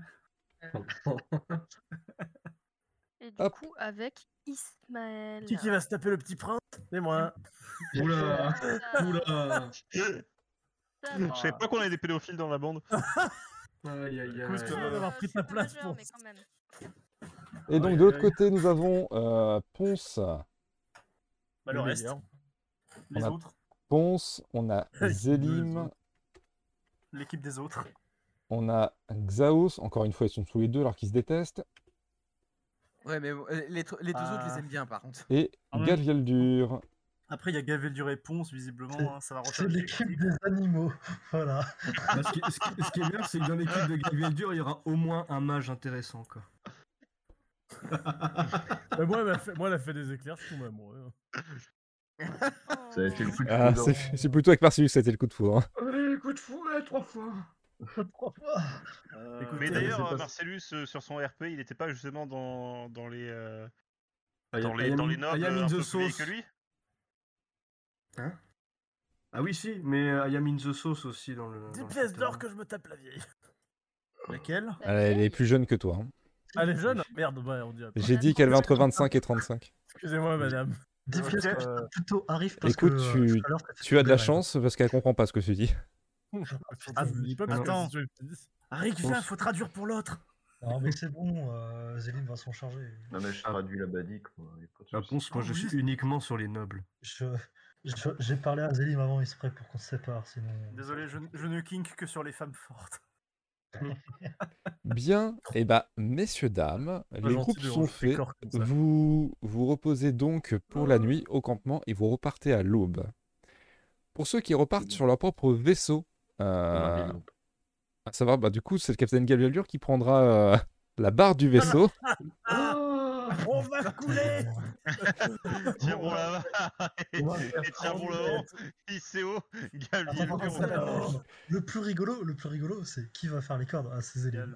Et du Hop. coup, avec Ismaël. Qui va se taper le petit prince? C'est moi. Oula. Ça, Oula. ça Je savais pas qu'on avait des pédophiles dans la bande. Aïe, aïe, Écoute, aïe. comment d'avoir pris c'est ta pas place, majeur, Ponce. mais quand même. Et donc Aïe, de l'autre aïe. côté, nous avons Ponce. Bah, le Le reste, meilleur. les On a- autres, Ponce, on a Les Zélim, autres. l'équipe des autres. on a Xaos. Encore une fois, ils sont tous les deux alors qu'ils se détestent. Ouais, mais les deux autres, je Ah. les aime bien par contre. Et Ah ouais. Galvieldur. Après, il y a Gavel du Réponse, visiblement, C'est- hein, ça va C'est recharger les l'équipe critiques. des animaux. Voilà. Bah, ce qui est bien, c'est que dans l'équipe de Gavieldur, il y aura au moins un mage intéressant, quoi. Mais moi, elle a fait des éclairs, je suis tombé amoureux. Ça a été le coup de Ah, foudre. c'est plutôt avec Marcellus que c'était le coup de foudre. Hein. Allez, coup de fouet, 3 fois. 3 fois. Écoutez, Mais c'est d'ailleurs, pas- Marcellus, sur son RP, il n'était pas justement dans les I dans am les in nobles the un peu plus sauce. vieilles que lui. Hein? Ah oui, si, mais I am in the sauce aussi dans le. 10 dans le pièces souterrain. d'or que je me tape la vieille. Laquelle? Elle est plus jeune que toi. Hein. Elle est jeune? Merde, ouais, on dit après. J'ai dit qu'elle avait entre 25 et 35. Excusez-moi, madame. 10 pièces Ok, que je tape plutôt arrive parce Écoute, que tu, tout à l'heure, t'as fait tu as de la des rêves. chance parce qu'elle comprend pas ce que tu dis. Ah, je dis pas parce Attends. que je dis. Rick, viens, faut traduire pour l'autre. Non, mais c'est bon, Zélim va s'en charger. Non, mais je traduis la badique, moi. y a pas de La souci. Ponce, moi je suis uniquement sur les nobles. J'ai parlé à Zélim avant exprès pour qu'on se sépare, sinon. Désolé, je ne kink que sur les femmes fortes. Bien, et bah, messieurs, dames, les gentil groupes de sont ranger tes faits. corps comme ça. Vous vous reposez donc pour la nuit au campement et vous repartez à l'aube. Pour ceux qui repartent sur leur propre vaisseau, à savoir, bah, du coup, c'est le capitaine Galvieldur qui prendra la barre du vaisseau. On va couler. Tiens bon là-bas, et On va faire tiens bon là-bas, ICO, Attends, Galvieldur. attends. Le plus rigolo, c'est qui va faire les cordes? Ah, c'est Zélim.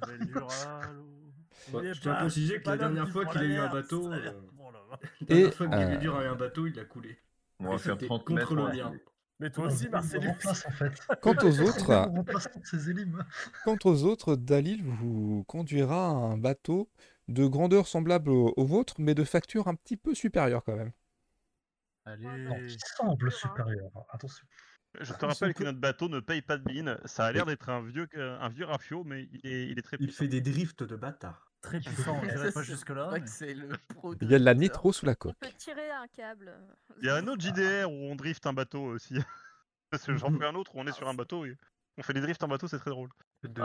Je tiens à préciser que la dernière fois qu'il a eu un bateau, la Et, dernière fois que Gavieldur a eu un bateau, il a coulé. On va Et faire c'était 30 contre mètres. le mien. Mais toi aussi, On Marcellus. remplace en fait. quant aux autres, On remplace c'est Zélim. Dalil vous conduira à un bateau de grandeur semblable au vôtre, mais de facture un petit peu supérieure quand même. Non, Allez. qui semble supérieur. Attention. Je te rappelle que notre bateau ne paye pas de mine. Ça a l'air d'être un vieux rafio, mais il est très Il puissant. fait des drifts de bâtard. Très puissant, j'irai pas jusque-là. C'est vrai mais- que c'est le pro Il y a de la drifter. nitro sous la On coque. peut tirer un câble. Il y a un autre JDR où on drift un bateau aussi. Parce que j'en fais un autre où on est sur un bateau et on fait des drifts en bateau, c'est très drôle.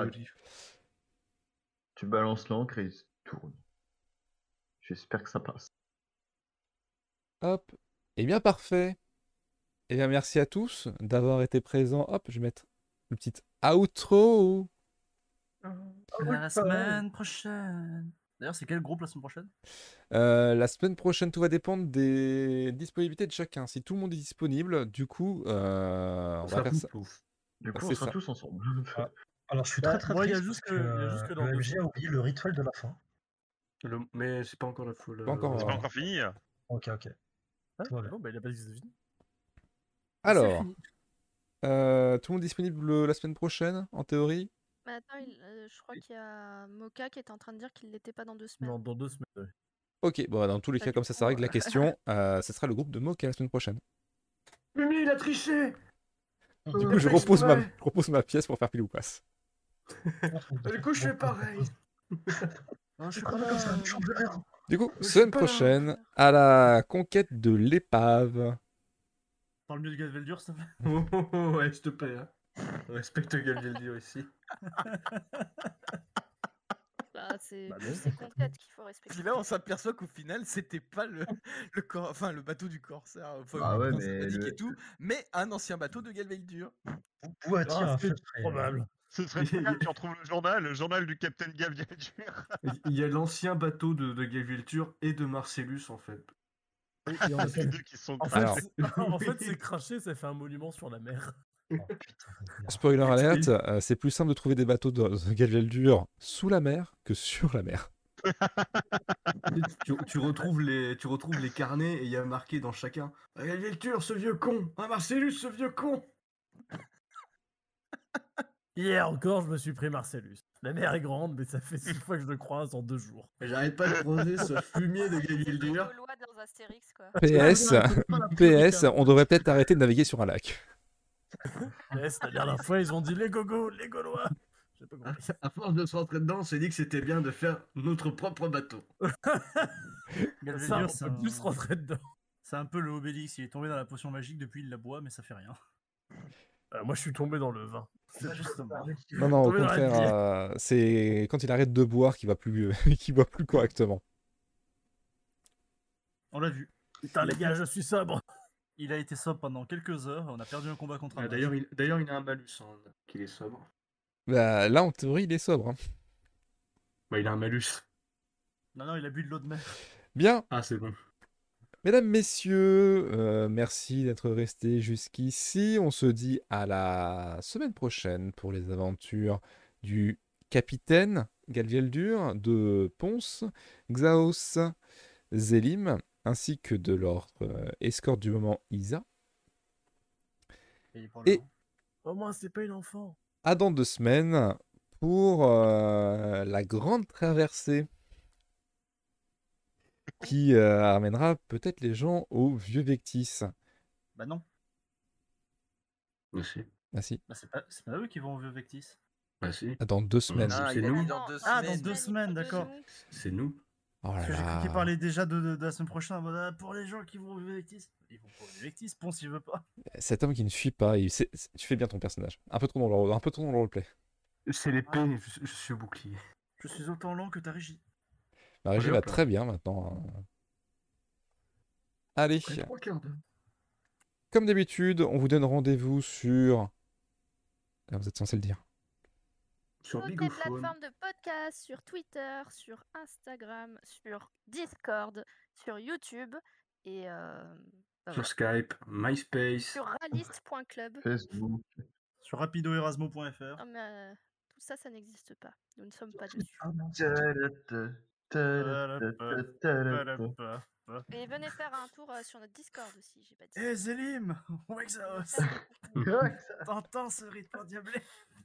Tu balances l'encre et il se tourne. J'espère que ça passe. Hop. Eh bien, parfait. Eh bien, merci à tous d'avoir été présents. Hop, je vais mettre le petit outro. La semaine prochaine. D'ailleurs, c'est quel groupe la semaine prochaine? La semaine prochaine, tout va dépendre des disponibilités de chacun. Si tout le monde est disponible, du coup, on va faire ça. Du coup, C'est on sera ça. tous ensemble. Alors, je suis Bah, très moi, il y a triste juste parce que- il y a juste que dans le 2 MJ a oublié le rituel de la fin. Mais c'est pas encore la foule. Pas encore, C'est pas encore fini. Ok. Ah, Tout va bien. non, bah, il a pas dit que c'était fini. Alors, tout le monde disponible la semaine prochaine, en théorie? Mais attends, je crois qu'il y a Moka qui est en train de dire qu'il l'était pas dans 2 semaines. Non, dans 2 semaines. Ouais. Ok, bon, dans tous les Bah, cas, du comme ça coup, règle la question, ce sera le groupe de Moka la semaine prochaine. Mais il a triché. Du coup, je repose ma pièce pour faire pile ou passe. Du coup, je fais pareil. Je suis Ah, comme ça ne change rien. Du coup, Je suis semaine pas là. prochaine, à la conquête de l'épave. Parle mieux de Galveldur, s'il te plaît. Ouais, s'il te plaît. Hein. Respecte Galvieldur ici. Là, c'est Bah, plus non. ses conquêtes qu'il faut respecter. Puis là, on s'aperçoit qu'au final, c'était pas le bateau du corsaire, enfin, Ah ouais, le mais Prince le- et tout, mais un ancien bateau de Galveldur. Vous pouvez attirer Ah, un c'est feu de près. probable. Ce serait pas grave, tu retrouves le journal du Capitaine Galvieldur. Il y a l'ancien bateau de Galvieldur et de Marcellus en fait. Et en Les fait, deux qui sont en Alors. fait, c'est craché, ça fait un monument sur la mer. Oh, putain, faut dire. Spoiler alert, c'est plus simple de trouver des bateaux de Galvieldur sous la mer que sur la mer. tu retrouves les carnets et il y a marqué dans chacun Galvieldur, ce vieux con. Ah, Marcellus, ce vieux con. Hier encore, je me suis pris Marcellus. La mer est grande, mais ça fait 6 fois que je le croise en 2 jours. J'arrête pas de croiser ce fumier de C'est Galvieldur. Gaulois dans Astérix, quoi. PS, on devrait peut-être arrêter de naviguer sur un lac. Yes, la dernière fois, ils ont dit les gogos, les gaulois. J'ai pas compris. À force de se rentrer dedans, on s'est dit que c'était bien de faire notre propre bateau. Ça, on c'est peut plus rentrer dedans. c'est un peu le Obélix, il est tombé dans la potion magique, depuis il la boit, mais ça fait rien. Moi, je suis tombé dans le vin. C'est justement. Non, au Tomber dans la contraire, bière. c'est quand il arrête de boire qu'il va plus, qu'il boit plus correctement. On l'a vu. Putain, les gars, je suis sobre. Il a été sobre pendant quelques heures, on a perdu un combat contre un mage. D'ailleurs, il a un malus qu'il est sobre. Bah, là, en théorie, il est sobre. Hein. Bah, il a un malus. Non, il a bu de l'eau de mer. Bien, Ah, c'est bon. mesdames, messieurs, merci d'être restés jusqu'ici. On se dit à la semaine prochaine pour les aventures du capitaine Galvieldur, de Ponce, Xaos, Zélim, ainsi que de leur escorte du moment Isa. Et Au moins, c'est pas une enfant. à dans 2 semaines pour la grande traversée qui amènera peut-être les gens au vieux Vectis. Bah non, Merci. Ah si, bah c'est pas eux qui vont au vieux Vectis. Bah si. dans 2 semaines. Ah, c'est il a nous. dit dans 2 Ah, semaines. dans 2 semaines, d'accord. C'est nous. Oh là Parce que j'ai cru là. qu'il parlait déjà de la semaine prochaine. En mode, ah, pour les gens qui vont au vieux Vectis. Ils vont pas au vieux Vectis, Ponce il veut pas. Cet homme qui ne fuit pas, tu fais bien ton personnage. Un peu trop dans le roleplay. C'est l'épée, je suis au bouclier. Je suis autant lent que ta régie. La régie Allez, va hop là. très bien maintenant. Hein. Allez, Après 3 quarts d'heure. comme d'habitude, on vous donne rendez-vous sur... Ah, vous êtes censé le dire. Sur Toutes les Bigophone. plateformes de podcast, sur Twitter, sur Instagram, sur Discord, sur YouTube et bah Sur voilà. Skype, MySpace. Sur ralist.club. Facebook. Sur rapidoerasmo.fr. Non, mais tout ça, ça n'existe pas. Nous ne sommes pas dessus. Et venez faire un tour sur notre Discord aussi, j'ai pas dit. Eh Zélim, ou Exaos, t'entends ce rythme endiablé?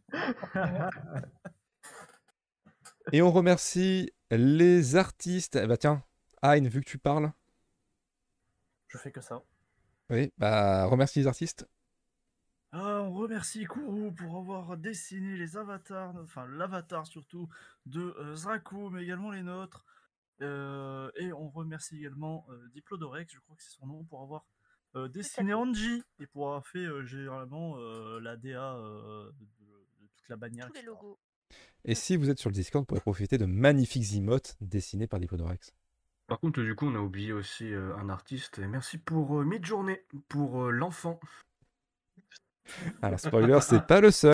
Et on remercie les artistes. Bah tiens, Ayn, vu que tu parles. Je fais que ça. Oui, bah remercie les artistes. On remercie Kourou pour avoir dessiné les avatars, enfin l'avatar surtout, de Zraku, mais également les nôtres. Et on remercie également Diplodorex, je crois que c'est son nom, pour avoir dessiné Anji et pour avoir fait généralement la DA de toute la bannière. Tous les etc. logos. Et si vous êtes sur le Discord, vous pourrez profiter de magnifiques emotes dessinés par Diplodorex. Par contre, du coup, on a oublié aussi un artiste. Et merci pour Midjourney, pour l'enfant. Alors, spoiler, c'est pas le seul.